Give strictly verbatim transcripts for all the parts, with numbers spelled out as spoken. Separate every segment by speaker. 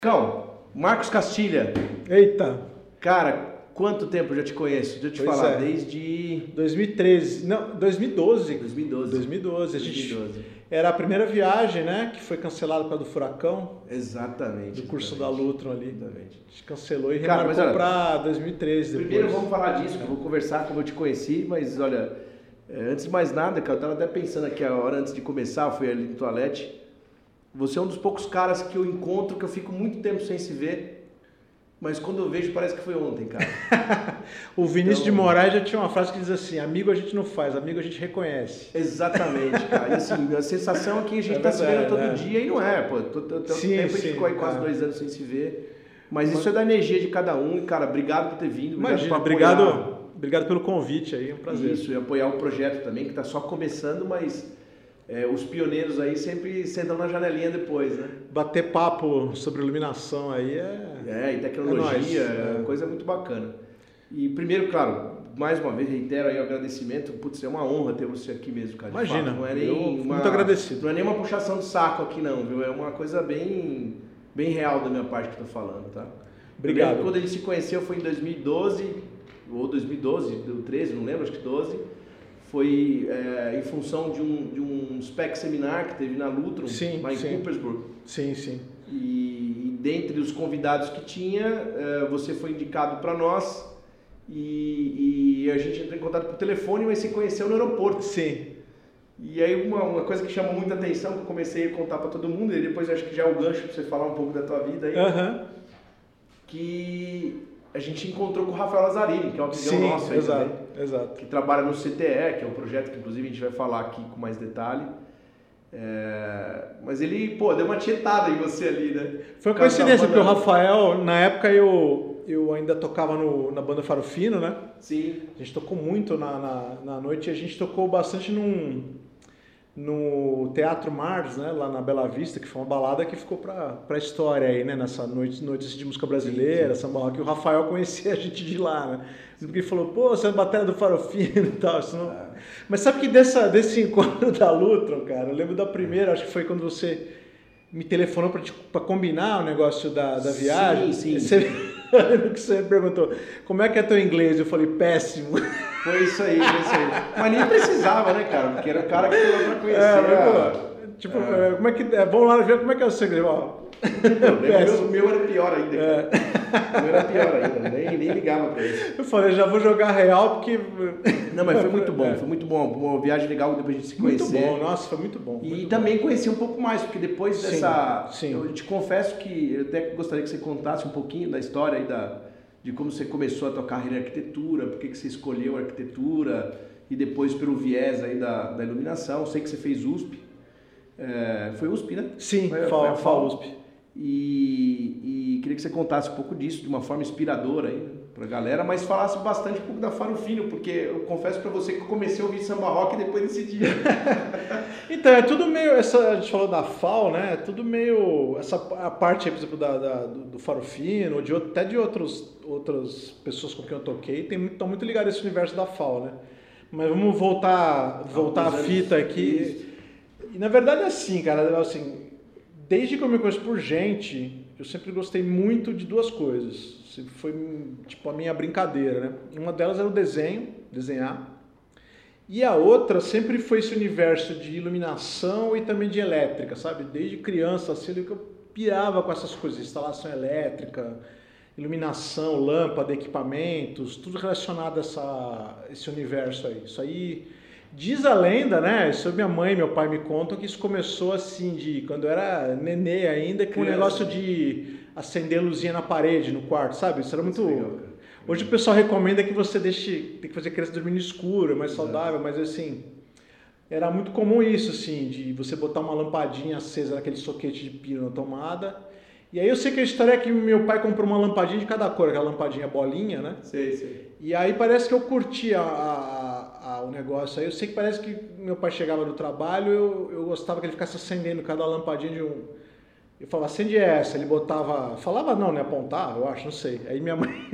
Speaker 1: Cão, Marcos Castilha.
Speaker 2: Eita!
Speaker 1: Cara, quanto tempo eu já te conheço? Deixa eu te
Speaker 2: Pois
Speaker 1: falar,
Speaker 2: é.
Speaker 1: desde
Speaker 2: dois mil e treze, não, dois mil e doze.
Speaker 1: dois mil e doze.
Speaker 2: dois mil e doze. A gente,
Speaker 1: dois mil e doze.
Speaker 2: Era a primeira viagem, né? Que foi cancelada por causa do furacão.
Speaker 1: Exatamente.
Speaker 2: Do curso
Speaker 1: exatamente.
Speaker 2: da Lutron ali.
Speaker 1: Exatamente.
Speaker 2: A gente cancelou e
Speaker 1: Cara,
Speaker 2: remarcou
Speaker 1: mas olha,
Speaker 2: para dois mil e treze depois.
Speaker 1: Primeiro vamos falar disso, que eu vou conversar como eu te conheci, mas olha, é, antes de mais nada, cara, eu tava até pensando aqui a hora antes de começar, eu fui ali no toalete. Você é um dos poucos caras que eu encontro que eu fico muito tempo sem se ver. Mas quando eu vejo, parece que foi ontem, cara.
Speaker 2: O Vinícius
Speaker 1: Então,
Speaker 2: de Moraes já tinha uma frase que diz assim: amigo a gente não faz, amigo a gente reconhece.
Speaker 1: Exatamente, cara. E assim, a sensação é que a gente
Speaker 2: É
Speaker 1: tá se vendo
Speaker 2: verdade,
Speaker 1: todo
Speaker 2: é.
Speaker 1: dia e não é, pô. Tanto
Speaker 2: Sim,
Speaker 1: tempo a
Speaker 2: sim,
Speaker 1: gente ficou aí quase
Speaker 2: é.
Speaker 1: dois anos sem se ver. Mas isso é da energia de cada um e, cara, obrigado por ter vindo. Obrigado
Speaker 2: Imagina,
Speaker 1: por apoiar.
Speaker 2: obrigado, obrigado pelo convite aí, é um prazer.
Speaker 1: Isso, e apoiar o projeto também, que tá só começando, mas é, os pioneiros aí sempre sentam na janelinha depois, né?
Speaker 2: Bater papo sobre iluminação aí é...
Speaker 1: É, e tecnologia,
Speaker 2: É nóis,
Speaker 1: é
Speaker 2: é.
Speaker 1: coisa muito bacana. E primeiro, claro, mais uma vez, reitero aí o agradecimento. Putz, é uma honra ter você aqui mesmo, cara. de
Speaker 2: Imagina,
Speaker 1: fato. Não é
Speaker 2: eu
Speaker 1: nem
Speaker 2: fico
Speaker 1: uma,
Speaker 2: muito agradecido.
Speaker 1: Não é nem uma puxação de saco aqui não, viu? É uma coisa bem, bem real da minha parte que eu tô falando, tá?
Speaker 2: Obrigado.
Speaker 1: Eu lembro quando a gente se conheceu foi em dois mil e doze, ou dois mil e doze, treze, não lembro, acho que doze. Foi é, em função de um, de um spec seminar que teve na Lutron,
Speaker 2: Sim,
Speaker 1: lá em
Speaker 2: sim.
Speaker 1: Coopersburg.
Speaker 2: Sim, sim.
Speaker 1: E, e dentre os convidados que tinha, eh, você foi indicado para nós e, e a gente entrou em contato por telefone, mas se conheceu no aeroporto.
Speaker 2: Sim.
Speaker 1: E aí uma, uma coisa que chamou muita atenção, que eu comecei a contar para todo mundo, e depois acho que já é o gancho para você falar um pouco da tua vida aí,
Speaker 2: Aham.
Speaker 1: que a gente encontrou com o Rafael Lazzarini, que é uma visão
Speaker 2: Sim,
Speaker 1: nossa aí
Speaker 2: exato,
Speaker 1: também,
Speaker 2: exato.
Speaker 1: que trabalha no C T E, que é um projeto que inclusive a gente vai falar aqui com mais detalhe. É, mas ele, pô, deu uma tietada em você ali, né?
Speaker 2: Foi uma
Speaker 1: Por causa da
Speaker 2: coincidência, porque o
Speaker 1: banda-
Speaker 2: Rafael, na época eu, eu ainda tocava no, na banda Faro Fino, né?
Speaker 1: Sim.
Speaker 2: A gente tocou muito na, na, na noite e a gente tocou bastante num, no Teatro Mars, né? Lá na Bela Vista, que foi uma balada que ficou pra, pra história aí, né? Nessa noite, noites de música brasileira, samba rock, que o Rafael conhecia a gente de lá, né? Porque ele falou, pô, você é bateria do Faro Fino e tal. Isso não... Mas sabe que dessa, desse encontro da Lutron, cara, eu lembro da primeira, acho que foi quando você me telefonou pra, te- pra combinar o negócio da, da viagem.
Speaker 1: Sim, sim.
Speaker 2: Você, eu lembro que você me perguntou, como é que é teu inglês? Eu falei, péssimo.
Speaker 1: Foi isso aí, foi isso aí. Mas nem precisava, né, cara? Porque era o cara que foi lá pra conhecer.
Speaker 2: É, mas,
Speaker 1: a-
Speaker 2: pô, tipo, é, como é que. é, vamos lá ver como é que é o segredo. Ó,
Speaker 1: o, meu,
Speaker 2: péssimo.
Speaker 1: o meu era pior ainda, cara. O meu era pior ainda, nem, nem ligava pra isso.
Speaker 2: Eu falei, já vou jogar real porque.
Speaker 1: Não, mas foi muito bom,
Speaker 2: É,
Speaker 1: foi muito bom. Uma viagem legal depois a gente se
Speaker 2: muito
Speaker 1: conhecer.
Speaker 2: bom, nossa, foi muito bom.
Speaker 1: E
Speaker 2: muito
Speaker 1: também conhecer um pouco mais, porque depois
Speaker 2: Sim,
Speaker 1: dessa...
Speaker 2: sim.
Speaker 1: Eu te confesso que eu até gostaria que você contasse um pouquinho da história aí da, de como você começou a tua carreira em arquitetura, por que que você escolheu a arquitetura e depois pelo viés aí da, da iluminação. Eu sei que você fez U S P. É, foi U S P, né?
Speaker 2: bom. Sim,
Speaker 1: Foi- foi
Speaker 2: Fa-
Speaker 1: a
Speaker 2: FAUSP.
Speaker 1: E, e queria que você contasse um pouco disso, de uma forma inspiradora aí pra galera, mas falasse bastante um pouco da Faro Fino, porque eu confesso pra você que eu comecei a ouvir samba rock depois desse dia.
Speaker 2: Então, é tudo meio, essa, a gente falou da F A O, né? É tudo meio, essa a parte, por exemplo, da, da- do, do Faro Fino, ou de, outro- até de outros, outras pessoas com quem eu toquei, estão muito, tão muito ligados a esse universo da F A O, né? Mas vamos voltar, voltar a
Speaker 1: Alguns
Speaker 2: fita
Speaker 1: anos.
Speaker 2: aqui. E na verdade é assim, cara, assim, desde que eu me conheço por gente, eu sempre gostei muito de duas coisas. Sempre foi, tipo, a minha brincadeira, né? Uma delas era o desenho, desenhar. E a outra sempre foi esse universo de iluminação e também de elétrica, sabe? Desde criança, assim, eu pirava com essas coisas, instalação elétrica, iluminação, lâmpada, equipamentos, tudo relacionado a essa, esse universo aí. Isso aí, diz a lenda, né? Isso minha mãe e meu pai me contam que isso começou assim, de quando eu era nenê ainda, com o
Speaker 1: Criança.
Speaker 2: negócio de acender luzinha na parede, no quarto, sabe? Isso era muito...
Speaker 1: Legal, cara.
Speaker 2: Hoje o pessoal recomenda que você deixe, tem que fazer a criança dormir no escuro, é mais
Speaker 1: Exato.
Speaker 2: saudável, mas assim, era muito comum isso, assim, de você botar uma lampadinha acesa naquele soquete de pino na tomada. E aí eu sei que a história é que meu pai comprou uma lampadinha de cada cor, aquela lampadinha bolinha, né?
Speaker 1: Sei, sei.
Speaker 2: E aí parece que eu curti a, a- a- o negócio aí. Eu sei que parece que meu pai chegava do trabalho, eu, eu gostava que ele ficasse acendendo cada lampadinha de um... Eu falava, acende essa. Ele botava... Falava não, né? Apontava, eu acho, não sei. Aí minha mãe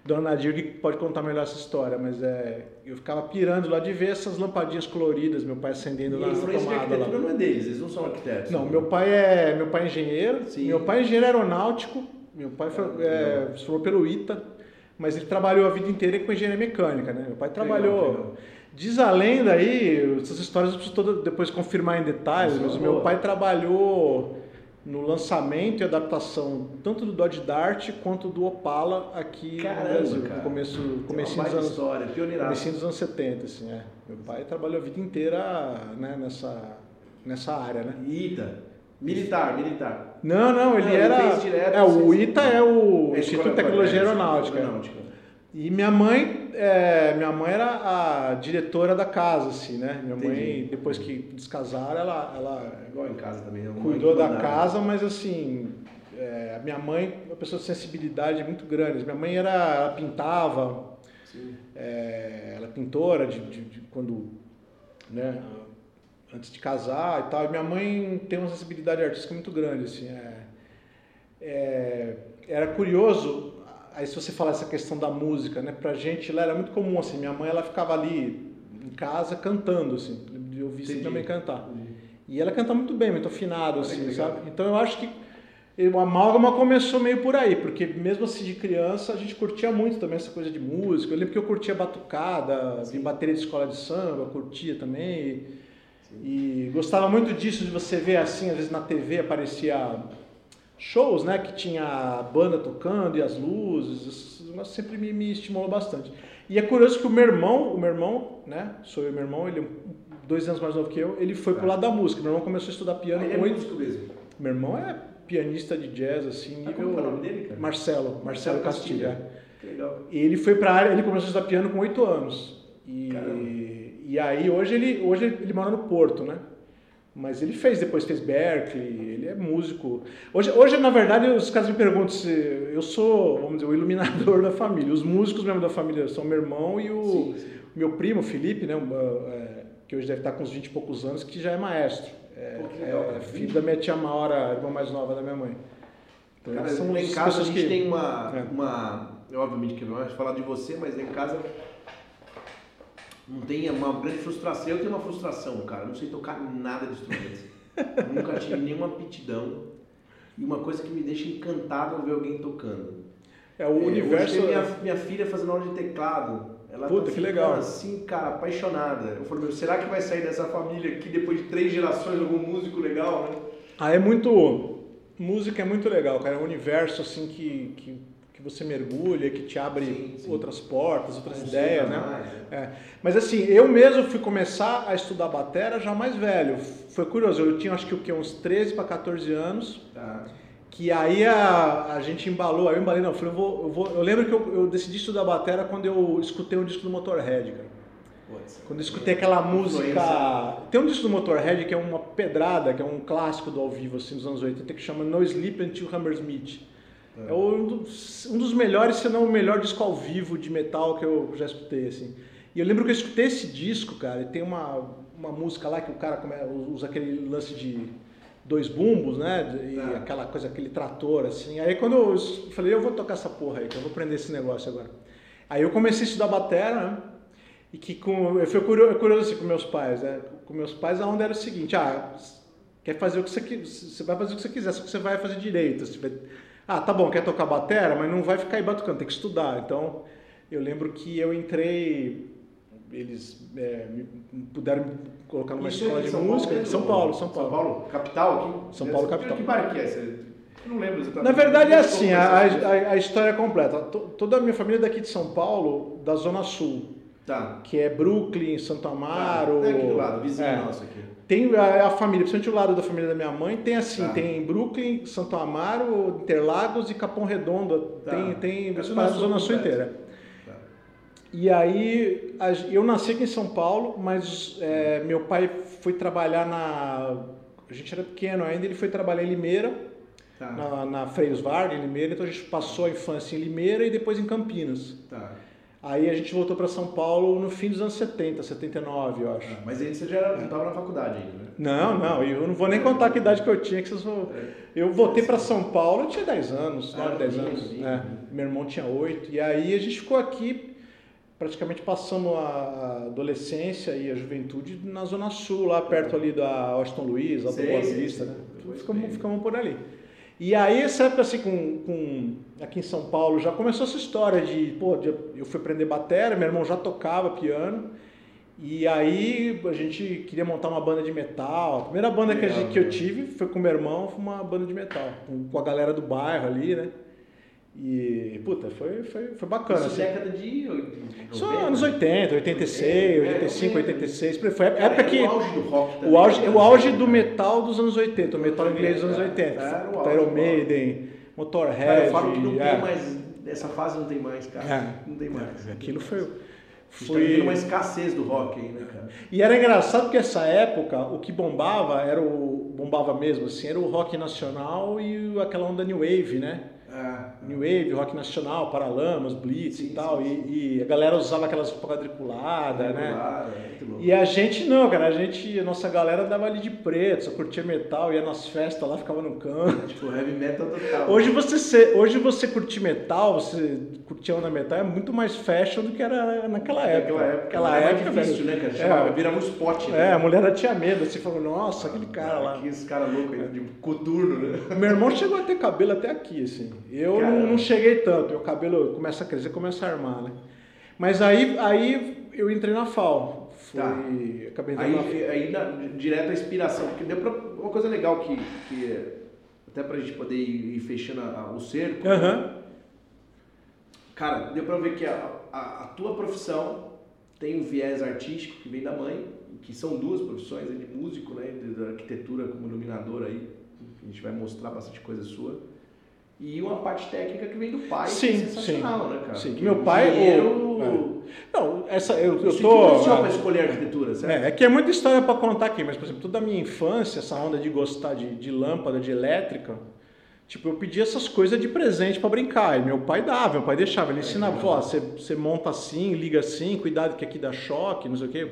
Speaker 2: Dona Nadir que pode contar melhor essa história, mas é, eu ficava pirando lá de ver essas lampadinhas coloridas, meu pai acendendo
Speaker 1: E
Speaker 2: na
Speaker 1: a influência de
Speaker 2: tomada
Speaker 1: arquitetura
Speaker 2: lá.
Speaker 1: não é deles, eles não são arquitetos.
Speaker 2: Não,
Speaker 1: né?
Speaker 2: meu pai é, meu pai é engenheiro,
Speaker 1: Sim.
Speaker 2: meu pai é engenheiro aeronáutico, meu pai foi,
Speaker 1: Ah,
Speaker 2: é, se formou pelo I T A, mas ele trabalhou a vida inteira com engenharia mecânica, né? Meu pai trabalhou...
Speaker 1: Legal, legal.
Speaker 2: Diz a lenda aí, essas histórias eu preciso toda, depois confirmar em detalhes,
Speaker 1: Isso,
Speaker 2: mas o
Speaker 1: boa.
Speaker 2: meu pai trabalhou no lançamento e adaptação tanto do Dodge Dart quanto do Opala aqui
Speaker 1: Caramba,
Speaker 2: no Brasil,
Speaker 1: cara.
Speaker 2: no começo, comecinho
Speaker 1: uma
Speaker 2: dos
Speaker 1: baita
Speaker 2: anos,
Speaker 1: história, pioneiraço.
Speaker 2: comecinho dos anos setenta, assim, é. Meu pai trabalhou a vida inteira, né, nessa, nessa área, né?
Speaker 1: Ita. Militar, militar.
Speaker 2: Não, não, ele
Speaker 1: Não, ele
Speaker 2: era...
Speaker 1: fez direto,
Speaker 2: é, o
Speaker 1: fez-
Speaker 2: I T A é o
Speaker 1: É,
Speaker 2: Instituto de
Speaker 1: escola-
Speaker 2: Tecnologia
Speaker 1: é,
Speaker 2: Aeronáutica.
Speaker 1: Aeronáutica.
Speaker 2: E minha mãe, é, minha mãe era a diretora da casa, assim, né? Minha mãe,
Speaker 1: Entendi.
Speaker 2: depois que descasaram, ela, ela
Speaker 1: É igual em casa também. é uma
Speaker 2: cuidou
Speaker 1: mãe que
Speaker 2: da
Speaker 1: mandava.
Speaker 2: casa, mas assim, é, a minha mãe é uma pessoa de sensibilidade muito grande. Minha mãe era, ela pintava,
Speaker 1: Sim.
Speaker 2: é, ela é pintora de, de, de quando, né, antes de casar e tal. E minha mãe tem uma sensibilidade artística muito grande, assim. É, é, era curioso, aí se você falar essa questão da música, né, pra gente lá era muito comum, assim. Minha mãe, ela ficava ali em casa cantando, assim, eu ouvia sempre minha mãe cantar. E ela canta muito bem, muito afinado,
Speaker 1: Olha que
Speaker 2: assim,
Speaker 1: legal.
Speaker 2: sabe? Então eu acho que o amálgama começou meio por aí, porque mesmo assim de criança a gente curtia muito também essa coisa de música. Eu lembro que eu curtia batucada, de bateria de escola de samba, eu curtia também. E, e gostava muito disso, de você ver assim, às vezes na T V aparecia shows, né, que tinha a banda tocando e as luzes, isso negócio sempre me, me estimulou bastante. E é curioso que o meu irmão, o meu irmão, né, sou eu e meu irmão, ele é dois anos mais novo que eu, ele foi pro lado da música. Meu irmão começou a estudar piano
Speaker 1: Ah, ele
Speaker 2: com
Speaker 1: é
Speaker 2: oito.
Speaker 1: músico mesmo.
Speaker 2: Meu irmão é pianista de jazz, assim,
Speaker 1: Ah,
Speaker 2: nível...
Speaker 1: como que é o nome dele, cara?
Speaker 2: Marcelo, Marcelo Castilha.
Speaker 1: Que legal.
Speaker 2: Ele foi pra área, ele começou a estudar piano com oito anos. E,
Speaker 1: Caramba.
Speaker 2: e aí hoje ele, hoje ele mora no Porto, né? Mas ele fez, depois fez Berkeley, ele é músico. Hoje, hoje na verdade, os caras me perguntam se eu sou, vamos dizer, o iluminador da família. Os músicos mesmo da família são meu irmão e o
Speaker 1: Sim, sim.
Speaker 2: meu primo, Felipe, né? É, que hoje deve estar com uns vinte e poucos anos, que já é maestro. É,
Speaker 1: Pô, que legal,
Speaker 2: é
Speaker 1: cara.
Speaker 2: filho da minha tia Maura, irmã mais nova da minha mãe. Então,
Speaker 1: Cara,
Speaker 2: são
Speaker 1: lá em
Speaker 2: as
Speaker 1: casa a
Speaker 2: pessoas
Speaker 1: gente
Speaker 2: que-
Speaker 1: tem uma,
Speaker 2: É.
Speaker 1: uma... Eu, obviamente que não é falar de você, mas lá em casa não tem uma grande frustração. Eu tenho uma frustração, cara. Eu não sei tocar nada de instrumento. Nunca tive nenhuma aptidão. E uma coisa que me deixa encantado é ver alguém tocando.
Speaker 2: É, o
Speaker 1: É,
Speaker 2: universo...
Speaker 1: hoje tem minha, minha filha fazendo aula de teclado. Ela
Speaker 2: Puta,
Speaker 1: tá
Speaker 2: que
Speaker 1: ficando
Speaker 2: legal.
Speaker 1: assim, cara, apaixonada. Eu falei, meu, será que vai sair dessa família aqui depois de três gerações algum músico legal, né?
Speaker 2: Ah, é muito... Música é muito legal, cara. É um universo, assim, que, que, que você mergulha, que te abre
Speaker 1: Sim, sim.
Speaker 2: outras portas, outras
Speaker 1: Conceita
Speaker 2: ideias, né?
Speaker 1: mais, né?
Speaker 2: É. Mas assim, eu mesmo fui começar a estudar batera já mais velho. Foi curioso, eu tinha acho que o quê? Uns treze para quatorze anos,
Speaker 1: Tá.
Speaker 2: que aí a, a gente embalou, aí eu embalei, não, eu falei, eu vou, eu vou... Eu lembro que eu, eu decidi estudar batera quando eu escutei um disco do Motorhead, cara.
Speaker 1: Putz.
Speaker 2: Quando eu escutei aquela música...
Speaker 1: Influência.
Speaker 2: Tem um disco do Motorhead que é uma pedrada, que é um clássico do ao vivo, assim, dos anos oitenta, que chama No Sleep Until Hammersmith. É um dos, um dos melhores, se não o melhor disco ao vivo de metal que eu já escutei, assim. E eu lembro que eu escutei esse disco, cara, e tem uma, uma música lá que o cara come- usa aquele lance de dois bumbos, né? E
Speaker 1: Ah.
Speaker 2: aquela coisa, aquele trator, assim. Aí quando eu falei, eu vou tocar essa porra aí, que eu vou aprender esse negócio agora. Aí eu comecei a estudar batera, né? E que com, eu fui curioso, curioso assim com meus pais, né? Com meus pais a onda era o seguinte, ah, quer fazer o que você quiser, você vai fazer o que você quiser, só que você vai fazer direito. Você vai, ah, tá bom, quer tocar batera, mas não vai ficar aí batucando, tem que estudar. Então, eu lembro que eu entrei, eles é, me puderam me colocar numa
Speaker 1: Isso
Speaker 2: escola
Speaker 1: é em
Speaker 2: de
Speaker 1: São
Speaker 2: música.
Speaker 1: Paulo,
Speaker 2: São Paulo, São Paulo.
Speaker 1: São Paulo? Capital aqui?
Speaker 2: São Paulo, capital.
Speaker 1: Que bairro que é esse? Eu não lembro exatamente.
Speaker 2: Na verdade é assim, a,
Speaker 1: Como é
Speaker 2: a, a história é completa. To- Toda a minha família é daqui de São Paulo, da Zona Sul,
Speaker 1: Tá.
Speaker 2: que é Brooklyn, Santo Amaro.
Speaker 1: Tá, é aqui do lado, vizinho
Speaker 2: é.
Speaker 1: nosso aqui.
Speaker 2: Tem a, a família, principalmente o lado da família da minha mãe, tem assim,
Speaker 1: Tá.
Speaker 2: tem Brooklyn, Santo Amaro, Interlagos e Capão Redondo,
Speaker 1: Tá.
Speaker 2: tem, tem
Speaker 1: É a
Speaker 2: espalhado
Speaker 1: Zona
Speaker 2: a
Speaker 1: Sul
Speaker 2: Zona Sul
Speaker 1: completa.
Speaker 2: inteira.
Speaker 1: Tá.
Speaker 2: E aí, a- eu nasci aqui em São Paulo, mas é, meu pai foi trabalhar na... A gente era pequeno ainda, ele foi trabalhar em Limeira,
Speaker 1: Tá.
Speaker 2: na, na Freios Vargas, em Limeira, então a gente passou a infância em Limeira e depois em Campinas.
Speaker 1: Tá.
Speaker 2: Aí a gente voltou para São Paulo no fim dos anos setenta, setenta e nove, eu acho.
Speaker 1: Ah, mas aí você já era, não estava na faculdade ainda, né?
Speaker 2: Não, não, eu não vou nem contar que idade que eu tinha, que vocês vão... Eu voltei para São Paulo, eu tinha dez anos, nove,
Speaker 1: ah,
Speaker 2: dez
Speaker 1: sim,
Speaker 2: anos.
Speaker 1: sim,
Speaker 2: É.
Speaker 1: sim.
Speaker 2: Meu irmão tinha oito, e aí a gente ficou aqui, praticamente passamos a adolescência e a juventude na Zona Sul, lá perto ali da Washington Luiz, lá do Boa Vista, né? Ficamos, ficamos por ali. E aí, essa época, assim, com, com, aqui em São Paulo, já começou essa história de, pô, de, eu fui aprender bateria, meu irmão já tocava piano, e aí a gente queria montar uma banda de metal. A primeira banda que, a gente, que eu tive foi com meu irmão, foi uma banda de metal, com, com a galera do bairro ali, né? E, puta, foi, foi, foi bacana.
Speaker 1: Isso
Speaker 2: assim.
Speaker 1: década de noventa?
Speaker 2: Só anos oitenta, oitenta e seis, oitenta e cinco, oitenta e seis. Foi a época que...
Speaker 1: O auge do rock também.
Speaker 2: O auge, o auge do metal dos anos oitenta, o metal inglês dos anos oitenta.
Speaker 1: Era
Speaker 2: Iron Maiden, Motorhead.
Speaker 1: Cara, eu falo que não
Speaker 2: é.
Speaker 1: tem mais, essa fase não tem mais, cara.
Speaker 2: É.
Speaker 1: Não tem mais.
Speaker 2: Aquilo foi...
Speaker 1: A gente
Speaker 2: foi...
Speaker 1: tá vivendo uma escassez do rock aí, né, cara?
Speaker 2: E era engraçado que essa época, o que bombava, era o bombava mesmo, assim, era o rock nacional e aquela onda New Wave, né?
Speaker 1: Ah,
Speaker 2: New Wave, rock nacional, Paralamas, Blitz
Speaker 1: sim,
Speaker 2: e tal,
Speaker 1: sim, sim.
Speaker 2: E, e a galera usava aquelas roupas quadriculadas, né?
Speaker 1: Claro, é muito louco.
Speaker 2: E a gente não, cara, a gente, a nossa galera dava ali de preto, só curtia metal, ia nas festas lá, ficava no canto.
Speaker 1: Tipo, heavy metal total.
Speaker 2: Hoje você, ser, hoje você curtir metal, você curtir onda metal é muito mais fashion do que era naquela época.
Speaker 1: Naquela época,
Speaker 2: Naquela
Speaker 1: era
Speaker 2: época,
Speaker 1: mais difícil,
Speaker 2: velho,
Speaker 1: né, cara?
Speaker 2: é,
Speaker 1: Chamava, virava um spot,
Speaker 2: é,
Speaker 1: né?
Speaker 2: a mulher tinha medo, assim, falou, nossa, aquele cara lá.
Speaker 1: Aqui, esse cara louco aí, de coturno, né?
Speaker 2: Meu irmão chegou a ter cabelo até aqui, assim. Eu não, não cheguei tanto, meu cabelo começa a crescer, começa a armar, né? Mas aí, aí eu entrei na F A U. Foi,
Speaker 1: Tá.
Speaker 2: acabei entrando na F A U.
Speaker 1: Aí, aí na, direto a inspiração, porque deu pra, uma coisa legal que, que até pra gente poder ir, ir fechando a, a, o cerco,
Speaker 2: Uhum.
Speaker 1: cara, deu pra ver que a, a, a tua profissão tem um viés artístico que vem da mãe, que são duas profissões, de músico, né, da arquitetura como iluminador aí, a gente vai mostrar bastante coisa sua. E uma parte técnica que vem do pai,
Speaker 2: Sim,
Speaker 1: que é sensacional,
Speaker 2: sim.
Speaker 1: né, cara?
Speaker 2: Sim.
Speaker 1: Porque
Speaker 2: Meu pai,
Speaker 1: dinheiro,
Speaker 2: o- Não, essa eu, eu
Speaker 1: isso
Speaker 2: tô.
Speaker 1: influenciou pra escolher arquitetura, certo?
Speaker 2: É, é que é muita história para contar aqui, mas por exemplo, toda a minha infância, essa onda de gostar de, de lâmpada, de elétrica, tipo, eu pedia essas coisas de presente para brincar. E meu pai dava, meu pai deixava, ele ensinava, falou, ó, você, você monta assim, liga assim, cuidado que aqui dá choque, não sei o quê.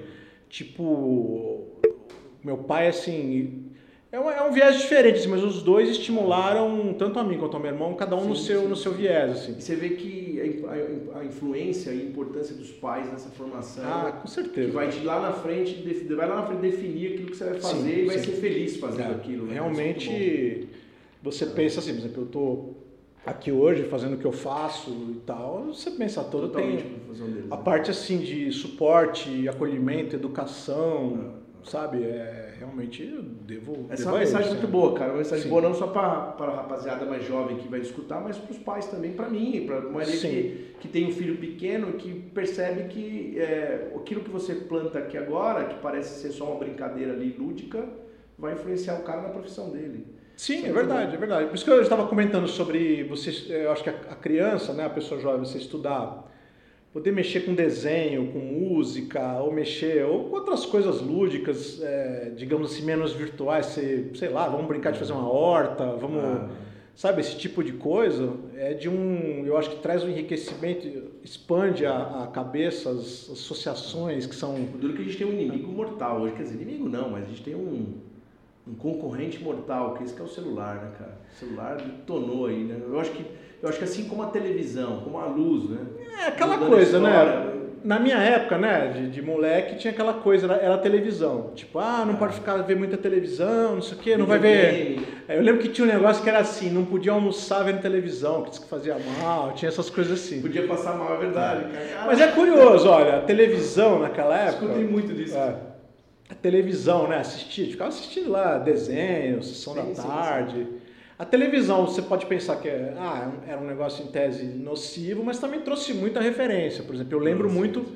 Speaker 2: Tipo, meu pai, assim, é um, é um viés diferente, assim, mas os dois estimularam tanto a mim quanto ao meu irmão, cada um
Speaker 1: Sim,
Speaker 2: no seu,
Speaker 1: sim,
Speaker 2: no seu
Speaker 1: sim.
Speaker 2: viés, assim.
Speaker 1: E você vê que a, a, a influência e a importância dos pais nessa formação,
Speaker 2: Ah, com
Speaker 1: que
Speaker 2: certeza.
Speaker 1: vai de lá na frente, defi- vai lá na frente definir aquilo que você vai fazer
Speaker 2: Sim,
Speaker 1: e vai
Speaker 2: sim.
Speaker 1: ser feliz fazendo
Speaker 2: É,
Speaker 1: aquilo. Né?
Speaker 2: realmente, você pensa assim, por exemplo, eu tô aqui hoje fazendo o que eu faço e tal, você pensa todo,
Speaker 1: Totalmente
Speaker 2: tem
Speaker 1: por função deles.
Speaker 2: a
Speaker 1: né?
Speaker 2: parte assim de suporte, acolhimento, educação, sabe? É, realmente eu devo...
Speaker 1: Essa é
Speaker 2: devo
Speaker 1: uma
Speaker 2: a
Speaker 1: mensagem
Speaker 2: eles,
Speaker 1: muito
Speaker 2: né?
Speaker 1: boa, cara. Uma mensagem
Speaker 2: Sim.
Speaker 1: boa não só para a rapaziada mais jovem que vai escutar, mas para os pais também, para mim, para a maioria
Speaker 2: Sim.
Speaker 1: que, que tem um filho pequeno e que percebe que é, aquilo que você planta aqui agora, que parece ser só uma brincadeira ali lúdica, vai influenciar o cara na profissão dele.
Speaker 2: Sim,
Speaker 1: Isso
Speaker 2: é
Speaker 1: muito
Speaker 2: verdade,
Speaker 1: bom.
Speaker 2: é verdade. Por isso que eu estava comentando sobre você, eu acho que a a criança, né, a pessoa jovem, você estudar, poder mexer com desenho, com música, ou mexer, ou com outras coisas lúdicas, é, digamos assim, menos virtuais, você, sei lá, vamos brincar de fazer uma horta, vamos,
Speaker 1: Ah.
Speaker 2: sabe, esse tipo de coisa, é de um, eu acho que traz um enriquecimento, expande a, a cabeça, as associações que são...
Speaker 1: O duro é que a gente tem um inimigo mortal hoje, quer dizer, inimigo não, mas a gente tem um, um concorrente mortal, que esse que é o celular, né, cara? O celular detonou aí, né? Eu acho que, eu acho que assim como a televisão, como a luz, né?
Speaker 2: É aquela
Speaker 1: Mudando
Speaker 2: coisa,
Speaker 1: a história,
Speaker 2: né? Na minha época, né, de, de moleque, tinha aquela coisa, era, era a televisão. Tipo, ah, não
Speaker 1: Ah.
Speaker 2: pode ficar ver muita televisão, não sei o quê, não vai ver...
Speaker 1: Videogame.
Speaker 2: É, eu lembro que tinha um negócio que era assim, não podia almoçar vendo televisão, que disse que fazia mal, tinha essas coisas assim.
Speaker 1: Podia passar mal, é verdade, cara.
Speaker 2: Mas é curioso, olha, a televisão naquela época...
Speaker 1: Escutei muito disso.
Speaker 2: É, a televisão, né, assistia, ficava assistindo lá desenho, sessão
Speaker 1: Sim,
Speaker 2: da
Speaker 1: sim,
Speaker 2: tarde... A televisão, você pode pensar que é, ah, era um negócio em tese nocivo, mas também trouxe muita referência. Por exemplo, eu lembro
Speaker 1: Trouxe.
Speaker 2: muito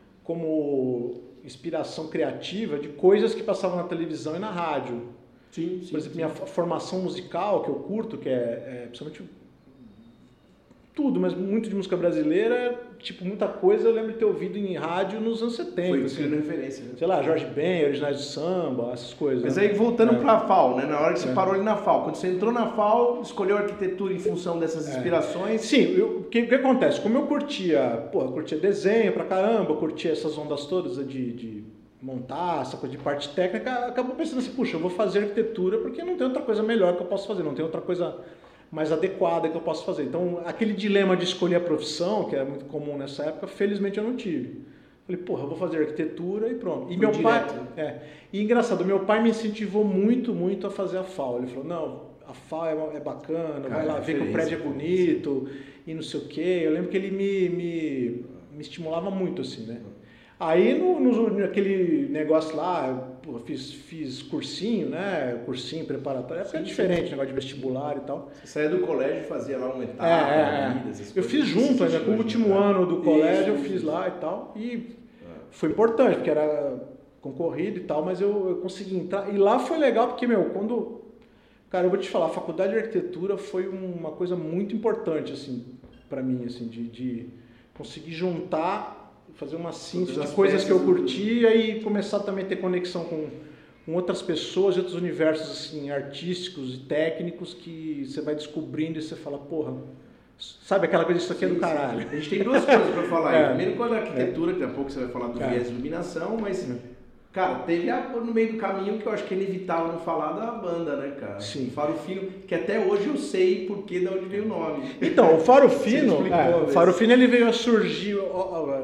Speaker 2: como inspiração criativa de coisas que passavam na televisão e na rádio.
Speaker 1: Sim, sim.
Speaker 2: Por exemplo, minha formação musical, que eu curto, que é, é principalmente tudo, mas muito de música brasileira, tipo, muita coisa eu lembro de ter ouvido em rádio nos anos setenta.
Speaker 1: Foi
Speaker 2: assim,
Speaker 1: referência. Né?
Speaker 2: Sei lá, Jorge Ben, Originais do Samba, essas coisas.
Speaker 1: Mas
Speaker 2: né?
Speaker 1: aí voltando é. para a F A U, né? Na hora que você é. parou ali na F A U, quando você entrou na F A U, escolheu arquitetura em função dessas inspirações?
Speaker 2: É. Sim, o que, que acontece? Como eu curtia, pô, eu curtia desenho pra caramba, eu curtia essas ondas todas de, de montar, essa coisa de parte técnica, acabou pensando assim, puxa, eu vou fazer arquitetura porque não tem outra coisa melhor que eu posso fazer, não tem outra coisa mais adequada que eu posso fazer. Então, aquele dilema de escolher a profissão, que era muito comum nessa época, felizmente eu não tive. Falei, porra, eu vou fazer arquitetura e pronto. E Foi meu direto. pai, é, e engraçado, meu pai me incentivou muito, muito a fazer a F A U. Ele falou, não, a F A U é, é bacana, Cara, vai lá ver que o prédio é bonito e não sei o quê. Eu lembro que ele me, me, me estimulava muito, assim, né? Aí, no, no, naquele negócio lá, eu fiz, fiz cursinho, né? Cursinho preparatório. É diferente, sim. negócio de vestibular e tal.
Speaker 1: Você saía do colégio e fazia lá uma etapa,
Speaker 2: é, é,
Speaker 1: vida, essas
Speaker 2: Eu fiz junto, ainda com o último ano do colégio, isso, eu fiz isso. lá e tal. E é. foi importante, porque era concorrido e tal, mas eu, eu consegui entrar. E lá foi legal, porque, meu, quando... Cara, eu vou te falar, a faculdade de arquitetura foi uma coisa muito importante, assim, pra mim, assim, de, de conseguir juntar... fazer uma síntese de coisas que eu curtia e começar também a ter conexão com, com outras pessoas e outros universos assim, artísticos e técnicos que você vai descobrindo e você fala, porra, sabe aquela coisa, isso aqui sim, é do caralho.
Speaker 1: Sim. A gente tem duas coisas para falar aí. É. Primeiro com a arquitetura, é. que daqui a pouco você vai falar do é. viés de iluminação, mas, cara, teve a, no meio do caminho que eu acho que é inevitável não falar da banda, né, cara?
Speaker 2: Sim.
Speaker 1: Faro Fino, que até hoje eu sei porque de onde veio o nome.
Speaker 2: Então, o Faro Fino, é, o Faro Fino ele veio a surgir... Ó, ó,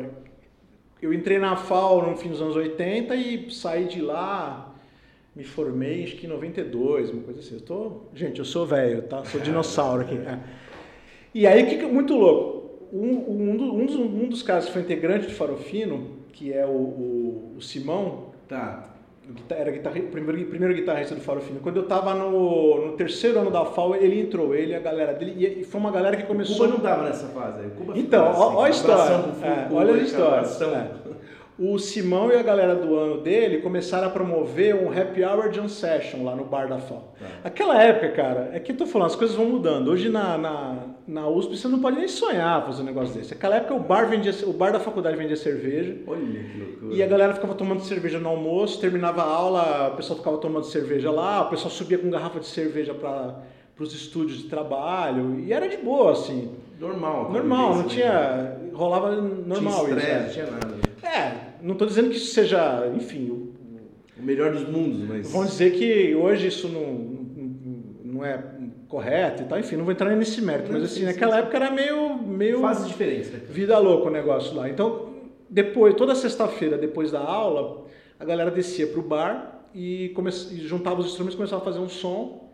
Speaker 2: eu entrei na F A U no fim dos anos oitenta e saí de lá, me formei acho que em noventa e dois, uma coisa assim. Eu tô, gente, eu sou velho, tá? Sou dinossauro aqui. É. E aí, o que é muito louco? Um, um, um, dos, um dos caras que foi integrante do Faro Fino, que é o, o, o Simão,
Speaker 1: tá.
Speaker 2: era guitarra, o primeiro, primeiro guitarrista do Faro Fino. Quando eu tava no, no terceiro ano da F A U, ele entrou, ele e a galera dele. E foi uma galera que começou...
Speaker 1: O Cuba não tava nessa fase aí. O Cuba
Speaker 2: então, ó,
Speaker 1: assim,
Speaker 2: ó a história. É,
Speaker 1: Cuba,
Speaker 2: olha a história. É. O Simão e a galera do ano dele começaram a promover um Happy Hour Jam Session lá no bar da F A U. É. Aquela época, cara, é que eu tô falando, as coisas vão mudando. Hoje na, na, na U S P você não pode nem sonhar fazer um negócio desse. Naquela época o bar, vendia, o bar da faculdade vendia cerveja.
Speaker 1: Olha que loucura.
Speaker 2: E a galera ficava tomando cerveja no almoço, terminava a aula, o pessoal ficava tomando cerveja lá, o pessoal subia com garrafa de cerveja para os estúdios de trabalho. E era de boa, assim.
Speaker 1: Normal.
Speaker 2: Normal, não tinha... Rolava normal.
Speaker 1: Tinha estresse,
Speaker 2: isso,
Speaker 1: não tinha nada.
Speaker 2: É, não estou dizendo que isso seja, enfim... O,
Speaker 1: o melhor dos mundos, mas...
Speaker 2: Vamos dizer que hoje isso não, não, não é correto e tal, enfim, não vou entrar nesse mérito, não, mas assim, sim, naquela sim, época era meio... meio
Speaker 1: Fases diferentes, né?
Speaker 2: Vida louca o negócio lá. Então, depois, toda sexta-feira, depois da aula, a galera descia pro bar e, come... e juntava os instrumentos, começava a fazer um som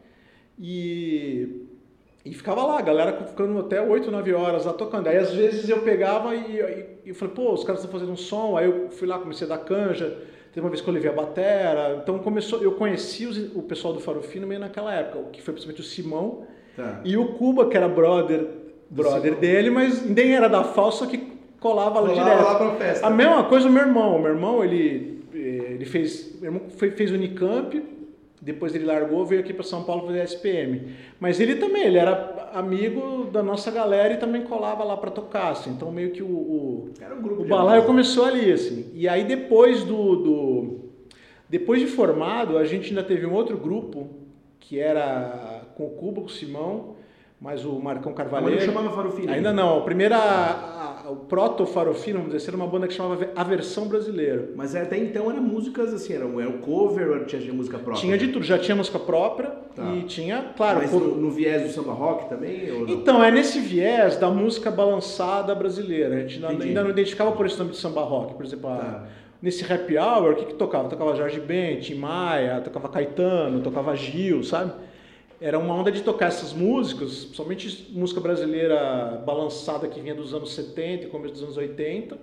Speaker 2: e... E ficava lá, a galera ficando até oito, nove horas lá tocando. Aí às vezes eu pegava e, e, e falei, pô, os caras estão fazendo um som. Aí eu fui lá, comecei a dar canja. Teve uma vez que eu levei a batera. Então começou, eu conheci os, o pessoal do Faro Fino meio naquela época, que foi principalmente o Simão tá. e o Cuba, que era brother, brother dele, mas nem era da F A U, só que colava lá
Speaker 1: colava
Speaker 2: direto.
Speaker 1: Lá pra festa.
Speaker 2: A mesma coisa o meu irmão. O meu irmão, ele, ele fez, meu irmão fez Unicamp. Depois ele largou, veio aqui para São Paulo fazer S P M. Mas ele também, ele era amigo da nossa galera e também colava lá para tocar, assim. Então meio que o, o,
Speaker 1: era um grupo
Speaker 2: o balaio começou ali, assim. E aí depois do, do... Depois de formado, a gente ainda teve um outro grupo, que era com o Cuba, com o Simão, mas o Marcão Carvalheiro...
Speaker 1: Mas não chamava Faro Fino?
Speaker 2: Ainda não. A primeira... A, a, o Proto Faro Fino, vamos dizer, era uma banda que chamava A Versão Brasileira.
Speaker 1: Mas até então eram músicas assim, era um, era um cover ou tinha música própria?
Speaker 2: Tinha de tudo. Já tinha música própria tá. e tinha, claro...
Speaker 1: Mas no, no viés do samba rock também? Ou não?
Speaker 2: Então, é nesse viés da música balançada brasileira. A gente ainda, ainda não identificava por esse nome de samba rock. Por exemplo, a, tá. nesse Happy Hour, o que, que tocava? Tocava Jorge Ben, Tim Maia, tocava Caetano, tocava Gil, sabe? Era uma onda de tocar essas músicas, principalmente música brasileira balançada que vinha dos anos setenta e começo dos anos oitenta.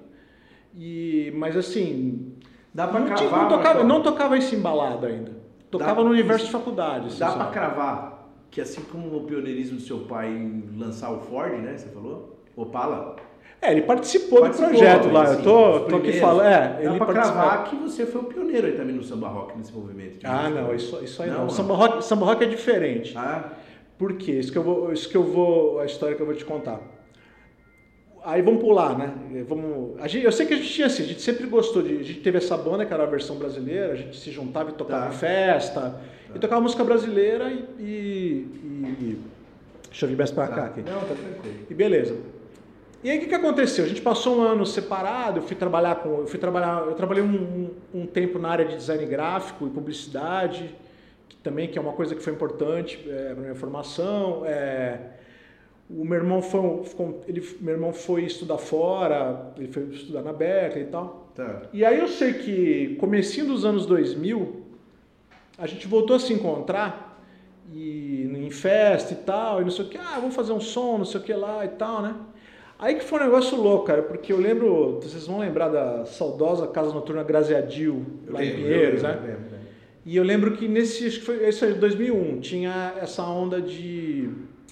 Speaker 2: E, mas assim,
Speaker 1: dá pra
Speaker 2: não,
Speaker 1: cravar,
Speaker 2: tinha, não, tocava, não tocava isso embalado ainda. Tocava dá, no universo de faculdade. Assim,
Speaker 1: dá
Speaker 2: sabe?
Speaker 1: pra cravar que assim como o pioneirismo do seu pai em lançar o Ford, né? Você falou? Opala?
Speaker 2: É, ele participou, participou do projeto lá, assim, eu tô, tô aqui falando. É,
Speaker 1: ele dá pra cravar que você foi o pioneiro aí também no samba rock, nesse movimento.
Speaker 2: Ah, não, isso, isso aí não. não. O samba rock, samba rock é diferente.
Speaker 1: Ah.
Speaker 2: Por quê? Isso que, eu vou, isso que eu vou, a história que eu vou te contar. Aí vamos pular, né? Vamos, a gente, eu sei que a gente tinha assim, a gente sempre gostou de. A gente teve essa banda que era a versão brasileira, a gente se juntava e tocava tá. em festa, tá. e tocava música brasileira e. e, e deixa eu vir mais pra tá. cá aqui.
Speaker 1: Não, tá tranquilo.
Speaker 2: E beleza. E aí o que, que aconteceu? A gente passou um ano separado, eu fui trabalhar com. Eu fui trabalhar. Eu trabalhei um, um, um tempo na área de design gráfico e publicidade, que também que é uma coisa que foi importante é, para minha formação. É, O meu irmão foi, ele, meu irmão foi estudar fora, ele foi estudar na Berkeley e tal.
Speaker 1: Tá.
Speaker 2: E aí eu sei que, comecinho dos anos dois mil, a gente voltou a se encontrar e, em festa e tal, e não sei o que, ah, vamos fazer um som, não sei o que lá e tal, né? Aí que foi um negócio louco, cara, porque eu lembro, vocês vão lembrar da saudosa Casa Noturna Graziadil, lá lembro, em Pinheiros, né? Lembro, lembro. E eu lembro que nesse, acho que foi, esse foi dois mil e um, tinha essa onda de...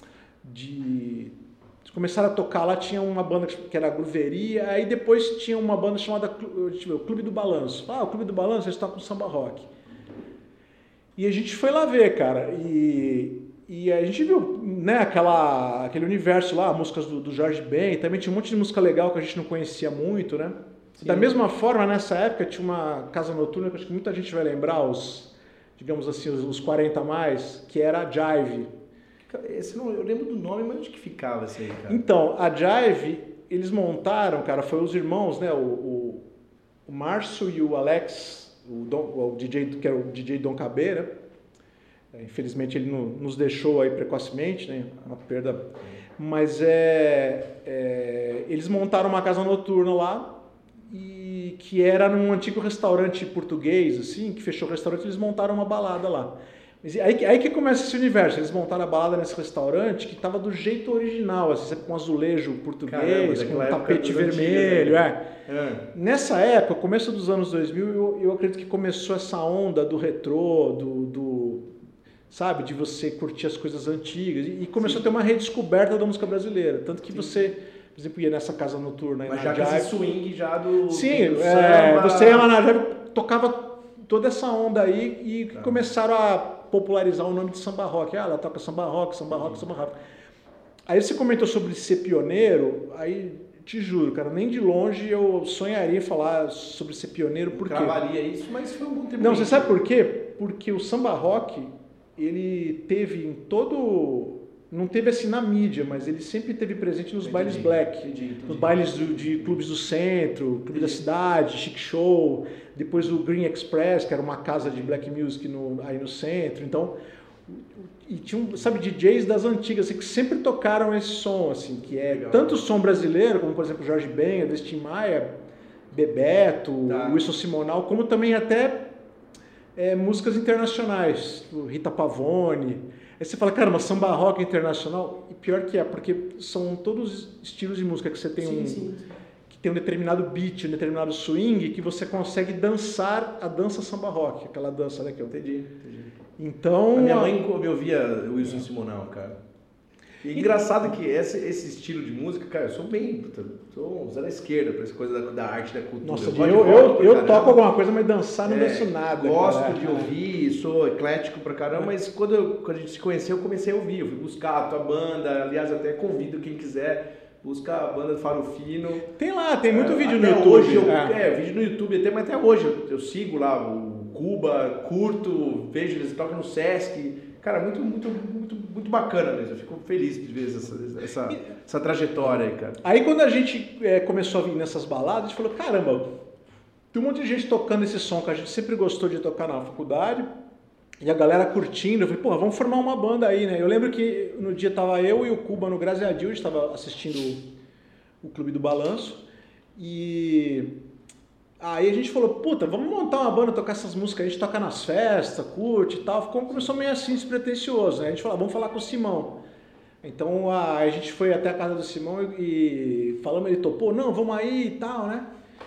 Speaker 2: de começaram a tocar lá, tinha uma banda que era a Grooveria, aí depois tinha uma banda chamada o Clube do Balanço. Ah, o Clube do Balanço, eles tocam samba rock. E a gente foi lá ver, cara, e, e a gente viu, né, aquela, aquele universo lá, músicas do, do Jorge Ben, também tinha um monte de música legal que a gente não conhecia muito, né? Sim. Da mesma forma, nessa época, tinha uma casa noturna, que acho que muita gente vai lembrar, os, digamos assim, os, os quarenta a mais, que era a Jive.
Speaker 1: Esse não, eu lembro do nome, mas onde que ficava esse aí, cara?
Speaker 2: Então, a Jive, eles montaram, cara, foi os irmãos, né, o, o, o Márcio e o Alex, o, Dom, o D J, que era o D J Dom Cabeira, infelizmente ele no, nos deixou aí precocemente, né, uma perda, mas é, é, eles montaram uma casa noturna lá, e que era num antigo restaurante português, assim, que fechou o restaurante, eles montaram uma balada lá. Aí, aí que começa esse universo, eles montaram a balada nesse restaurante que estava do jeito original, assim, com azulejo português, caramba, com um tapete vermelho. Antigos, né? é. É. Nessa época, começo dos anos dois mil, eu, eu acredito que começou essa onda do retrô, do, do, sabe, de você curtir as coisas antigas, e, e começou Sim. a ter uma redescoberta da música brasileira, tanto que Sim. você... Por exemplo, ia nessa casa noturna.
Speaker 1: Mas
Speaker 2: na
Speaker 1: já com esse swing já do...
Speaker 2: Sim,
Speaker 1: do
Speaker 2: é,
Speaker 1: samba...
Speaker 2: você ia lá na Jive, tocava toda essa onda aí e tá. começaram a popularizar o nome de samba rock. Ah, ela toca samba rock, samba rock, samba rock. Aí você comentou sobre ser pioneiro, aí te juro, cara, nem de longe eu sonharia em falar sobre ser pioneiro, porque...
Speaker 1: Eu cravaria isso, mas foi um bom tempo.
Speaker 2: Não, você sabe por quê? Porque o samba rock, ele teve em todo... Não teve assim na mídia, mas ele sempre teve presente nos entendi, bailes black, entendi, entendi. Nos bailes do, de clubes do centro, clube entendi. da cidade, Chic Show, depois o Green Express, que era uma casa de black music no, aí no centro. Então, e tinha, um, sabe, D Js das antigas assim, que sempre tocaram esse som, assim, que é Legal. tanto o som brasileiro, como por exemplo Jorge Ben, Destin Maia, Bebeto, tá. Wilson Simonal, como também até é, músicas internacionais, Rita Pavone. Aí você fala, cara, uma samba rock internacional, e pior que é, porque são todos estilos de música que você tem sim, um sim. que tem um determinado beat, um determinado swing, que você consegue dançar a dança samba rock, aquela dança, né, que eu entendi. entendi. Então,
Speaker 1: a minha mãe me ouvia o Wilson é. Simonal, cara. E engraçado que esse, esse estilo de música, cara, eu sou bem, sou um zero à esquerda pra essa coisa da, da arte, da cultura.
Speaker 2: Nossa, eu, eu, eu, eu toco alguma coisa, mas dançar não é, danço nada.
Speaker 1: Gosto
Speaker 2: cara.
Speaker 1: de ouvir, sou eclético pra caramba, mas quando, eu, quando a gente se conheceu, eu comecei a ouvir, eu fui buscar a tua banda, aliás, até convido quem quiser, busca a banda do Faro Fino.
Speaker 2: Tem lá, tem muito é, vídeo no
Speaker 1: até
Speaker 2: YouTube.
Speaker 1: Hoje eu, é. é, vídeo no YouTube até, mas até hoje eu, eu sigo lá o Cuba, curto, vejo eles tocam no Sesc. Cara, muito, muito, muito, muito bacana mesmo. Eu fico feliz de ver essa, essa, essa trajetória aí, cara.
Speaker 2: Aí quando a gente é, começou a vir nessas baladas, a gente falou, caramba, tem um monte de gente tocando esse som que a gente sempre gostou de tocar na faculdade, e a galera curtindo. Eu falei, pô, vamos formar uma banda aí, né? Eu lembro que no dia tava eu e o Cuba no Graziadil, a gente tava assistindo o, o Clube do Balanço, e... Aí a gente falou, puta, vamos montar uma banda, tocar essas músicas, a gente toca nas festas, curte e tal. Ficou, começou meio assim, despretensioso, né? A gente falou, vamos falar com o Simão. Então a, a gente foi até a casa do Simão e, e falamos, ele topou, não, vamos aí e tal, né?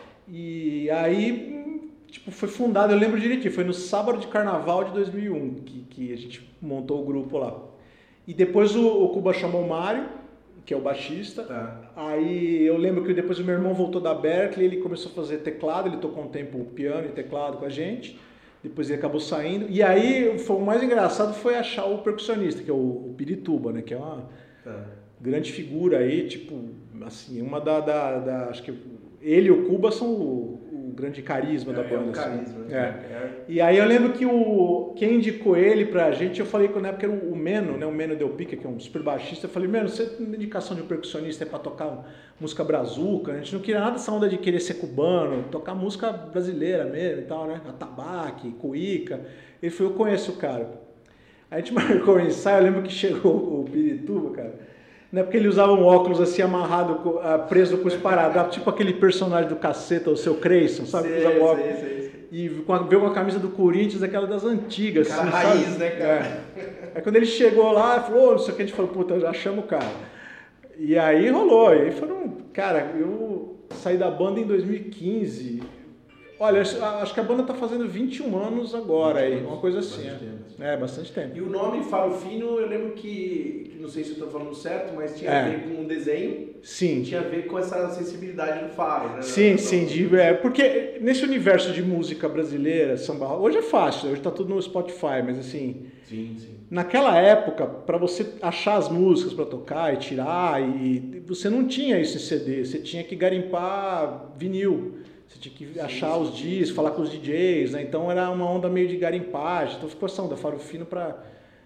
Speaker 2: E aí, tipo, foi fundado, eu lembro direitinho, foi no sábado de carnaval de dois mil e um que, que a gente montou o grupo lá. E depois o, o Cuba chamou o Mário, que é o baixista. Tá. Aí eu lembro que depois o meu irmão voltou da Berkeley, ele começou a fazer teclado, ele tocou um tempo piano e teclado com a gente, depois ele acabou saindo, e aí foi, o mais engraçado foi achar o percussionista, que é o, o Pirituba, né, que é uma, tá. grande figura aí, tipo, assim, uma da, da, da acho que ele e o Cuba são o, o grande carisma
Speaker 1: é,
Speaker 2: da banda.
Speaker 1: É o carisma.
Speaker 2: Assim. É. E aí eu lembro que o, quem indicou ele pra gente, eu falei que na época era o Meno, né, o Meno Del Pica, que é um super baixista, eu falei, Meno, você tem uma indicação de um percussionista é pra tocar música brazuca, a gente não queria nada dessa onda de querer ser cubano, tocar música brasileira mesmo e tal, né, atabaque, cuíca. Ele falou, eu conheço o cara. A gente marcou o ensaio, eu lembro que chegou o Pirituba, cara, não é porque ele usava um óculos assim amarrado, preso com os paradrapos, tipo aquele personagem do Caceta, o seu Creyson, sabe?
Speaker 1: Sei,
Speaker 2: usava óculos.
Speaker 1: sei, sei, sei.
Speaker 2: E veio com a camisa do Corinthians, aquela das antigas.
Speaker 1: Cara
Speaker 2: assim,
Speaker 1: raiz,
Speaker 2: sabe?
Speaker 1: né, cara?
Speaker 2: É. Aí quando ele chegou lá, falou, não sei o que, a gente falou, puta, já chama o cara. E aí rolou, e aí foram, cara, eu saí da banda em dois mil e quinze. Olha, acho que a banda tá fazendo vinte e um anos agora, aí, uma coisa assim.
Speaker 1: Bastante
Speaker 2: é.
Speaker 1: tempo.
Speaker 2: É, bastante tempo.
Speaker 1: E o nome Faro Fino, eu lembro que, que não sei se eu estou falando certo, mas tinha
Speaker 2: É.
Speaker 1: a ver com um desenho.
Speaker 2: Sim.
Speaker 1: Tinha a ver com essa sensibilidade do faro, né?
Speaker 2: Sim, sim, de, é, porque nesse universo de música brasileira, samba, hoje é fácil, hoje tá tudo no Spotify, mas assim,
Speaker 1: Sim, sim.
Speaker 2: naquela época, para você achar as músicas para tocar e tirar, e você não tinha isso em C D, você tinha que garimpar vinil. Você tinha que achar sim, os discos, sim. falar com os D Js, né? Então era uma onda meio de garimpagem. Então ficou essa onda, Faro Fino para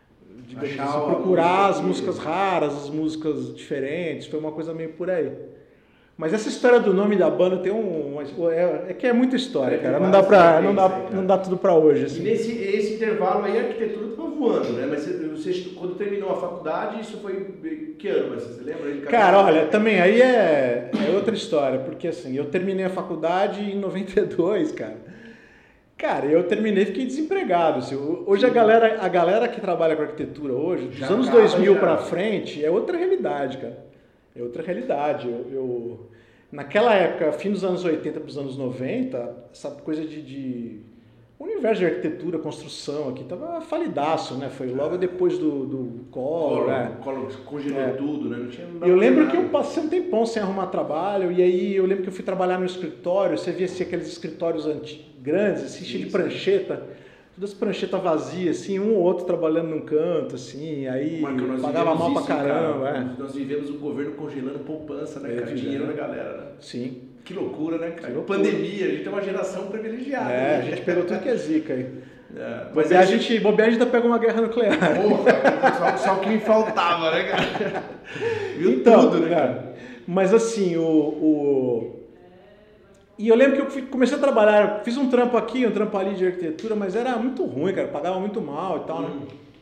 Speaker 2: procurar as músicas raras, as músicas diferentes. Foi uma coisa meio por aí. Mas essa história do nome da banda tem um... É, é que é muita história, é, cara. Não dá, pra, não, dá, aí, não dá tudo para hoje. Assim.
Speaker 1: E nesse esse intervalo aí a arquitetura estava voando, né? Mas você, você, quando terminou a faculdade, isso foi... Que ano? Você, você lembra? Ele
Speaker 2: cara, olha, também aí é, é outra história. Porque assim, eu terminei a faculdade em noventa e dois, cara. Cara, eu terminei e fiquei desempregado. Assim. Hoje a galera, a galera que trabalha com arquitetura hoje, dos já anos dois mil para frente, é outra realidade, cara. É outra realidade. Eu, eu, naquela época, fim dos anos oitenta para os anos noventa, essa coisa de, de... O universo de arquitetura, construção aqui, tava falidaço, né? Foi logo depois do, do Collor.
Speaker 1: Collor, Collor congelou é. tudo, né? Não tinha
Speaker 2: eu lembro nada. Que eu passei um tempão sem arrumar trabalho, e aí eu lembro que eu fui trabalhar no escritório, você via assim, aqueles escritórios antigos, grandes, assim, cheio de prancheta, todas as pranchetas vazias, assim, um ou outro trabalhando num canto, assim, aí
Speaker 1: Marco,
Speaker 2: pagava mal pra caramba.
Speaker 1: Cara,
Speaker 2: é.
Speaker 1: Nós vivemos o governo congelando poupança, né, é, cara? Dinheiro da galera, né?
Speaker 2: Sim.
Speaker 1: Que loucura, né, cara? Loucura. Pandemia, a gente é uma geração privilegiada.
Speaker 2: É,
Speaker 1: né?
Speaker 2: a gente pegou tudo que é zica aí.
Speaker 1: É,
Speaker 2: mas a gente, bobear, a gente ainda pega uma guerra nuclear.
Speaker 1: Porra, só, só o que me faltava, né, cara? Viu
Speaker 2: então,
Speaker 1: tudo, né, cara?
Speaker 2: Mas assim, o... o... E eu lembro que eu fui, comecei a trabalhar, fiz um trampo aqui, um trampo ali de arquitetura, mas era muito ruim, cara, pagava muito mal e tal, né?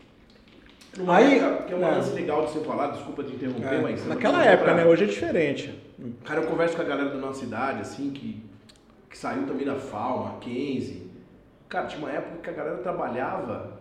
Speaker 1: Hum. Aí, época, que é um lance é. legal de você falar, desculpa te interromper, é. mas...
Speaker 2: Naquela época, pra... né? Hoje é diferente.
Speaker 1: Cara, eu converso com a galera da nossa cidade, assim, que, que saiu também da F A U, Mackenzie. Cara, tinha uma época que a galera trabalhava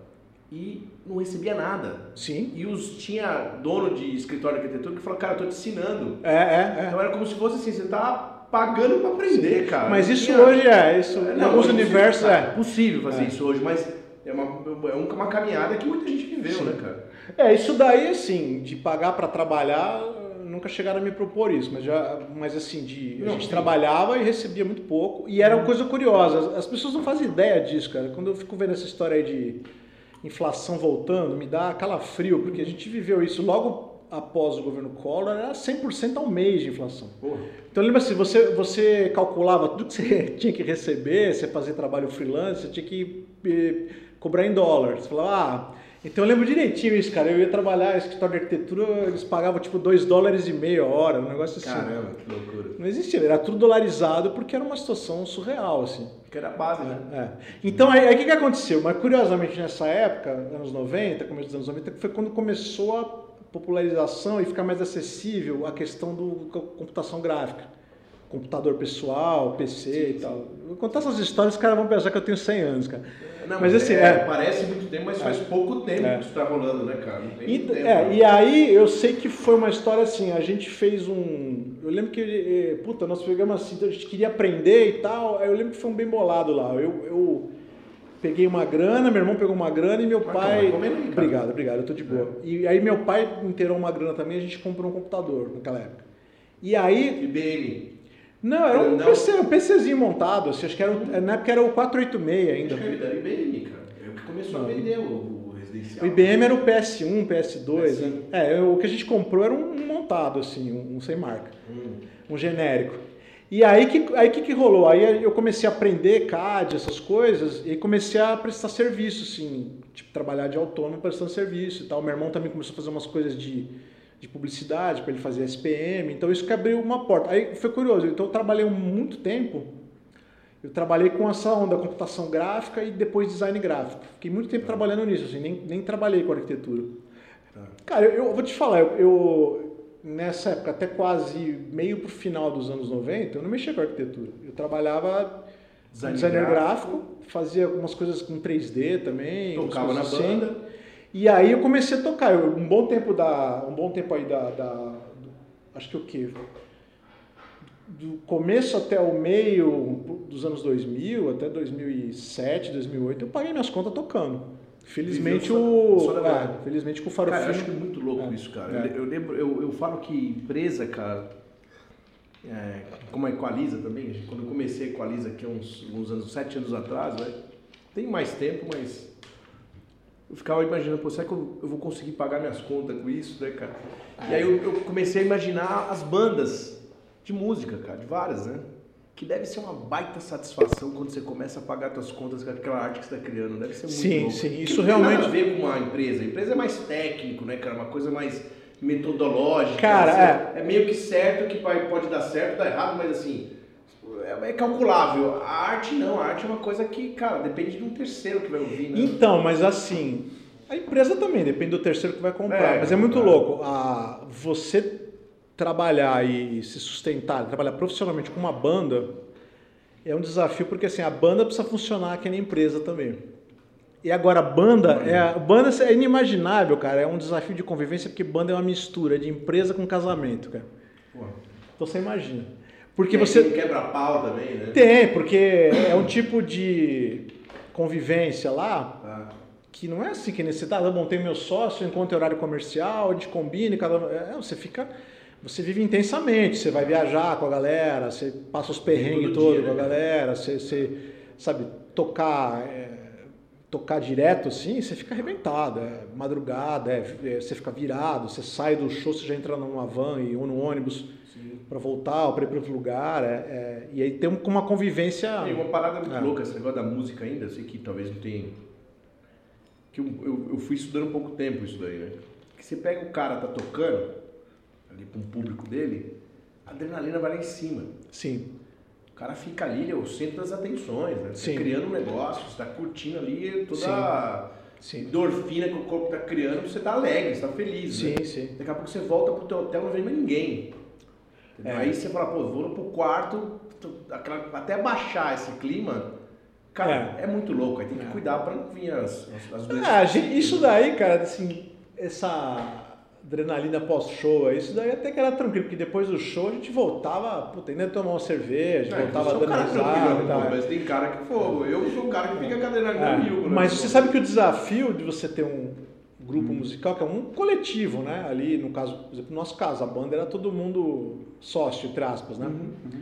Speaker 1: e não recebia nada.
Speaker 2: Sim.
Speaker 1: E os, tinha dono de escritório de arquitetura que falou, cara, eu tô te ensinando.
Speaker 2: É, é, é.
Speaker 1: Então era como se fosse assim, você tá pagando pra aprender, sim. cara.
Speaker 2: Mas isso tinha... hoje é, isso não, em alguns universos é.
Speaker 1: É possível fazer é. isso hoje, mas é uma, é uma caminhada que muita gente viveu, sim. né, cara?
Speaker 2: É, isso daí, assim, de pagar pra trabalhar, nunca chegaram a me propor isso, mas, já, mas assim, de, não, a gente sim. trabalhava e recebia muito pouco, e era uma coisa curiosa, as pessoas não fazem ideia disso, cara. Quando eu fico vendo essa história aí de inflação voltando, me dá calafrio, porque a gente viveu isso logo após o governo Collor, era cem por cento ao mês de inflação. Porra. Então lembra assim, você, você calculava tudo que você tinha que receber, você fazia trabalho freelance, você tinha que eh, cobrar em dólar. Você falava, ah, então eu lembro direitinho isso, cara, eu ia trabalhar, escritório de arquitetura, eles pagavam tipo dois dólares e meio a hora, um negócio assim.
Speaker 1: Caramba, que loucura.
Speaker 2: Não existia, era tudo dolarizado porque era uma situação surreal, assim.
Speaker 1: Que era a base, né?
Speaker 2: É. Então aí o que, que aconteceu? Mas curiosamente nessa época, anos noventa, começo dos anos noventa, foi quando começou a popularização e ficar mais acessível a questão do computação gráfica, computador pessoal, P C sim, e tal. Vou contar essas histórias, os caras vão pensar que eu tenho cem anos, cara.
Speaker 1: Não, mas assim, é, é, parece muito tempo, mas faz é, pouco tempo é. que isso tá rolando, né, cara? Não tem
Speaker 2: e,
Speaker 1: tempo,
Speaker 2: é, e aí eu sei que foi uma história assim, a gente fez um... Eu lembro que, puta, nós pegamos assim, então a gente queria aprender e tal, aí eu lembro que foi um bem bolado lá. Eu... eu peguei uma grana, meu irmão pegou uma grana e meu
Speaker 1: mas
Speaker 2: pai...
Speaker 1: Calma, aí,
Speaker 2: obrigado, obrigado, eu tô de boa. É. E aí meu pai inteirou uma grana também, a gente comprou um computador naquela época. E aí...
Speaker 1: I B M?
Speaker 2: Não, era um, P C, um PCzinho montado, assim, acho que era, o, na época era o quatrocentos e oitenta e seis ainda.
Speaker 1: Acho que era I B M, cara. É o que começou não, a vender o, o residencial.
Speaker 2: O I B M era o P S um, P S dois, P S um. Né? É, o que a gente comprou era um montado, assim, um, um sem marca,
Speaker 1: Hum.
Speaker 2: um genérico. E aí que aí que, que rolou? Aí eu comecei a aprender C A D, essas coisas, e comecei a prestar serviço, assim, tipo, trabalhar de autônomo prestando serviço e tal. Meu irmão também começou a fazer umas coisas de, de publicidade, para ele fazer S P M, então isso que abriu uma porta. Aí foi curioso, então eu trabalhei muito tempo, eu trabalhei com essa onda, computação gráfica e depois design gráfico. Fiquei muito tempo tá. trabalhando nisso, assim, nem, nem trabalhei com arquitetura. Tá. Cara, eu, eu vou te falar, eu... eu nessa época, até quase meio pro final dos anos noventa, eu não mexia com arquitetura. Eu trabalhava design designer gráfico, gráfico, fazia algumas coisas com três D também.
Speaker 1: Tocava na
Speaker 2: assim.
Speaker 1: banda.
Speaker 2: E aí eu comecei a tocar. Eu, um bom tempo da, um bom tempo aí da, da do, acho que o quê? Do começo até o meio dos anos dois mil, até dois mil e sete, dois mil e oito, eu paguei minhas contas tocando. Felizmente o, é, felizmente com o Farofinho.
Speaker 1: Cara, eu acho muito louco é, isso, cara. É. Eu, eu lembro, eu, eu falo que empresa, cara, é, como a Equaliza também, quando eu comecei a Equaliza aqui há uns, uns anos, sete anos atrás, né? Tem mais tempo, mas eu ficava imaginando, pô, será que eu, eu vou conseguir pagar minhas contas com isso, né, cara? É. E aí eu, eu comecei a imaginar as bandas de música, cara, de várias, né? Que deve ser uma baita satisfação quando você começa a pagar suas contas com aquela arte que você está criando. Deve ser muito
Speaker 2: sim,
Speaker 1: louco.
Speaker 2: Sim, sim. Isso
Speaker 1: que
Speaker 2: realmente...
Speaker 1: não tem nada a ver com uma empresa. A empresa é mais técnico, né, cara? Uma coisa mais metodológica.
Speaker 2: Cara,
Speaker 1: assim, é... é meio que certo que pode dar certo, dar errado, mas assim, é calculável. A arte não. A arte é uma coisa que, cara, depende de um terceiro que vai ouvir, né?
Speaker 2: Então, mas assim, a empresa também depende do terceiro que vai comprar. É, mas é muito
Speaker 1: cara.
Speaker 2: louco. A, você... trabalhar e se sustentar, trabalhar profissionalmente com uma banda é um desafio porque assim, a banda precisa funcionar que nem empresa também. E agora a banda é, a banda é inimaginável, cara, é um desafio de convivência porque banda é uma mistura de empresa com casamento, cara. Pô. Então você imagina. Porque
Speaker 1: tem,
Speaker 2: você
Speaker 1: tem quebra-pau também, né?
Speaker 2: Tem, porque é um tipo de convivência lá. Ah. Que não é assim que nesse tá, bom, tem meu sócio, encontra horário comercial, a gente combina, cada é, você fica Você vive intensamente, você vai viajar com a galera, você passa os perrengues todos com a galera, você, você sabe, tocar, é, tocar direto assim, você fica arrebentado, é madrugada, é, é, você fica virado, você sai do show, você já entra numa van e, ou no ônibus para voltar ou para ir para outro lugar, é, é, e aí tem uma convivência...
Speaker 1: Tem uma parada muito é. louca, esse negócio da música ainda, assim, que talvez não tenha... que eu, eu, eu fui estudando um pouco tempo isso daí, né? Que você pega o cara, tá tocando... ali para um público dele, a adrenalina vai lá em cima.
Speaker 2: Sim.
Speaker 1: O cara fica ali, ele é o centro das atenções, né? Você
Speaker 2: Sim.
Speaker 1: tá criando um negócio, você está curtindo ali toda sim. a sim. endorfina que o corpo está criando, você tá alegre, você tá feliz,
Speaker 2: sim,
Speaker 1: né?
Speaker 2: Sim.
Speaker 1: Daqui a pouco você volta pro teu hotel e não vem mais ninguém. É. Aí você fala, pô, vou pro quarto, até baixar esse clima, cara, é, é muito louco, aí tem que é. cuidar para não vir as, as, as doenças.
Speaker 2: Ah, gente, isso daí, cara, assim, essa... adrenalina pós-show, isso daí até que era tranquilo, porque depois do show a gente voltava, puta, ainda tomar uma cerveja, é, voltava dando risada.
Speaker 1: Mas tem cara que for, eu sou o cara que fica com a adrenalina
Speaker 2: é,
Speaker 1: no rio.
Speaker 2: Mas né? Você sabe que o desafio de você ter um grupo hum. musical, que é um coletivo, né? Ali, no caso, por exemplo, no nosso caso, a banda era todo mundo sócio, entre aspas, né? Uhum, uhum.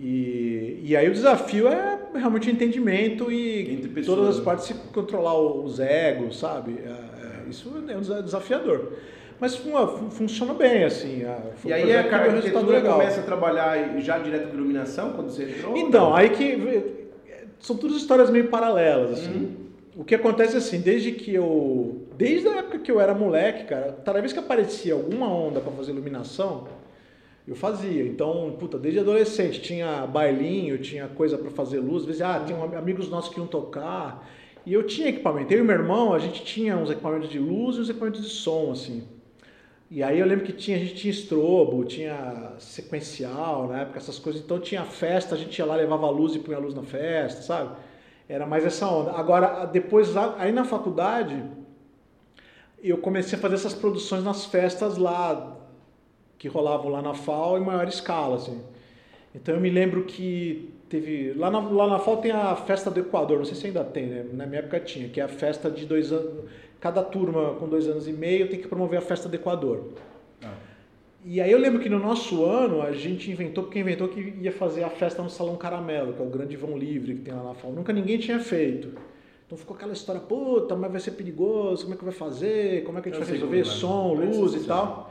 Speaker 2: E, e aí o desafio é realmente o entendimento e pessoas, todas as partes se controlar os egos, sabe? É, é, isso é um desafiador. Mas funciona bem, assim.
Speaker 1: E aí a arquitetura começa a trabalhar já direto com iluminação, quando você entrou?
Speaker 2: Então, aí que... São todas histórias meio paralelas, assim. Uhum. O que acontece é assim, desde que eu... Desde a época que eu era moleque, cara, cada vez que aparecia alguma onda para fazer iluminação, eu fazia. Então, puta, desde adolescente tinha bailinho, tinha coisa para fazer luz. Às vezes, ah, tinha amigos nossos que iam tocar. E eu tinha equipamento. Eu e meu irmão, a gente tinha uns equipamentos de luz e uns equipamentos de som, assim. E aí eu lembro que tinha, a gente tinha estrobo, tinha sequencial na época, essas coisas. Então tinha festa, a gente ia lá, levava a luz e punha a luz na festa, sabe? Era mais essa onda. Agora, depois, aí na faculdade, eu comecei a fazer essas produções nas festas lá, que rolavam lá na F A U em maior escala, assim. Então eu me lembro que teve... Lá na, lá na F A U tem a festa do Equador, não sei se ainda tem, né? Na minha época tinha, que é a festa de dois anos... Cada turma com dois anos e meio tem que promover a festa do Equador. Ah. E aí eu lembro que no nosso ano a gente inventou, porque inventou que ia fazer a festa no Salão Caramelo, que é o grande vão livre que tem lá na F A U. Nunca ninguém tinha feito. Então ficou aquela história, puta, mas vai ser perigoso, como é que vai fazer, como é que a gente eu vai resolver som, luz e tal.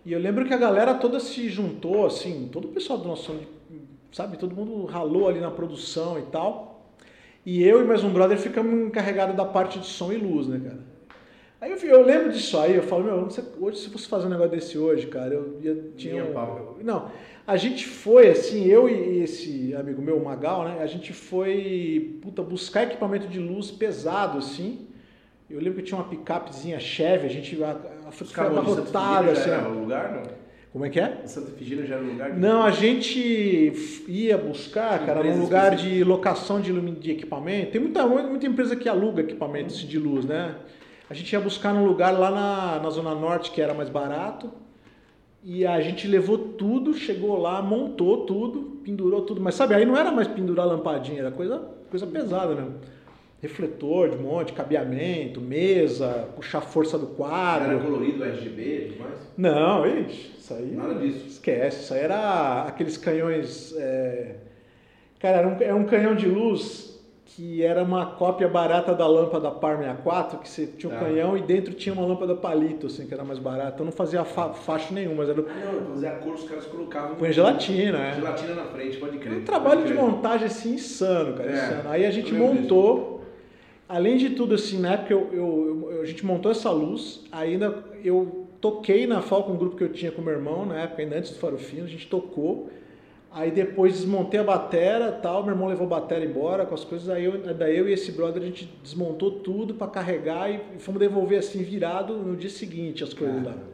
Speaker 2: E eu lembro que a galera toda se juntou, assim, todo o pessoal do nosso, sabe, todo mundo ralou ali na produção e tal. E eu e mais um brother ficamos encarregados da parte de som e luz, né, cara? Aí eu, eu lembro disso aí, eu falo, meu, hoje se fosse fazer um negócio desse hoje, cara, eu ia... Tinha um, não, a gente foi, assim, eu e esse amigo meu, o Magal, né, a gente foi, puta, buscar equipamento de luz pesado, assim. Eu lembro que tinha uma picapezinha Chevy, a gente a, a, foi abarrotada, assim.
Speaker 1: Já era o lugar, não?
Speaker 2: Como é que é?
Speaker 1: Santa Efigênia já era o lugar?
Speaker 2: Não, a gente ia buscar, cara, num lugar de locação de, de equipamento. Tem muita, muita empresa que aluga equipamentos de luz, né? A gente ia buscar num lugar lá na, na Zona Norte que era mais barato. E a gente levou tudo, chegou lá, montou tudo, pendurou tudo. Mas sabe, aí não era mais pendurar lampadinha, era coisa, coisa pesada mesmo. Refletor de monte, cabeamento, mesa, puxar força do quadro.
Speaker 1: Era colorido, R G B e tudo mais?
Speaker 2: Não, ixi, isso aí...
Speaker 1: Nada disso.
Speaker 2: Esquece, isso aí era aqueles canhões... É... Cara, era um, era um canhão de luz que era uma cópia barata da lâmpada Par sessenta e quatro, que você tinha um ah. canhão e dentro tinha uma lâmpada palito, assim, que era mais barata. Eu não fazia fa faixa nenhuma, mas era...
Speaker 1: Não, fazia a cor, os caras colocavam...
Speaker 2: Põe gelatina, é.
Speaker 1: Gelatina na frente, pode crer.
Speaker 2: Um trabalho
Speaker 1: crer.
Speaker 2: de montagem, assim, insano, cara, é, insano. Aí a gente montou... Disso. Além de tudo, assim, na época eu, eu, eu, a gente montou essa luz, ainda eu toquei na Falcon, um grupo que eu tinha com meu irmão, na época, ainda antes do Farofino, a gente tocou, aí depois desmontei a batera e tal, meu irmão levou a batera embora com as coisas, aí eu, daí eu e esse brother a gente desmontou tudo para carregar e fomos devolver assim, virado no dia seguinte as coisas lá.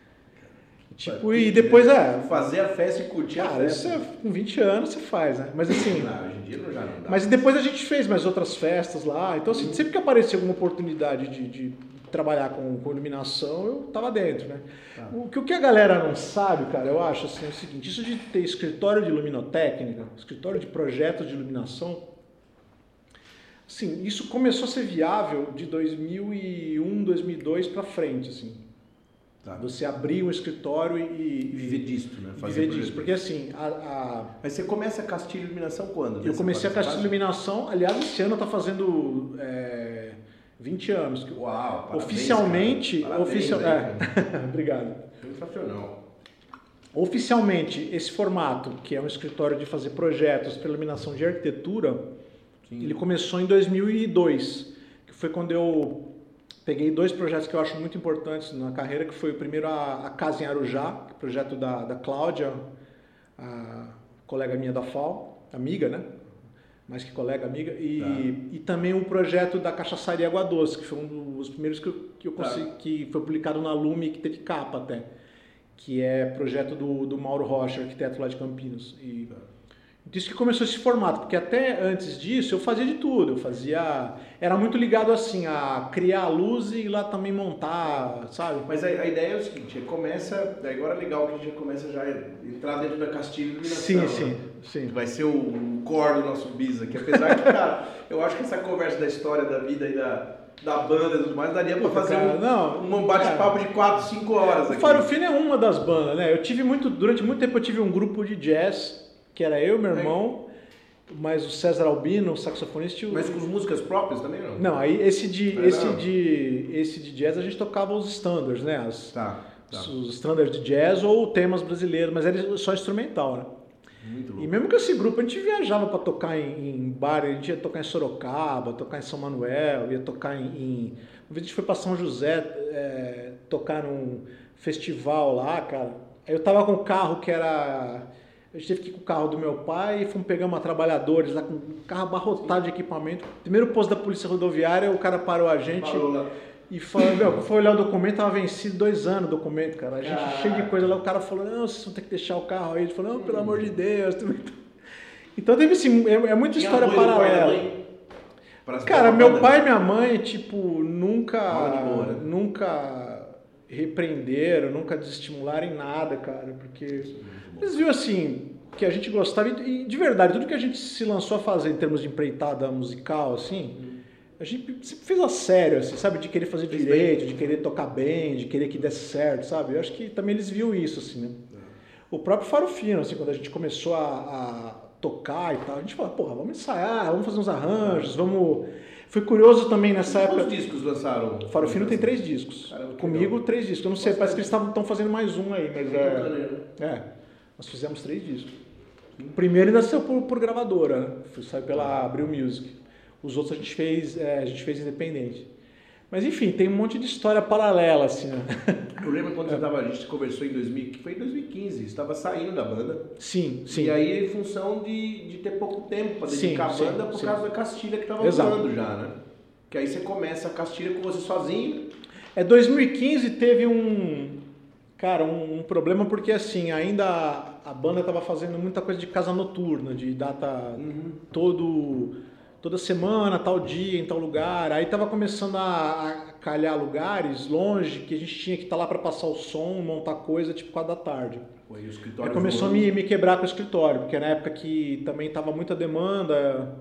Speaker 2: Tipo, e depois é...
Speaker 1: Fazer a festa e curtir
Speaker 2: cara,
Speaker 1: a festa.
Speaker 2: Isso é, com vinte anos você faz, né? Mas assim...
Speaker 1: Não, hoje em dia já não dá.
Speaker 2: Mas depois a gente fez mais outras festas lá. Então, assim, sempre que aparecia alguma oportunidade de, de trabalhar com, com iluminação, eu tava dentro, né? Ah. O, que, o que a galera não sabe, cara, eu acho assim, é o seguinte, isso de ter escritório de luminotécnica, escritório de projetos de iluminação, assim, isso começou a ser viável de dois mil e um, dois mil e dois para frente, assim. Tá. Você abrir um escritório e... e
Speaker 1: viver disso, né?
Speaker 2: Fazer viver disso, porque assim... A, a...
Speaker 1: Mas você começa a Castilho Iluminação quando?
Speaker 2: Eu comecei a Castilho Iluminação, aliás, esse ano está fazendo é, vinte anos.
Speaker 1: Uau, parabéns,
Speaker 2: oficialmente...
Speaker 1: cara. Parabéns,
Speaker 2: oficial,
Speaker 1: aí,
Speaker 2: é, obrigado.
Speaker 1: Sensacional.
Speaker 2: Oficialmente, esse formato, que é um escritório de fazer projetos para iluminação de arquitetura, sim, ele começou em dois mil e dois, que foi quando eu... Peguei dois projetos que eu acho muito importantes na carreira, que foi o primeiro a, a Casa em Arujá, que é o projeto da, da Cláudia, a colega minha da F A U, amiga, né? Mais que colega, amiga. E, tá. e também o projeto da Cachaçaria Água Doce, que foi um dos primeiros que eu, que eu consegui, tá. que foi publicado na Lume, que teve capa até, que é projeto do, do Mauro Rocha, arquiteto lá de Campinas. E, tá. Disso que começou esse formato, porque até antes disso eu fazia de tudo, eu fazia, era muito ligado assim a criar a luz e ir lá também montar, sabe?
Speaker 1: Mas a, a ideia é o seguinte, começa, agora é legal que a gente começa já a entrar dentro da Castilho Iluminação.
Speaker 2: Sim, sim,
Speaker 1: né?
Speaker 2: sim.
Speaker 1: Vai ser o, o core do nosso bis aqui, apesar que, cara, eu acho que essa conversa da história da vida e da, da banda e tudo mais, daria pra fazer
Speaker 2: cara,
Speaker 1: um,
Speaker 2: não,
Speaker 1: um bate-papo de quatro, cinco horas aqui.
Speaker 2: O Farofino é uma das bandas, né? Eu tive muito, durante muito tempo eu tive um grupo de jazz, que era eu, meu irmão, mas o César Albino, o saxofonista... O...
Speaker 1: Mas com as músicas próprias também, não?
Speaker 2: Não, aí esse de,
Speaker 1: não,
Speaker 2: esse
Speaker 1: não.
Speaker 2: de, esse de jazz a gente tocava os standards, né? As,
Speaker 1: tá, tá.
Speaker 2: Os standards de jazz ou temas brasileiros, mas era só instrumental, né?
Speaker 1: Muito louco.
Speaker 2: E mesmo com esse grupo, a gente viajava para tocar em, em bar, a gente ia tocar em Sorocaba, tocar em São Manuel, ia tocar em... em... Uma vez a gente foi para São José é, tocar num festival lá, cara. Aí eu tava com um carro que era... A gente teve que ir com o carro do meu pai e fomos pegar uma trabalhadores lá com um carro abarrotado de equipamento. Primeiro posto da polícia rodoviária, o cara parou a gente
Speaker 1: Parou
Speaker 2: e falou, meu, foi olhar o documento, tava vencido dois anos o documento, cara. A gente
Speaker 1: ah.
Speaker 2: cheio de coisa lá, o cara falou, não, vocês vão ter que deixar o carro aí. Ele falou, não, pelo hum. amor de Deus. Então teve assim, é, é muita história paralela. Cara, meu pai e minha mãe, tipo, nunca, boa, né? nunca repreenderam, nunca desestimularam em nada, cara, porque... Eles viram assim, que a gente gostava, e de verdade, tudo que a gente se lançou a fazer em termos de empreitada musical, assim, a gente sempre fez a sério, assim, sabe? De querer fazer direito, de querer tocar bem, de querer que desse certo, sabe? Eu acho que também eles viram isso, assim, né? O próprio Farofino, assim, quando a gente começou a, a tocar e tal, a gente falava, porra, vamos ensaiar, vamos fazer uns arranjos, vamos... Foi curioso também nessa época...
Speaker 1: Quantos discos lançaram?
Speaker 2: Farofino tem três discos.
Speaker 1: Caramba,
Speaker 2: Comigo,
Speaker 1: legal.
Speaker 2: três discos. Eu não sei, parece que eles estão fazendo mais um aí, mas é... É, nós fizemos três discos. O primeiro ainda saiu por, por gravadora, né? Saiu pela Abril Music. Os outros a gente fez, é, a gente fez independente. Mas enfim, tem um monte de história paralela, assim, né?
Speaker 1: Eu lembro quando é. você tava, a gente conversou em dois mil, que foi em dois mil e quinze, você estava saindo da banda.
Speaker 2: Sim, sim.
Speaker 1: E aí, em função de, de ter pouco tempo para dedicar sim, a banda, sim, por sim. causa da Castilha que estava rolando já, né? Que aí você começa a Castilha com você sozinho.
Speaker 2: É, dois mil e quinze teve um, cara, um, um problema porque assim, ainda a, a banda estava fazendo muita coisa de casa noturna, de data uhum. todo, toda semana, tal dia, em tal lugar. Aí estava começando a, a calhar lugares longe, que a gente tinha que estar tá lá para passar o som, montar coisa, tipo quatro da tarde.
Speaker 1: Foi, o escritório
Speaker 2: aí começou a me, me quebrar com o escritório, porque na época que também estava muita demanda...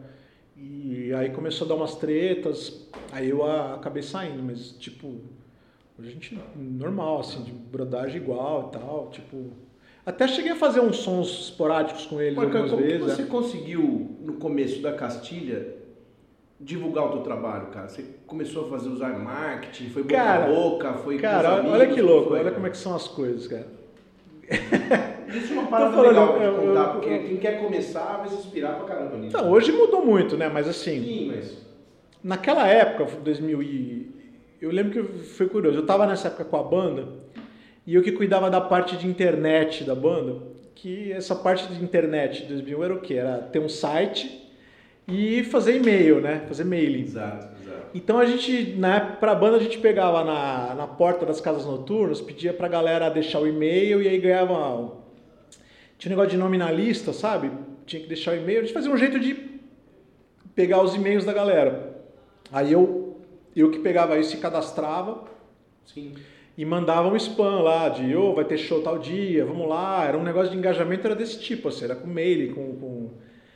Speaker 2: E aí começou a dar umas tretas, aí eu acabei saindo, mas tipo, hoje a gente normal, assim, de brodagem igual e tal, tipo... Até cheguei a fazer uns sons esporádicos com eles
Speaker 1: Marcão,
Speaker 2: algumas
Speaker 1: como
Speaker 2: vezes.
Speaker 1: Como você
Speaker 2: é.
Speaker 1: conseguiu, no começo da Castilha, divulgar o teu trabalho, cara? Você começou a fazer, usar marketing, foi boca cara, a boca, foi
Speaker 2: Cara,
Speaker 1: amigos,
Speaker 2: olha que louco,
Speaker 1: foi,
Speaker 2: olha
Speaker 1: cara?
Speaker 2: como é que são as coisas, cara.
Speaker 1: Isso é uma parada
Speaker 2: falando,
Speaker 1: legal
Speaker 2: eu,
Speaker 1: de contar,
Speaker 2: eu,
Speaker 1: porque
Speaker 2: eu,
Speaker 1: quem quer começar vai se inspirar pra caramba nisso.
Speaker 2: Não, hoje mudou muito, né? Mas assim...
Speaker 1: Sim, mas...
Speaker 2: Naquela época, dois mil e... Eu lembro que foi curioso, eu tava nessa época com a banda e eu que cuidava da parte de internet da banda, que essa parte de internet de dois mil era o quê? Era ter um site e fazer e-mail, né? Fazer mailing.
Speaker 1: Exato, exato.
Speaker 2: Então a gente, na época, pra banda a gente pegava na, na porta das casas noturnas, pedia pra galera deixar o e-mail e aí ganhava... Tinha um negócio de nome na lista, sabe? Tinha que deixar o e-mail, a gente fazia um jeito de pegar os e-mails da galera. Aí eu, eu que pegava isso e cadastrava.
Speaker 1: Sim.
Speaker 2: E mandava um spam lá de, ô, oh, vai ter show tal dia, vamos lá. Era um negócio de engajamento, era desse tipo, assim, era com mail, com... com...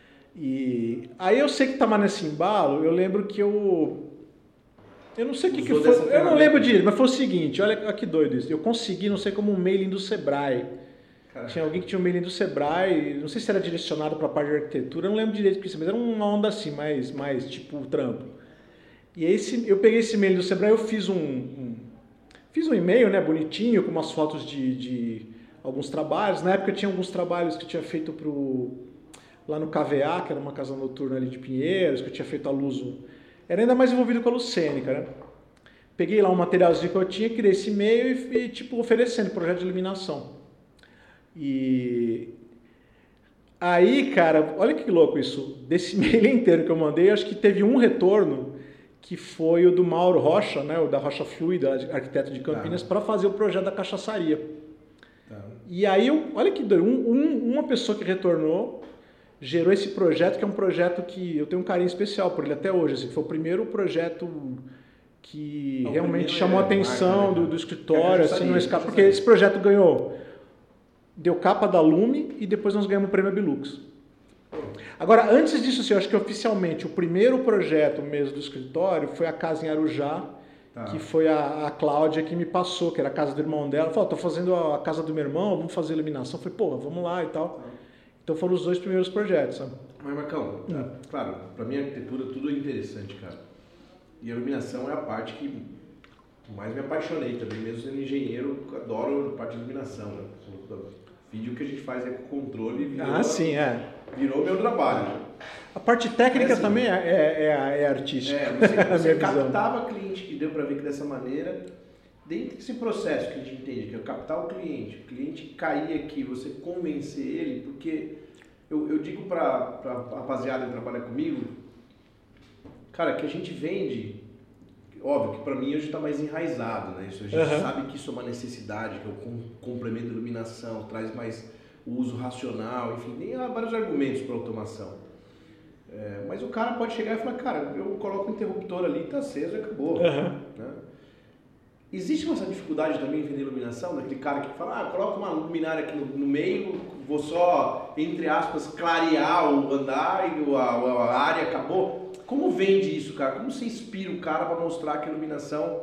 Speaker 2: E aí eu sei que tava nesse embalo, eu lembro que eu... Eu não sei o que, que foi, eu não lembro disso, mas foi o seguinte, olha, olha que doido isso. Eu consegui, não sei como, um mailing do Sebrae. Caramba. Tinha alguém que tinha um mailing do Sebrae, não sei se era direcionado para a parte de arquitetura, eu não lembro direito o que isso, mas era uma onda assim, mais, mais tipo trampo. E aí eu peguei esse e-mail do Sebrae, eu fiz um, um fiz um e-mail, né, bonitinho, com umas fotos de, de alguns trabalhos. Na época eu tinha alguns trabalhos que eu tinha feito pro, lá no K V A, que era uma casa noturna ali de Pinheiros, que eu tinha feito a Luso. Era ainda mais envolvido com a luz cênica, né? Peguei lá um materialzinho que eu tinha, criei esse e-mail e, e tipo, oferecendo projeto de iluminação. E aí, cara, olha que louco isso. Desse e-mail inteiro que eu mandei, acho que teve um retorno que foi o do Mauro Rocha, né, o da Rocha Fluida, arquiteto de Campinas, tá. Para fazer o projeto da cachaçaria. Tá. E aí, eu, olha que doido, um, um, uma pessoa que retornou gerou esse projeto, que é um projeto que eu tenho um carinho especial por ele até hoje. Assim, foi o primeiro projeto que Não, realmente chamou a atenção marca, né? do, do escritório, assim, no escape, porque esse projeto ganhou, deu capa da Lume e depois nós ganhamos o prêmio Abilux. Agora, antes disso, assim, eu acho que oficialmente o primeiro projeto mesmo do escritório foi a casa em Arujá, tá. que foi a, a Cláudia que me passou, que era a casa do irmão dela. Ela falou, tô fazendo a casa do meu irmão, vamos fazer iluminação. Eu falei, pô, vamos lá e tal. Tá. Então foram os dois primeiros projetos, sabe?
Speaker 1: Mas, Marcão, hum. tá, claro, pra mim a arquitetura tudo é interessante, cara. E a iluminação é a parte que mais me apaixonei também, mesmo sendo engenheiro, adoro a parte de iluminação, né? Vídeo que a gente faz é com controle. Virou,
Speaker 2: ah, sim, é.
Speaker 1: Virou meu trabalho.
Speaker 2: A parte técnica é assim, também é, é, é, é artística.
Speaker 1: É, você, você captava cliente, que deu para ver que dessa maneira, dentro desse processo que a gente entende, que é captar o cliente, o cliente cair aqui, você convencer ele, porque eu, eu digo para a rapaziada que trabalha comigo, cara, que a gente vende, óbvio que para mim hoje está mais enraizado, né? Isso, a gente uhum. sabe que isso é uma necessidade, que é o complemento da iluminação, traz mais o uso racional, enfim, tem vários argumentos para automação. É, mas o cara pode chegar e falar, cara, eu coloco o interruptor ali, tá aceso e acabou. Uhum. Né? Existe essa dificuldade também em vender iluminação, daquele cara que fala, ah, coloca uma luminária aqui no, no meio, vou só, entre aspas, clarear o andar e a, a área, acabou. Como vende isso, cara? Como você inspira o cara para mostrar que a iluminação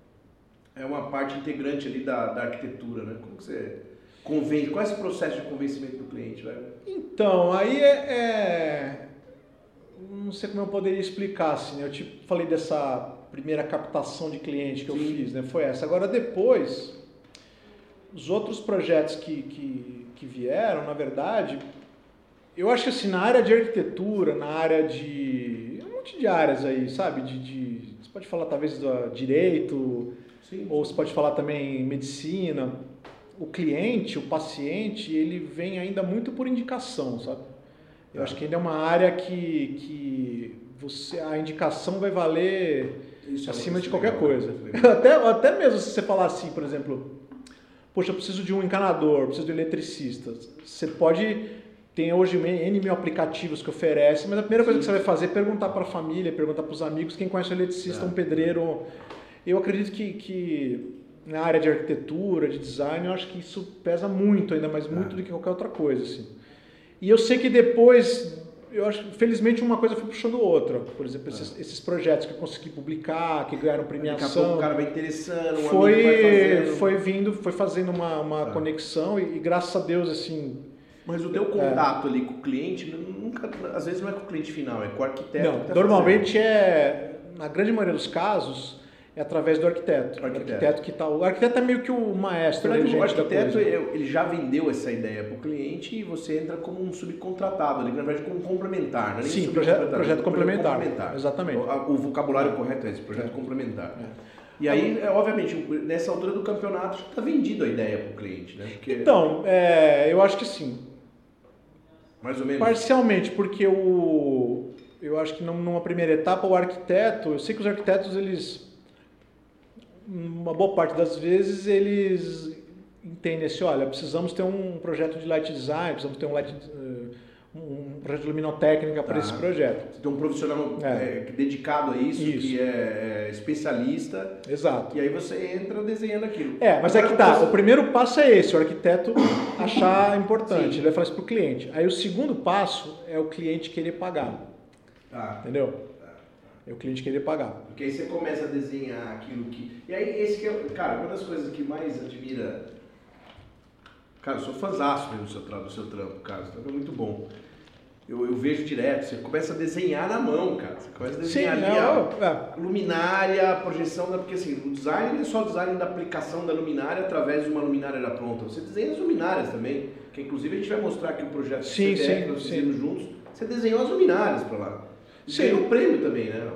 Speaker 1: é uma parte integrante ali da, da arquitetura, né? Como que você convence? Qual é esse processo de convencimento do cliente, velho?
Speaker 2: Então, aí é... é... não sei como eu poderia explicar, assim, né? Eu te falei dessa primeira captação de cliente que eu Sim. fiz, né? Foi essa. Agora, depois, os outros projetos que, que, que vieram, na verdade, eu acho que assim, na área de arquitetura, na área de... um monte de áreas aí, sabe? De, de, você pode falar talvez do direito, Sim. ou você pode falar também medicina. O cliente, o paciente, ele vem ainda muito por indicação, sabe? Eu é. acho que ainda é uma área que, que você, a indicação vai valer Isso acima é de qualquer legal, coisa. Até, até mesmo se você falar assim, por exemplo, poxa, eu preciso de um encanador, preciso de um eletricista. Você pode... Tem hoje N mil aplicativos que oferecem, mas a primeira coisa Sim. que você vai fazer é perguntar para a família, perguntar para os amigos, quem conhece um eletricista, é. um pedreiro. Eu acredito que, que na área de arquitetura, de design, eu acho que isso pesa muito, ainda mais muito é. do que qualquer outra coisa. Assim. E eu sei que depois, eu acho, felizmente uma coisa foi puxando outra. Por exemplo, esses, é. esses projetos que eu consegui publicar, que ganharam premiação. Daqui a pouco
Speaker 1: o cara vai interessando, um
Speaker 2: foi,
Speaker 1: amigo vai fazendo.
Speaker 2: Foi vindo, foi fazendo uma, uma é. conexão e, e graças a Deus, assim...
Speaker 1: Mas o teu contato é. ali com o cliente, nunca, às vezes não é com o cliente final, é com o arquiteto.
Speaker 2: Não,
Speaker 1: que tá
Speaker 2: normalmente
Speaker 1: fazendo.
Speaker 2: é, na grande maioria dos casos, é através do arquiteto. O arquiteto, o arquiteto que tá, o arquiteto é meio que o maestro.
Speaker 1: Verdade, o arquiteto ele já vendeu essa ideia para o cliente e você entra como um subcontratado, ali, na verdade como um complementar. Não é
Speaker 2: Sim, projeto, projeto complementar. complementar. Exatamente.
Speaker 1: O, o vocabulário é. correto é esse, projeto é. complementar. É. E aí, é, obviamente, nessa altura do campeonato já está vendido a ideia para o cliente, né? Porque...
Speaker 2: Então, é, eu acho que sim.
Speaker 1: Mais ou menos?
Speaker 2: Parcialmente, porque o, eu acho que numa primeira etapa o arquiteto, eu sei que os arquitetos, eles, uma boa parte das vezes, eles entendem assim, olha, precisamos ter um projeto de light design, precisamos ter um, light, um projeto de luminotécnica tá. para esse projeto.
Speaker 1: Você tem um profissional é. É, dedicado a isso, isso. que é, é especialista.
Speaker 2: Exato.
Speaker 1: E aí você entra desenhando aquilo.
Speaker 2: É, mas Agora, é que tá, você... o primeiro passo é esse, o arquiteto achar importante, Sim. ele vai falar isso pro cliente. Aí o segundo passo é o cliente querer pagar.
Speaker 1: Tá.
Speaker 2: Entendeu? É o cliente querer pagar.
Speaker 1: Porque aí você começa a desenhar aquilo que... E aí esse que é, cara, uma das coisas que mais admira... Cara, eu sou fãzaço mesmo do seu, do seu trampo, cara, isso é muito bom. Eu, eu vejo direto, você começa a desenhar na mão, cara. Você começa a desenhar Sim, ali
Speaker 2: não,
Speaker 1: a
Speaker 2: é.
Speaker 1: luminária, a projeção, da, porque assim, o design não é só o design da aplicação da luminária através de uma luminária já pronta. Você desenha as luminárias também, que inclusive a gente vai mostrar aqui o projeto
Speaker 2: sim,
Speaker 1: C T E
Speaker 2: sim,
Speaker 1: que nós
Speaker 2: sim.
Speaker 1: fizemos juntos. Você desenhou as luminárias para lá. Sim. Ganhou o prêmio também, né?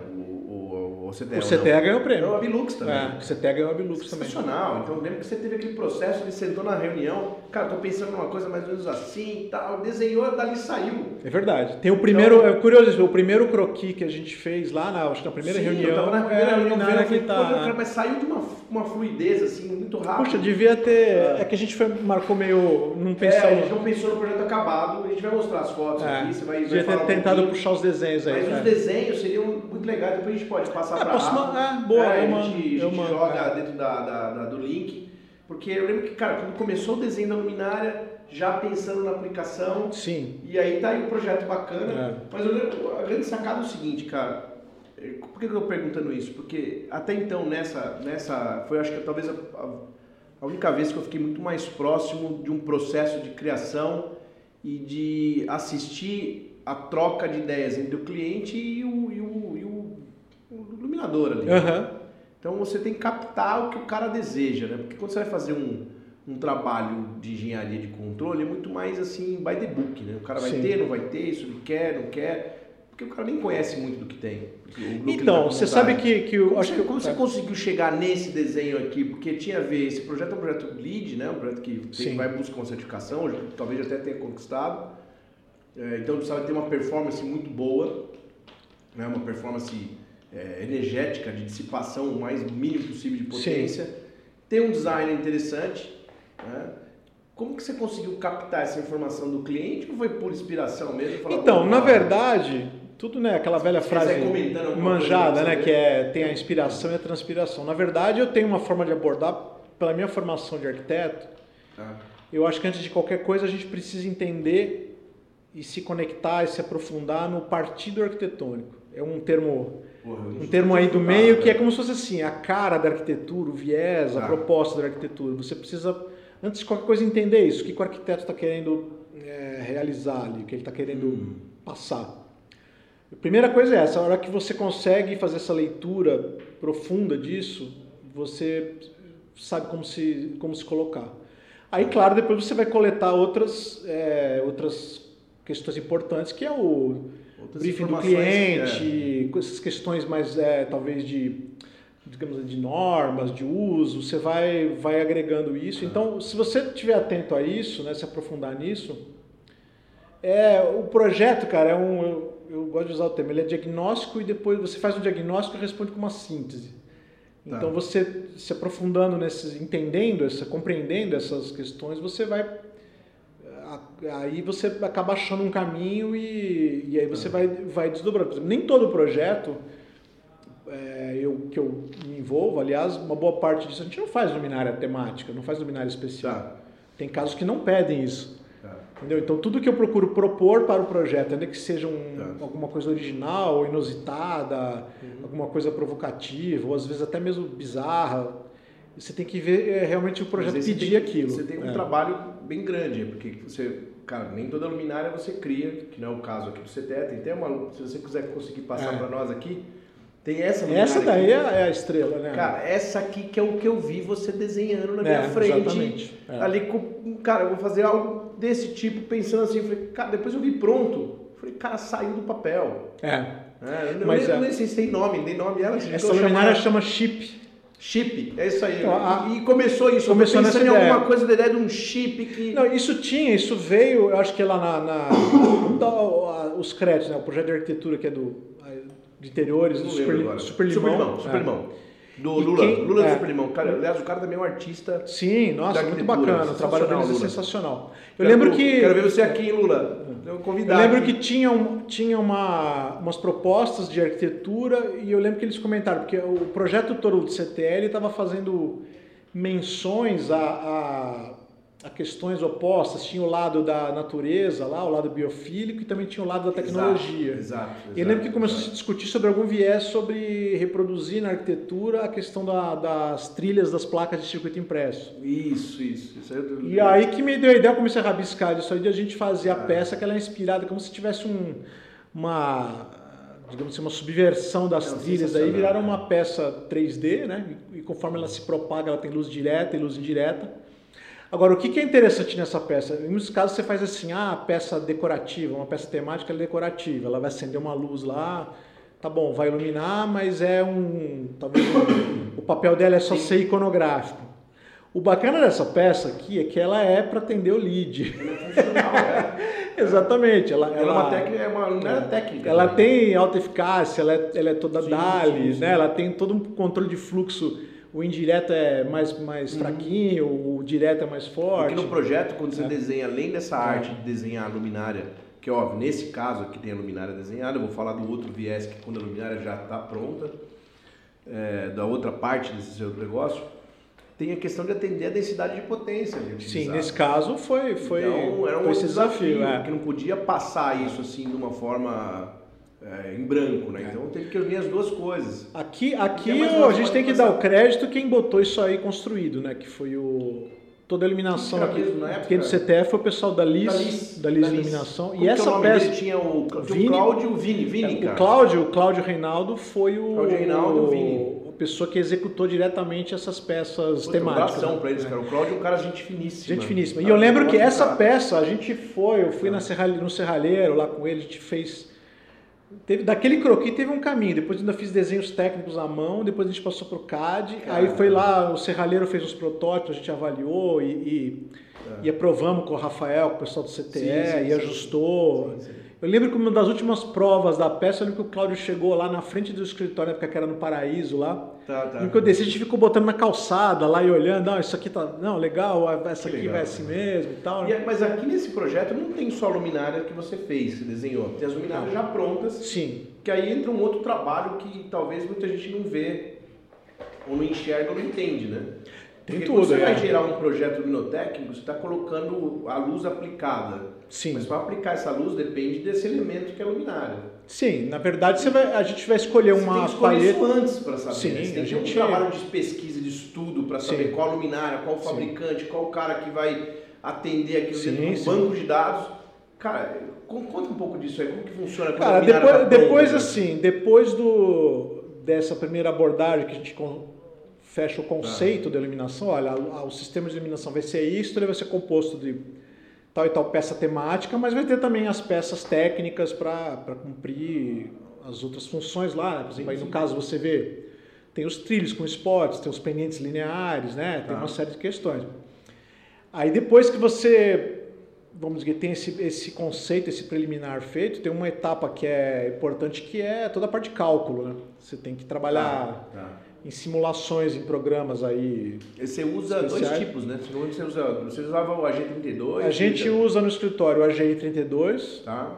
Speaker 1: O C T E.
Speaker 2: O C T E ganhou o prêmio.
Speaker 1: Ganhou a Bilux também.
Speaker 2: É, o C T E ganhou a Bilux também.
Speaker 1: Sensacional. Então, lembra que você teve aquele processo, ele sentou na reunião, cara, tô pensando numa coisa mais ou menos assim e tal, desenhou, dali saiu.
Speaker 2: É verdade. Tem o primeiro, então, é curioso, o primeiro croquis que a gente fez lá, na, acho que na primeira
Speaker 1: sim,
Speaker 2: reunião.
Speaker 1: Eu tava na primeira
Speaker 2: é,
Speaker 1: reunião,
Speaker 2: na
Speaker 1: vendo,
Speaker 2: que tá...
Speaker 1: cara, mas saiu de uma, uma fluidez, assim, muito rápido.
Speaker 2: Puxa, devia ter... É, é que a gente foi, marcou meio... Não pensou...
Speaker 1: É, a gente não pensou no projeto acabado, a gente vai mostrar as fotos é, aqui, você vai,
Speaker 2: devia
Speaker 1: vai
Speaker 2: ter tentado um puxar os desenhos aí.
Speaker 1: Mas
Speaker 2: é.
Speaker 1: os desenhos seriam muito legais, depois a gente pode passar
Speaker 2: é,
Speaker 1: pra
Speaker 2: lá. É, boa,
Speaker 1: é,
Speaker 2: eu
Speaker 1: a gente, a gente
Speaker 2: mando,
Speaker 1: joga
Speaker 2: é.
Speaker 1: dentro da, da, da, do link, porque eu lembro que, cara, quando começou o desenho da luminária, já pensando na aplicação,
Speaker 2: Sim.
Speaker 1: E aí tá aí um projeto bacana,
Speaker 2: é.
Speaker 1: mas eu lembro, a grande sacada é o seguinte, cara, por que eu tô perguntando isso? Porque até então, nessa, nessa foi acho que talvez a, a única vez que eu fiquei muito mais próximo de um processo de criação e de assistir a troca de ideias entre o cliente e o, e o, e o, o iluminador ali.
Speaker 2: Uhum.
Speaker 1: Então você tem que captar o que o cara deseja, né? Porque quando você vai fazer um, um trabalho de engenharia de controle, é muito mais assim, by the book, né? O cara vai Sim. ter, não vai ter, isso ele quer, não quer, porque o cara nem conhece muito do que tem. Do, do
Speaker 2: então,
Speaker 1: que
Speaker 2: você sabe que... que eu
Speaker 1: como
Speaker 2: acho
Speaker 1: você,
Speaker 2: que
Speaker 1: como você conseguiu chegar nesse desenho aqui? Porque tinha a ver, esse projeto é um projeto LEED, né? Um projeto que tem, vai buscar uma certificação, talvez até tenha conquistado. É, então precisava ter uma performance muito boa, né? Uma performance... É, energética, de dissipação o mais mínimo possível de potência, Sim. Tem um design interessante, né? Como que você conseguiu captar essa informação do cliente ou foi por inspiração mesmo? Falar,
Speaker 2: então, na verdade, tudo, né, aquela velha frase manjada, né, que é tem a inspiração e a transpiração. Na verdade, eu tenho uma forma de abordar, pela minha formação de arquiteto, ah. eu acho que antes de qualquer coisa a gente precisa entender e se conectar e se aprofundar no partido arquitetônico. É um termo... Porra, um termo aí do meio que é como se fosse assim, a cara da arquitetura, o viés, a ah. proposta da arquitetura. Você precisa, antes de qualquer coisa, entender isso, o que o arquiteto está querendo é, realizar ali, o que ele está querendo hum. passar. A primeira coisa é essa, a hora que você consegue fazer essa leitura profunda disso, você sabe como se, como se colocar. Aí, claro, depois você vai coletar outras, é, outras questões importantes, que é o outras briefing do cliente, é. essas questões mais, é, talvez, de, digamos, de normas, de uso, você vai, vai agregando isso. Então, se você estiver atento a isso, né, se aprofundar nisso, é, o projeto, cara, é um... Eu, eu gosto de usar o termo, ele é diagnóstico e depois você faz um diagnóstico e responde com uma síntese. Então, tá. você se aprofundando nesses, entendendo, essa, compreendendo essas questões, você vai... Aí você acaba achando um caminho e, e aí você tá. vai, vai desdobrando. Por exemplo, nem todo projeto é, eu, que eu me envolvo, aliás, uma boa parte disso, a gente não faz luminária temática, não faz luminária especial. Tá. Tem casos que não pedem isso. Entendeu? Então, tudo que eu procuro propor para o projeto, ainda que seja um, tá. alguma coisa original, ou inusitada, uhum. alguma coisa provocativa, ou às vezes até mesmo bizarra, você tem que ver é, realmente o projeto pedir
Speaker 1: tem,
Speaker 2: aquilo.
Speaker 1: Você tem um é. trabalho bem grande, porque você, cara, nem toda luminária você cria, que não é o caso aqui do C T E. Tem até uma, se você quiser conseguir passar é. para nós aqui, tem essa luminária.
Speaker 2: Essa daí
Speaker 1: aqui.
Speaker 2: é a estrela, né?
Speaker 1: Cara, essa aqui que é o que eu vi você desenhando na minha
Speaker 2: é,
Speaker 1: frente.
Speaker 2: É.
Speaker 1: Ali com, cara, eu vou fazer algo desse tipo, pensando assim, falei, cara, depois eu vi pronto, falei, cara, saiu do papel.
Speaker 2: É.
Speaker 1: é eu
Speaker 2: Mas
Speaker 1: nem,
Speaker 2: é.
Speaker 1: nem sei se tem nome, tem nome ela.
Speaker 2: Essa luminária chama chip.
Speaker 1: Chip, é isso aí.
Speaker 2: Então, a,
Speaker 1: e começou isso,
Speaker 2: começou
Speaker 1: pensando
Speaker 2: nessa
Speaker 1: em
Speaker 2: ideia.
Speaker 1: alguma coisa da ideia de um chip que...
Speaker 2: Não, isso tinha, isso veio, eu acho que lá na... na os créditos, né, o projeto de arquitetura que é do, de interiores, do Super, Super Limão.
Speaker 1: Super Limão, Super Limão. É. Do Lula, quem, Lula é. do Super Limão. Cara, aliás, o cara também é um artista.
Speaker 2: Sim, nossa, muito bacana. O trabalho deles é sensacional. Eu
Speaker 1: quero,
Speaker 2: lembro que.
Speaker 1: Quero ver você aqui, Lula.
Speaker 2: Eu lembro que tinha, um, tinha uma, umas propostas de arquitetura e eu lembro que eles comentaram, porque o projeto todo do C T L estava fazendo menções a, a, a questões opostas. Tinha o lado da natureza lá, o lado biofílico, e também tinha o lado da tecnologia.
Speaker 1: Exato, exato,
Speaker 2: e eu lembro que começou
Speaker 1: exato.
Speaker 2: a se discutir sobre algum viés sobre reproduzir na arquitetura a questão da, das trilhas das placas de circuito impresso.
Speaker 1: Isso, isso. isso aí eu...
Speaker 2: E aí que me deu a ideia, eu comecei a rabiscar disso aí, de a gente fazer a ah. peça que ela é inspirada, como se tivesse um, uma, digamos assim, uma subversão das é trilhas, aí viraram uma peça três D, né? E, e conforme ela se propaga, ela tem luz direta e luz indireta. Agora, o que é interessante nessa peça? Em muitos casos você faz assim, ah, peça decorativa, uma peça temática ela é decorativa, ela vai acender uma luz lá, tá bom, vai iluminar, mas é um, talvez um, o papel dela é só Sim. ser iconográfico. O bacana dessa peça aqui é que ela é para atender o lead.
Speaker 1: Ela é funcional, é.
Speaker 2: Exatamente. Ela,
Speaker 1: ela,
Speaker 2: ela,
Speaker 1: é uma técnica, é uma não é técnica.
Speaker 2: Ela
Speaker 1: também.
Speaker 2: tem alta eficácia, ela é, ela é toda
Speaker 1: sim,
Speaker 2: D A L I,
Speaker 1: sim, sim.
Speaker 2: né? Ela tem todo um controle de fluxo. O indireto é mais, mais uhum. fraquinho, o direto é mais forte.
Speaker 1: Porque no projeto, quando você
Speaker 2: é.
Speaker 1: desenha, além dessa arte de desenhar a luminária, que óbvio, nesse caso aqui tem a luminária desenhada, eu vou falar do outro viés, que quando a luminária já está pronta, é, da outra parte desse seu negócio, tem a questão de atender a densidade de potência. De
Speaker 2: Sim, nesse caso foi, foi,
Speaker 1: então, era um
Speaker 2: foi esse desafio. desafio
Speaker 1: é.
Speaker 2: Porque
Speaker 1: não podia passar isso assim de uma forma... É, em branco, né? É. Então teve que unir as duas coisas.
Speaker 2: Aqui, aqui eu, a gente tem que dar o crédito quem botou isso aí construído, né? Que foi o toda a iluminação aqui. Quem do C T F foi o pessoal da Liz, da Liz, da Liz da Iluminação.
Speaker 1: Como
Speaker 2: e essa
Speaker 1: que é o nome
Speaker 2: peça
Speaker 1: dele? Tinha o, Vini, o Cláudio e o Vini, Vini, cara.
Speaker 2: O Cláudio, o Cláudio Reinaldo foi o
Speaker 1: Cláudio Reinaldo, o Vini.
Speaker 2: A pessoa que executou diretamente essas peças
Speaker 1: Pô,
Speaker 2: temáticas.
Speaker 1: Um para eles, cara. O Cláudio é um cara gente finíssima.
Speaker 2: Gente finíssima. E eu lembro que essa peça a gente foi, eu fui na Serralheiro, no Serralheiro lá com ele, a gente fez Teve, daquele croquis teve um caminho, depois ainda fiz desenhos técnicos à mão, depois a gente passou para o C A D, Caramba. Aí foi lá, o Serralheiro fez os protótipos, a gente avaliou e, e, é. e aprovamos com o Rafael, com o pessoal do C T E, sim, sim, e ajustou. Sim, sim. Eu lembro que uma das últimas provas da peça, eu lembro que o Cláudio chegou lá na frente do escritório, na época que era no Paraíso lá. Tá, tá. E quando eu desci, a gente ficou botando na calçada lá e olhando, não, isso aqui tá, não, legal, essa que aqui legal, vai assim mesmo e tal.
Speaker 1: E, mas aqui nesse projeto não tem só a luminária que você fez, você desenhou, tem as luminárias já prontas.
Speaker 2: Sim.
Speaker 1: Que aí entra um outro trabalho que talvez muita gente não vê, ou não enxerga ou não entende, né? Porque
Speaker 2: tudo,
Speaker 1: você
Speaker 2: é.
Speaker 1: vai gerar um projeto luminotécnico, você está colocando a luz aplicada.
Speaker 2: Sim.
Speaker 1: Mas para aplicar essa luz depende desse elemento que é a luminária.
Speaker 2: Sim, na verdade você vai, a gente vai escolher
Speaker 1: você
Speaker 2: uma
Speaker 1: tem que escolher
Speaker 2: palheta...
Speaker 1: isso antes para saber.
Speaker 2: Sim,
Speaker 1: você tem
Speaker 2: a
Speaker 1: que
Speaker 2: gente...
Speaker 1: ter um trabalho de pesquisa, de estudo para saber
Speaker 2: sim.
Speaker 1: qual luminária, qual fabricante, sim. qual o cara que vai atender aquilo
Speaker 2: sim,
Speaker 1: dentro de um
Speaker 2: sim.
Speaker 1: banco de dados. Cara, conta um pouco disso aí, como que funciona?
Speaker 2: Cara, depois, tá depois pronto, assim, depois do, dessa primeira abordagem que a gente fecha o conceito ah. da iluminação, olha, o sistema de iluminação vai ser isso, ele vai ser composto de tal e tal peça temática, mas vai ter também as peças técnicas para cumprir as outras funções lá, né? Por exemplo, sim, aí no sim. caso você vê, tem os trilhos com spots, tem os pendentes lineares, né? Tem ah. uma série de questões. Aí depois que você, vamos dizer, tem esse, esse conceito, esse preliminar feito, tem uma etapa que é importante, que é toda a parte de cálculo, né? Você tem que trabalhar ah. Ah. em simulações, em programas aí.
Speaker 1: E você usa especiais. Dois tipos, né? Você, usa, você usava o A G trinta e dois?
Speaker 2: A gente trinta... usa no escritório o A G I trinta e dois.
Speaker 1: Tá.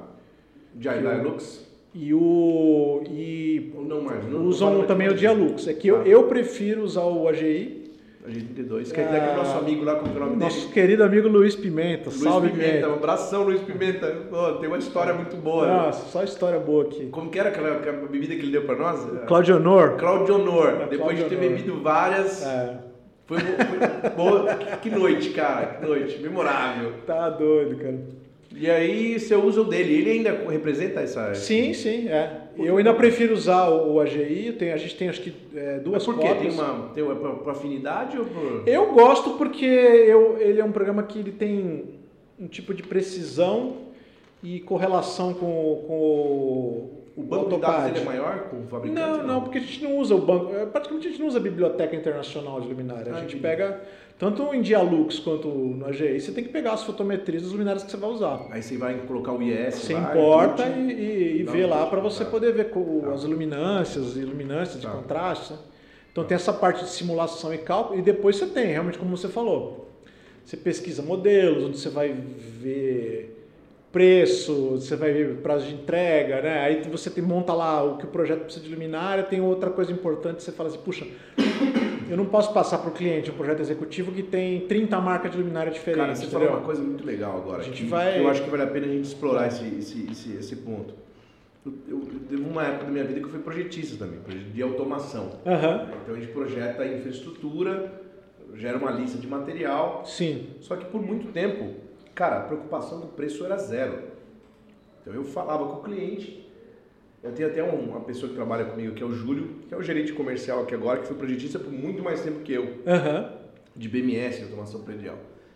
Speaker 1: Dialux.
Speaker 2: E o. E
Speaker 1: Ou não mais, não,
Speaker 2: usam
Speaker 1: não
Speaker 2: também o Dialux. É que tá. eu, eu prefiro usar o A G I.
Speaker 1: A G trinta e dois, que é aquele nosso amigo lá, como é o nome
Speaker 2: nosso
Speaker 1: dele?
Speaker 2: Nosso querido amigo Luiz Pimenta.
Speaker 1: Luiz
Speaker 2: Salve,
Speaker 1: Pimenta.
Speaker 2: Pimenta.
Speaker 1: Um abração, Luiz Pimenta. Oh, tem uma história muito boa.
Speaker 2: Nossa, só história boa aqui.
Speaker 1: Como que era aquela, aquela bebida que ele deu pra nós?
Speaker 2: Claudio Honor.
Speaker 1: Claudio Honor. Depois de ter bebido várias... É. Foi, foi boa. Que noite, cara. Que noite. Memorável.
Speaker 2: Tá doido, cara.
Speaker 1: E aí você usa o dele. Ele ainda representa essa...
Speaker 2: Sim, sim, é. Eu ainda prefiro usar o A G I, tem, a gente tem acho que é, duas
Speaker 1: cópias. Por quê?
Speaker 2: Tem
Speaker 1: uma, tem uma por afinidade ou por...
Speaker 2: Eu gosto porque eu, ele é um programa que ele tem um tipo de precisão e correlação com, com o...
Speaker 1: O banco de dados dele é maior com o fabricante?
Speaker 2: Não, não, não, porque a gente não usa o banco... Praticamente a gente não usa a Biblioteca Internacional de Luminária. A ah, gente entendi. pega... Tanto em Dialux quanto no A G I, você tem que pegar as fotometrias das luminárias que você vai usar.
Speaker 1: Aí você vai colocar o I S
Speaker 2: Você
Speaker 1: lá,
Speaker 2: importa e, e, e vê lá para você
Speaker 1: tá.
Speaker 2: poder ver tá. as luminâncias, iluminâncias de tá. contraste. Né? Então tá. tem essa parte de simulação e cálculo, e depois você tem, realmente como você falou, você pesquisa modelos, onde você vai ver preço, você vai ver prazo de entrega, né? Aí você tem, monta lá o que o projeto precisa de luminária, tem outra coisa importante, você fala assim, puxa, eu não posso passar para o cliente um projeto executivo que tem trinta marcas de luminária diferentes.
Speaker 1: Cara, você
Speaker 2: entendeu?
Speaker 1: falou uma coisa muito legal agora,
Speaker 2: a gente
Speaker 1: que,
Speaker 2: vai...
Speaker 1: que eu acho que vale a pena a gente explorar esse, esse, esse, esse ponto. Eu, eu, teve uma época da minha vida que eu fui projetista também, de automação.
Speaker 2: Uhum.
Speaker 1: Então a gente projeta a infraestrutura, gera uma lista de material.
Speaker 2: Sim.
Speaker 1: Só que por muito tempo, cara, a preocupação do preço era zero. Então eu falava com o cliente, eu tenho até uma pessoa que trabalha comigo, que é o Júlio, que é o gerente comercial aqui agora, que foi projetista por muito mais tempo que eu,
Speaker 2: uhum.
Speaker 1: de B M S, de automação predial.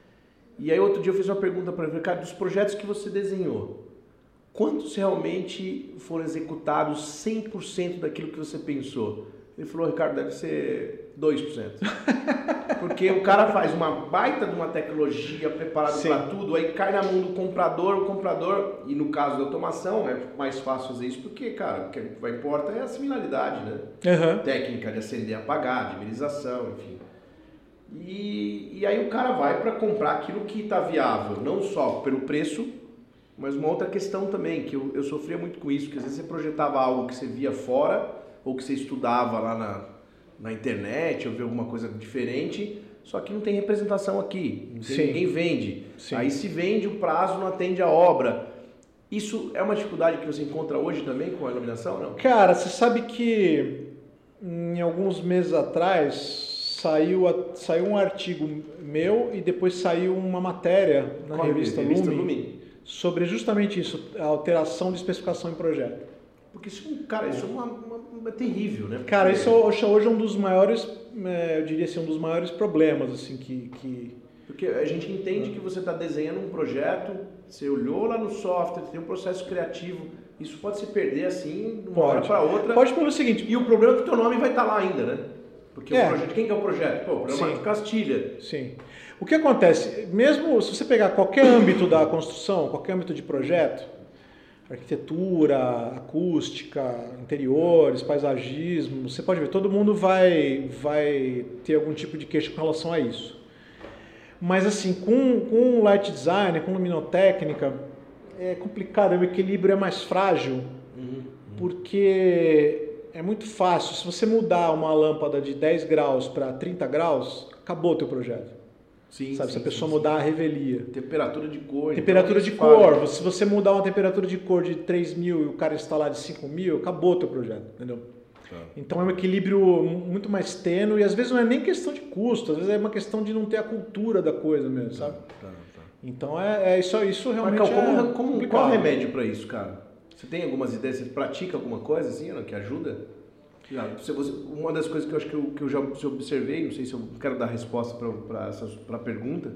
Speaker 1: E aí outro dia eu fiz uma pergunta para ele, cara, dos projetos que você desenhou, quantos realmente foram executados cem por cento daquilo que você pensou? Ele falou, Ricardo, deve ser dois por cento. Porque o cara faz uma baita de uma tecnologia preparada para tudo, aí cai na mão do comprador, o comprador, e no caso da automação é mais fácil fazer isso, porque, cara, o que vai importa é a similaridade, né?
Speaker 2: Uhum.
Speaker 1: Técnica de acender e apagar, de dimerização, enfim. E, e aí o cara vai para comprar aquilo que está viável, não só pelo preço, mas uma outra questão também, que eu, eu sofria muito com isso, que às vezes você projetava algo que você via fora, ou que você estudava lá na, na internet, ou via alguma coisa diferente, só que não tem representação aqui, não tem, ninguém vende. Sim. Aí se vende, o prazo não atende a obra. Isso é uma dificuldade que você encontra hoje também com a iluminação, não?
Speaker 2: Cara, você sabe que em alguns meses atrás saiu, a, saiu um artigo meu e depois saiu uma matéria na
Speaker 1: Qual
Speaker 2: revista,
Speaker 1: revista
Speaker 2: Lumen,
Speaker 1: Lumen
Speaker 2: sobre justamente isso, a alteração de especificação em projeto.
Speaker 1: Porque isso, cara, isso é uma, uma, uma terrível, né? Porque...
Speaker 2: Cara, isso hoje é um dos maiores, eu diria assim, um dos maiores problemas, assim, que... que...
Speaker 1: Porque a gente entende que você está desenhando um projeto, você olhou lá no software, tem um processo criativo, isso pode se perder assim, de uma
Speaker 2: pode.
Speaker 1: hora para outra.
Speaker 2: Pode pelo seguinte...
Speaker 1: E o problema é que o teu nome vai estar lá ainda, né? Porque
Speaker 2: é.
Speaker 1: o projeto, quem que é o projeto? Pô, o programa de Castilha.
Speaker 2: Sim. O que acontece, mesmo se você pegar qualquer âmbito da construção, qualquer âmbito de projeto, arquitetura, acústica, interiores, paisagismo, você pode ver, todo mundo vai, vai ter algum tipo de queixa com relação a isso. Mas assim, com, com light design, com luminotécnica, é complicado, o equilíbrio é mais frágil, uhum, uhum. porque é muito fácil, se você mudar uma lâmpada de dez graus para trinta graus, acabou o teu projeto.
Speaker 1: Sim,
Speaker 2: sabe,
Speaker 1: sim,
Speaker 2: se a pessoa
Speaker 1: sim,
Speaker 2: mudar
Speaker 1: sim.
Speaker 2: a revelia.
Speaker 1: Temperatura de cor.
Speaker 2: Temperatura
Speaker 1: então,
Speaker 2: de cor. Fala. Se você mudar uma temperatura de cor de três mil e o cara instalar de cinco mil, acabou o teu projeto, entendeu? Tá. Então é um equilíbrio muito mais tênue e às vezes não é nem questão de custo, às vezes é uma questão de não ter a cultura da coisa mesmo, sabe?
Speaker 1: Tá, tá.
Speaker 2: Então é, é isso, isso realmente
Speaker 1: Marcão, como,
Speaker 2: é
Speaker 1: como,
Speaker 2: complicado.
Speaker 1: qual é o remédio para isso, cara? Você tem algumas ideias? Você pratica alguma coisa assim, né, que ajuda? Você, você, uma das coisas que eu acho que eu, que eu já observei, não sei se eu quero dar resposta para a pergunta,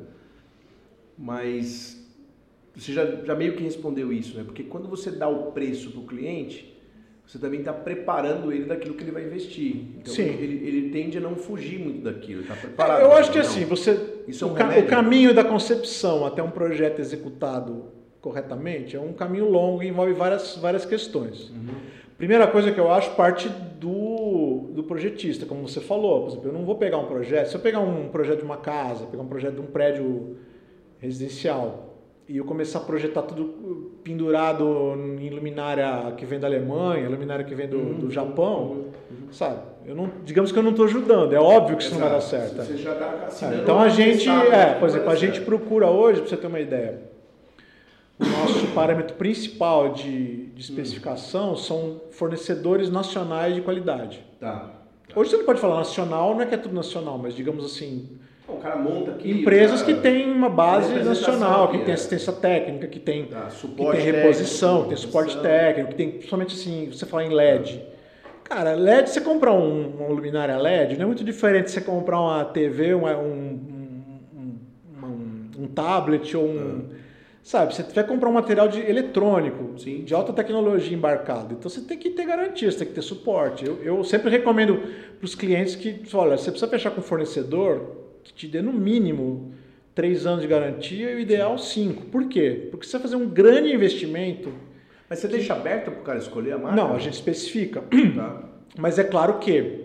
Speaker 1: mas você já, já meio que respondeu isso, né? Porque quando você dá o preço para o cliente, você também está preparando ele daquilo que ele vai investir. Então
Speaker 2: Sim.
Speaker 1: Ele, ele tende a não fugir muito daquilo, está preparado.
Speaker 2: Eu acho que
Speaker 1: não.
Speaker 2: assim, você,
Speaker 1: isso é um
Speaker 2: o, ca,
Speaker 1: remédio?
Speaker 2: o caminho da concepção até um projeto executado corretamente é um caminho longo e envolve várias, várias questões.
Speaker 1: Uhum.
Speaker 2: Primeira coisa que eu acho parte do, do projetista, como você falou. Por exemplo, eu não vou pegar um projeto, se eu pegar um projeto de uma casa, pegar um projeto de um prédio residencial, e eu começar a projetar tudo pendurado em luminária que vem da Alemanha, luminária que vem do, uhum, do Japão, uhum, sabe? Eu não, digamos que eu não estou ajudando, é óbvio que isso não vai dar certo.
Speaker 1: Você já dá assinando.
Speaker 2: Então a gente, é, por exemplo, a
Speaker 1: certo.
Speaker 2: gente procura hoje, para você ter uma ideia, o nosso parâmetro principal de, de especificação hum. são fornecedores nacionais de qualidade.
Speaker 1: Tá, tá.
Speaker 2: Hoje você não pode falar nacional, não é que é tudo nacional, mas digamos assim...
Speaker 1: O cara monta aqui,
Speaker 2: empresas
Speaker 1: cara,
Speaker 2: que têm uma base nacional,
Speaker 1: aqui,
Speaker 2: que tem
Speaker 1: é.
Speaker 2: assistência técnica, que tem,
Speaker 1: tá,
Speaker 2: que tem reposição, técnico, que tem suporte técnico, que tem, principalmente assim, você fala em L E D. Cara, L E D, você comprar um, uma luminária L E D, não é muito diferente de você comprar uma T V, um, um, um, um, um tablet ou um... Ah. Sabe, você vai comprar um material de eletrônico, sim, de alta tecnologia embarcado. Então você tem que ter garantia, você tem que ter suporte. Eu, eu sempre recomendo para os clientes que, olha, você precisa fechar com um fornecedor que te dê no mínimo três anos de garantia e o ideal cinco. Por quê? Porque você vai fazer um grande investimento.
Speaker 1: Mas você que... deixa aberto para o cara escolher a marca?
Speaker 2: Não, a gente especifica. Tá. Mas é claro que,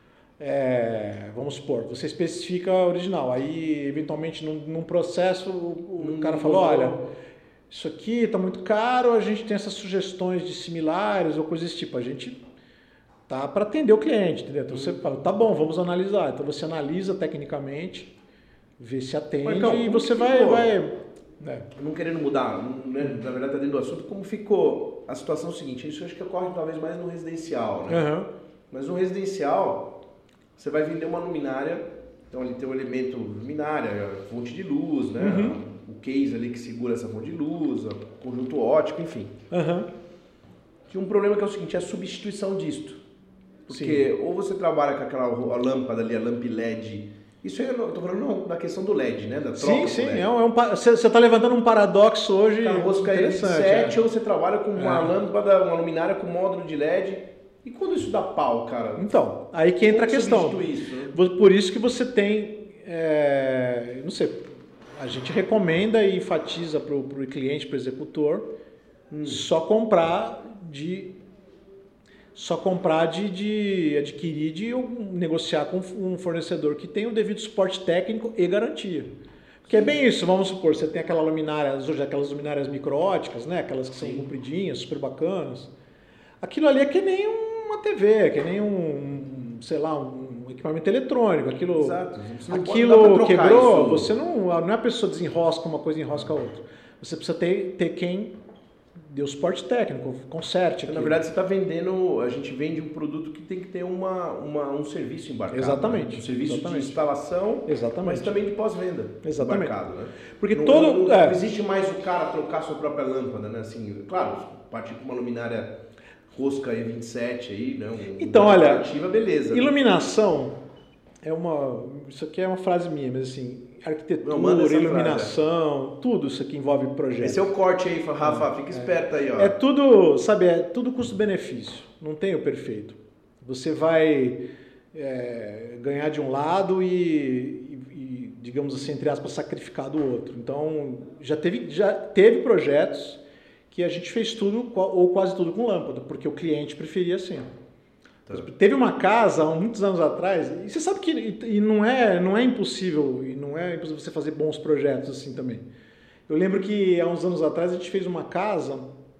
Speaker 2: é, vamos supor, você especifica a original. Aí, eventualmente, num, num processo, o, o hum, cara falou, olha, isso aqui está muito caro, a gente tem essas sugestões de similares ou coisas desse tipo. A gente... tá para atender o cliente, entendeu? Então você fala, tá bom, vamos analisar. Então você analisa tecnicamente, vê se atende Marcão, e você vai... vai né?
Speaker 1: Não querendo mudar, né? Na verdade está dentro do assunto, como ficou a situação é o seguinte, isso eu acho que ocorre talvez mais no residencial, né? Uhum. Mas no residencial, você vai vender uma luminária, então ali tem um elemento luminária, fonte de luz, né? Uhum. O case ali que segura essa fonte de luz, o conjunto óptico, enfim. Uhum. Tinha um problema que é o seguinte, é a substituição disto. Porque sim, ou você trabalha com aquela a lâmpada ali, a lamp L E D. Isso aí eu estou falando não, da questão do L E D, né? Da troca
Speaker 2: sim, sim. É um, é um, você está levantando um paradoxo hoje.
Speaker 1: Tá, rosca E vinte e sete, é. Ou você trabalha com uma é. lâmpada, uma luminária com módulo de L E D. E quando isso dá pau, cara?
Speaker 2: Então, aí que entra a questão.
Speaker 1: Isso, né?
Speaker 2: Por isso que você tem. É, não sei, a gente recomenda e enfatiza para o cliente, para o executor, hum. só comprar de. Só comprar de, de adquirir, de negociar com um fornecedor que tem o devido suporte técnico e garantia. Porque é bem isso, vamos supor, você tem aquela luminária, hoje aquelas luminárias micro-óticas, né? Aquelas que são sim, compridinhas, super bacanas. Aquilo ali é que nem uma T V, que nem um, sei lá, um equipamento eletrônico. Aquilo,
Speaker 1: exato.
Speaker 2: Aquilo quebrou, isso. Você não, não é a pessoa desenrosca uma coisa e enrosca a outra. Você precisa ter, ter quem deu suporte técnico, conserte.
Speaker 1: Então, na verdade, você está vendendo, a gente vende um produto que tem que ter uma, uma, um serviço embarcado.
Speaker 2: Exatamente.
Speaker 1: Né? Um serviço
Speaker 2: exatamente.
Speaker 1: de instalação,
Speaker 2: exatamente,
Speaker 1: mas também de pós-venda.
Speaker 2: Exatamente.
Speaker 1: Embarcado, né?
Speaker 2: Porque
Speaker 1: não,
Speaker 2: todo,
Speaker 1: não, não
Speaker 2: é.
Speaker 1: existe mais o cara trocar sua própria lâmpada, né? Assim, claro, partir com uma luminária rosca E vinte e sete aí, né? Um,
Speaker 2: então, olha,
Speaker 1: ativa, beleza.
Speaker 2: Iluminação né? é uma, isso aqui é uma frase minha, mas assim, arquitetura,
Speaker 1: não,
Speaker 2: iluminação,
Speaker 1: frase.
Speaker 2: Tudo isso aqui envolve projeto.
Speaker 1: Esse é o corte aí, Rafa, é, fica esperto aí, ó.
Speaker 2: É tudo, sabe, é tudo custo-benefício, não tem o perfeito. Você vai é, ganhar de um lado e, e, e, digamos assim, entre aspas, sacrificar do outro. Então, já teve, já teve projetos que a gente fez tudo, ou quase tudo com lâmpada, porque o cliente preferia assim. Teve uma casa, há muitos anos atrás, e você sabe que e não, é, não é impossível, e não é impossível você fazer bons projetos assim também. Eu lembro que há uns anos atrás a gente fez uma casa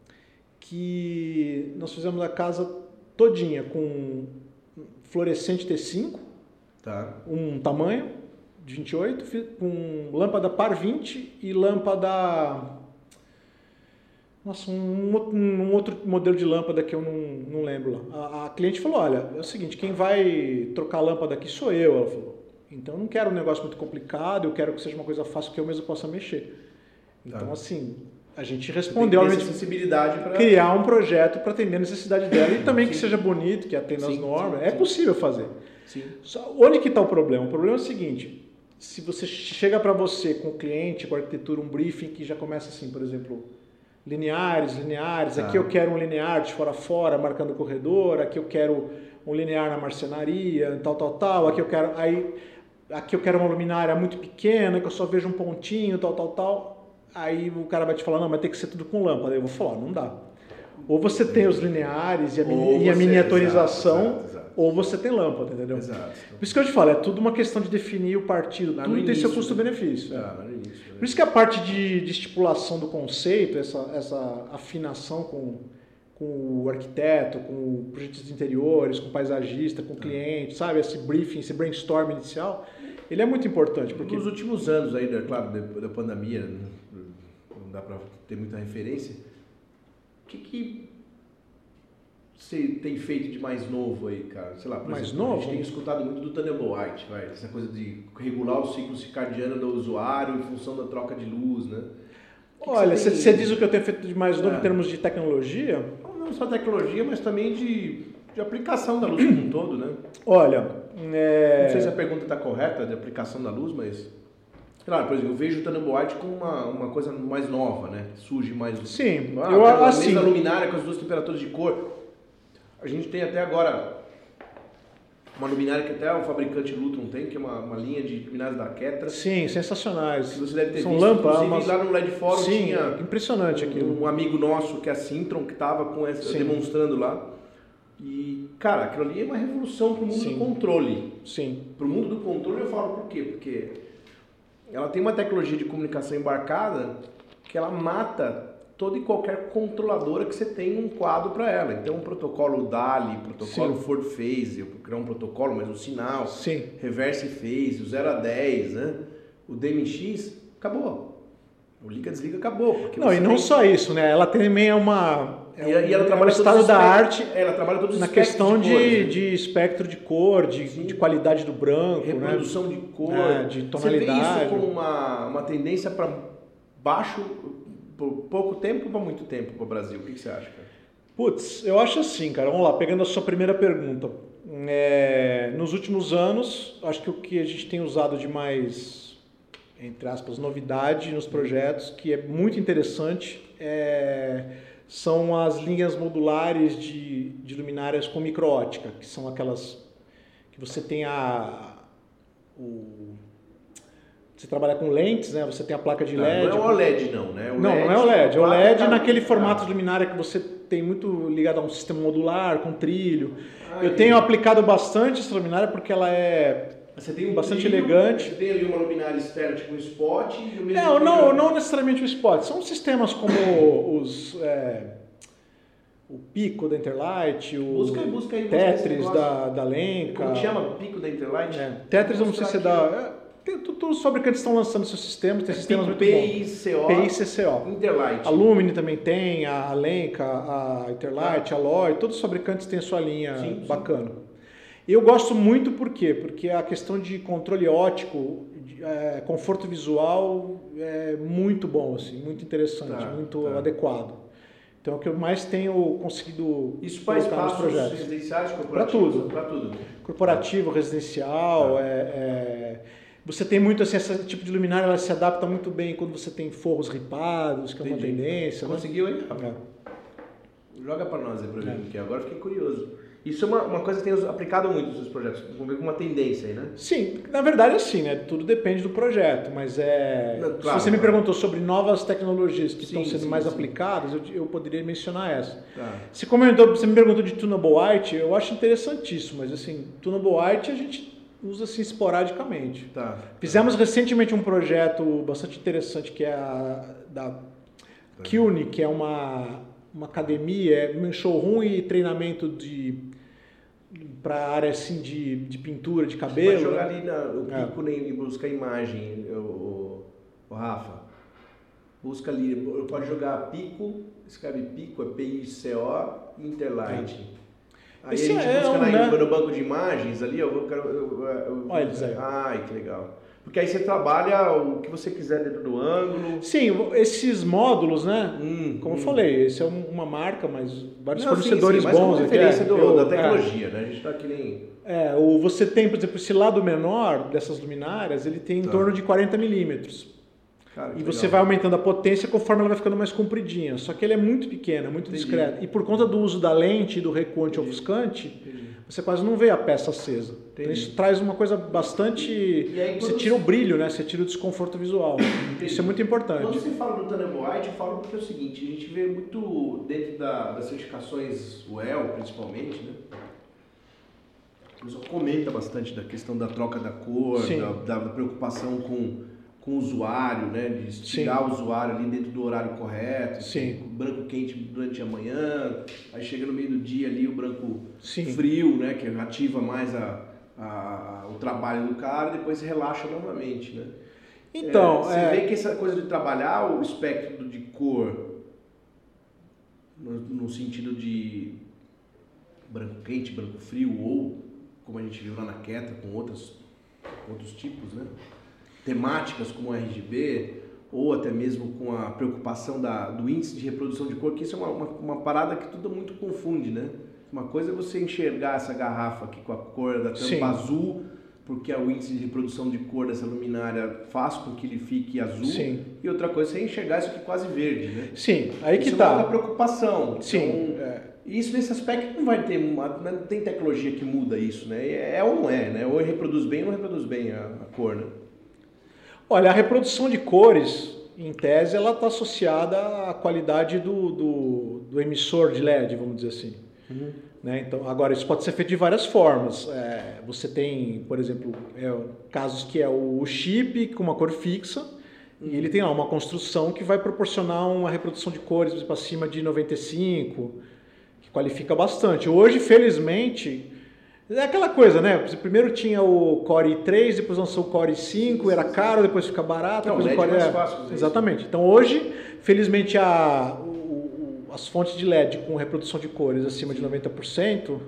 Speaker 2: que nós fizemos a casa todinha com fluorescente T cinco, tá, um tamanho de vinte e oito, com lâmpada par vinte e lâmpada... Nossa, um, um outro modelo de lâmpada que eu não, não lembro lá. A, a cliente falou, olha, é o seguinte, quem vai trocar a lâmpada aqui sou eu. Ela falou, então eu não quero um negócio muito complicado, eu quero que seja uma coisa fácil que eu mesmo possa mexer. Então,
Speaker 1: Tá.
Speaker 2: assim, a gente respondeu, obviamente,
Speaker 1: sensibilidade para
Speaker 2: criar um projeto para atender a necessidade dela e também
Speaker 1: Sim.
Speaker 2: que seja bonito, que atenda
Speaker 1: Sim,
Speaker 2: as normas.
Speaker 1: sim,
Speaker 2: É
Speaker 1: sim.
Speaker 2: possível fazer.
Speaker 1: Sim.
Speaker 2: Só, onde que está o problema? O problema é o seguinte, se você chega para você com o cliente, com a arquitetura, um briefing que já começa assim, por exemplo, lineares, lineares,
Speaker 1: Tá.
Speaker 2: aqui eu quero um linear de fora a fora, marcando o corredor, aqui eu quero um linear na marcenaria, tal, tal, tal, aqui eu quero, aí, aqui eu quero uma luminária muito pequena, que eu só vejo um pontinho, tal, tal, tal, aí o cara vai te falar, não, mas tem que ser tudo com lâmpada, aí eu vou falar, não dá. Ou você tem os lineares e a, mini, e a
Speaker 1: você-
Speaker 2: miniaturização,
Speaker 1: exato, exato, exato.
Speaker 2: ou você tem lâmpada, entendeu?
Speaker 1: Exato.
Speaker 2: Por isso que eu te falo, é tudo uma questão de definir o partido,
Speaker 1: Lá
Speaker 2: tudo
Speaker 1: no
Speaker 2: tem seu
Speaker 1: início,
Speaker 2: custo-benefício.
Speaker 1: Ah, no início, né?
Speaker 2: Por isso que a parte de, de estipulação do conceito, essa, essa afinação com, com o arquiteto, com o projetos de interiores, com o paisagista, com o cliente, sabe? Esse briefing, esse brainstorm inicial, ele é muito importante. Porque...
Speaker 1: Nos últimos anos aí, né, claro, depois da pandemia, não dá para ter muita referência, o que que você tem feito de mais novo aí, cara? Sei lá, por
Speaker 2: Mais
Speaker 1: exemplo,
Speaker 2: novo?
Speaker 1: a gente tem escutado muito do Tunnel White, vai, essa coisa de regular o ciclo circadiano do usuário em função da troca de luz, né? O que que
Speaker 2: Olha,
Speaker 1: você
Speaker 2: você
Speaker 1: tem-
Speaker 2: diz o que eu tenho feito de mais novo
Speaker 1: É.
Speaker 2: em termos de tecnologia?
Speaker 1: Não só tecnologia, mas também de, de aplicação da luz como um todo, né?
Speaker 2: Olha, é...
Speaker 1: Não sei se a pergunta está correta de aplicação da luz, mas... Claro, por exemplo, eu vejo o Tunnel White como uma, uma coisa mais nova, né? Que surge mais...
Speaker 2: Sim,
Speaker 1: Ah,
Speaker 2: eu
Speaker 1: a
Speaker 2: assim...
Speaker 1: mesma luminária com as duas temperaturas de cor. A gente tem até agora uma luminária que até o fabricante Lutron tem, que é uma, uma linha de luminárias da Ketra.
Speaker 2: Sim, sensacionais.
Speaker 1: Que você deve ter
Speaker 2: São
Speaker 1: visto,
Speaker 2: lâmpadas,
Speaker 1: inclusive
Speaker 2: mas...
Speaker 1: lá no L E D Forum
Speaker 2: Sim,
Speaker 1: tinha
Speaker 2: impressionante aquilo.
Speaker 1: um amigo nosso que é a Sintron, que estava com essa,
Speaker 2: Sim.
Speaker 1: demonstrando lá. E, cara, aquilo ali é uma revolução para o mundo
Speaker 2: Sim.
Speaker 1: do controle.
Speaker 2: Sim.
Speaker 1: Para o mundo do controle eu falo por quê? Porque ela tem uma tecnologia de comunicação embarcada que ela mata toda e qualquer controladora que você tem um quadro para ela. Então, um protocolo D A L I, protocolo
Speaker 2: Sim.
Speaker 1: Ford Phase, eu vou criar um protocolo, mas o sinal,
Speaker 2: Sim.
Speaker 1: reverse phase, o zero a dez, né? O D M X, acabou. O liga-desliga acabou. porque
Speaker 2: Não,
Speaker 1: você
Speaker 2: e não
Speaker 1: tem-
Speaker 2: sela isso, né? Ela também é uma... É
Speaker 1: E, e ela
Speaker 2: um-
Speaker 1: trabalha
Speaker 2: é um
Speaker 1: todos
Speaker 2: estado
Speaker 1: os
Speaker 2: da
Speaker 1: espectros-
Speaker 2: arte
Speaker 1: ela trabalha todos os
Speaker 2: na
Speaker 1: espectros
Speaker 2: questão de,
Speaker 1: cores, né?
Speaker 2: de espectro de cor, de,
Speaker 1: Sim.
Speaker 2: de qualidade do branco,
Speaker 1: Reprodução
Speaker 2: né?
Speaker 1: de cor,
Speaker 2: É, de
Speaker 1: Você vê
Speaker 2: tonalidade.
Speaker 1: isso como uma, uma tendência para baixo por pouco tempo ou para muito tempo para o Brasil? O que, que você acha, cara?
Speaker 2: Putz, eu acho assim, cara. Vamos lá, pegando a sua primeira pergunta. É, nos últimos anos, acho que o que a gente tem usado de mais, entre aspas, novidade nos projetos, que é muito interessante, é, são as linhas modulares de, de luminárias com micro-ótica, que são aquelas que você tem a... O, você trabalha com lentes, né? Você tem a placa de
Speaker 1: Não,
Speaker 2: L E D.
Speaker 1: não é o OLED não, né? O
Speaker 2: Não,
Speaker 1: LED,
Speaker 2: não é o L E D. O
Speaker 1: placa
Speaker 2: L E D
Speaker 1: tá-
Speaker 2: naquele
Speaker 1: tá.
Speaker 2: formato de luminária que você tem muito ligado a um sistema modular, com trilho.
Speaker 1: Ah,
Speaker 2: Eu
Speaker 1: entendi.
Speaker 2: tenho aplicado bastante essa luminária porque ela é...
Speaker 1: Você tem um
Speaker 2: bastante
Speaker 1: trilho,
Speaker 2: elegante.
Speaker 1: Você tem ali uma luminária externa, tipo um spot e o mesmo
Speaker 2: Não, não,
Speaker 1: trilho-
Speaker 2: não necessariamente o spot. São sistemas como os... é, o Pico da Interlight, o
Speaker 1: Busca- busca aí, busca esse
Speaker 2: Tetris
Speaker 1: negócio.
Speaker 2: da, da Lenca.
Speaker 1: Como que chama? Pico da Interlight?
Speaker 2: É, Tetris eu não sei se é
Speaker 1: Mostrar
Speaker 2: da... é, tem- todos os fabricantes estão lançando seus sistemas, tem
Speaker 1: aqui.
Speaker 2: sistemas
Speaker 1: Pico
Speaker 2: muito bons.
Speaker 1: P I C O,
Speaker 2: P I C C O.
Speaker 1: Interlight.
Speaker 2: A Lumine também tem, a Lenca, a Interlight, a Aloy, todos os fabricantes têm a sua linha
Speaker 1: Sim, sim.
Speaker 2: bacana. E eu gosto muito por quê? Porque a questão de controle óptico, de, é, conforto visual é muito bom, assim, muito interessante,
Speaker 1: Tá,
Speaker 2: muito
Speaker 1: tá.
Speaker 2: adequado. Então é o que eu mais tenho conseguido
Speaker 1: Isso para
Speaker 2: colocar nos
Speaker 1: espaços
Speaker 2: projetos.
Speaker 1: residenciais,
Speaker 2: Para
Speaker 1: corporativos?
Speaker 2: tudo.
Speaker 1: Para tudo.
Speaker 2: Corporativo, residencial,
Speaker 1: Tá.
Speaker 2: é, é, você tem muito assim, esse tipo de luminária, ela se adapta muito bem quando você tem forros ripados, que é uma
Speaker 1: Entendi.
Speaker 2: tendência. né?
Speaker 1: Conseguiu aí?
Speaker 2: É.
Speaker 1: Joga para nós aí para ver
Speaker 2: É.
Speaker 1: o que é. Agora eu fiquei curioso. Isso é uma, uma coisa que tem aplicado muito nos seus projetos. Vamos ver com uma tendência aí, né?
Speaker 2: Sim, na verdade é assim, né? Tudo depende do projeto, mas é.
Speaker 1: Não, claro,
Speaker 2: Se você me
Speaker 1: claro.
Speaker 2: perguntou sobre novas tecnologias que
Speaker 1: Sim,
Speaker 2: estão sendo
Speaker 1: sim,
Speaker 2: mais
Speaker 1: sim.
Speaker 2: aplicadas, eu, eu poderia mencionar essa.
Speaker 1: Tá.
Speaker 2: Você comentou, você me perguntou de Tunable White, eu acho interessantíssimo, mas assim, Tunable White a gente usa assim esporadicamente.
Speaker 1: Tá.
Speaker 2: Fizemos recentemente um projeto bastante interessante que é a da C U N Y, que é uma, uma academia, é um showroom e treinamento de para a área assim de, de pintura de
Speaker 1: Vai
Speaker 2: cabelo.
Speaker 1: jogar
Speaker 2: né?
Speaker 1: ali na, o
Speaker 2: É.
Speaker 1: pico né, e buscar imagem, o, o, o Rafa. Busca ali, pode jogar pico, escreve pico, é P I C O, Interlight. Aí
Speaker 2: Esse
Speaker 1: a gente
Speaker 2: é
Speaker 1: busca
Speaker 2: um,
Speaker 1: na,
Speaker 2: né?
Speaker 1: no banco de imagens ali, eu vou... Eu, eu, eu,
Speaker 2: Olha eles aí.
Speaker 1: Ai, que legal. Porque aí você trabalha o que você quiser dentro do ângulo.
Speaker 2: Sim, esses módulos, né?
Speaker 1: Hum,
Speaker 2: Como
Speaker 1: hum.
Speaker 2: eu falei, esse é uma marca, mas vários
Speaker 1: Não,
Speaker 2: fornecedores
Speaker 1: sim, sim, mas
Speaker 2: bons
Speaker 1: como
Speaker 2: aqui.
Speaker 1: referência
Speaker 2: é,
Speaker 1: do,
Speaker 2: eu-
Speaker 1: da
Speaker 2: é.
Speaker 1: tecnologia, né? A gente tá aqui nem...
Speaker 2: É, o, você tem, por exemplo, esse lado menor dessas luminárias, ele tem em
Speaker 1: Tá.
Speaker 2: torno de quarenta milímetros.
Speaker 1: Cara, que
Speaker 2: E você
Speaker 1: legal.
Speaker 2: vai aumentando a potência conforme ela vai ficando mais compridinha. Só que ele é muito pequeno, é muito
Speaker 1: Entendi.
Speaker 2: discreto. E por conta do uso da lente e do recuo anti-ofuscante,
Speaker 1: Entendi.
Speaker 2: você quase não vê a peça acesa. Então
Speaker 1: Entendi.
Speaker 2: isso traz uma coisa bastante...
Speaker 1: E aí,
Speaker 2: você
Speaker 1: quando
Speaker 2: tira o
Speaker 1: você-
Speaker 2: brilho, né? Você tira o desconforto visual. Isso é muito importante.
Speaker 1: Quando você fala do Tandem White, eu falo porque é o seguinte, a gente vê muito dentro da, das certificações U E L, principalmente, né? O pessoal comenta bastante da questão da troca da cor,
Speaker 2: Sim.
Speaker 1: da, da preocupação com, com o usuário, né? De estirar o usuário ali dentro do horário correto.
Speaker 2: Sim.
Speaker 1: O branco quente durante a manhã, aí chega no meio do dia ali o branco
Speaker 2: Sim.
Speaker 1: frio, né? Que ativa mais a, a, o trabalho do cara e depois relaxa novamente, né?
Speaker 2: Então,
Speaker 1: É, você
Speaker 2: é,
Speaker 1: vê que essa coisa de trabalhar o espectro de cor no, no sentido de branco quente, branco frio, ou como a gente viu lá na Ketra com outros, outros tipos, né? Temáticas como o R G B, ou até mesmo com a preocupação da, do índice de reprodução de cor, que isso é uma, uma, uma parada que tudo muito confunde, né? Uma coisa é você enxergar essa garrafa aqui com a cor da tampa
Speaker 2: Sim.
Speaker 1: azul, porque o índice de reprodução de cor dessa luminária faz com que ele fique azul.
Speaker 2: Sim.
Speaker 1: E outra coisa é enxergar isso aqui quase verde, né?
Speaker 2: sim, aí que
Speaker 1: isso é uma
Speaker 2: tá.
Speaker 1: preocupação.
Speaker 2: Sim,
Speaker 1: Então,
Speaker 2: é.
Speaker 1: isso nesse aspecto não vai ter, uma, não tem tecnologia que muda isso, né? É, é ou não é, né? Ou reproduz bem ou não reproduz bem a, a cor, né?
Speaker 2: Olha, a reprodução de cores, em tese, ela está associada à qualidade do, do, do emissor de L E D, vamos dizer assim.
Speaker 1: Uhum.
Speaker 2: Né? Então, agora, isso pode ser feito de várias formas. É, você tem, por exemplo, é, casos que é o chip com uma cor fixa, e ele tem lá uma construção que vai proporcionar uma reprodução de cores, por exemplo, acima de noventa e cinco, que qualifica bastante. Hoje, felizmente, é aquela coisa, né? Primeiro tinha o Core i três, depois lançou o Core i cinco, era caro, depois fica barato.
Speaker 1: Não,
Speaker 2: depois
Speaker 1: o
Speaker 2: o
Speaker 1: L E D
Speaker 2: Core
Speaker 1: é mais fácil fazer
Speaker 2: Exatamente. Então hoje, felizmente, a, o, o, as fontes de L E D com reprodução de cores acima de noventa por cento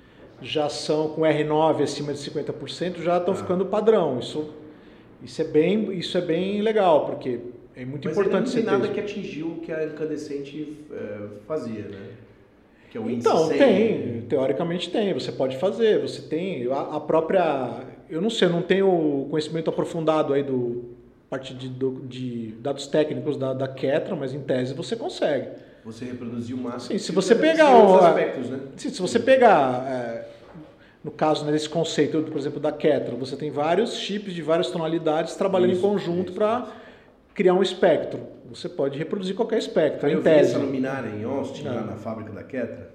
Speaker 2: já são, com R nove acima de cinquenta por cento, já estão
Speaker 1: Ah.
Speaker 2: ficando padrão. Isso, isso, é bem, isso é bem legal, porque é muito
Speaker 1: Mas
Speaker 2: importante
Speaker 1: não tem
Speaker 2: você
Speaker 1: nada
Speaker 2: ter
Speaker 1: que atingiu o que a incandescente é, fazia, né? Que é o índice
Speaker 2: Então,
Speaker 1: cem.
Speaker 2: tem, teoricamente tem, você pode fazer, você tem a, a própria, eu não sei, eu não tenho conhecimento aprofundado aí do parte de, do, de dados técnicos da, da Ketra, mas em tese você consegue.
Speaker 1: Você reproduziu o máximo.
Speaker 2: Sim, se
Speaker 1: possível,
Speaker 2: você
Speaker 1: né?
Speaker 2: pegar
Speaker 1: Tem outros
Speaker 2: o-
Speaker 1: aspectos, né?
Speaker 2: Se, se você pegar, é, no caso, né, desse conceito, por exemplo, da Ketra, você tem vários chips de várias tonalidades trabalhando
Speaker 1: Isso,
Speaker 2: em conjunto
Speaker 1: isso,
Speaker 2: para criar um espectro. Você pode reproduzir qualquer espectro,
Speaker 1: Aí
Speaker 2: em
Speaker 1: eu vi
Speaker 2: tese.
Speaker 1: essa luminária em Austin,
Speaker 2: Não.
Speaker 1: lá na fábrica da Ketra,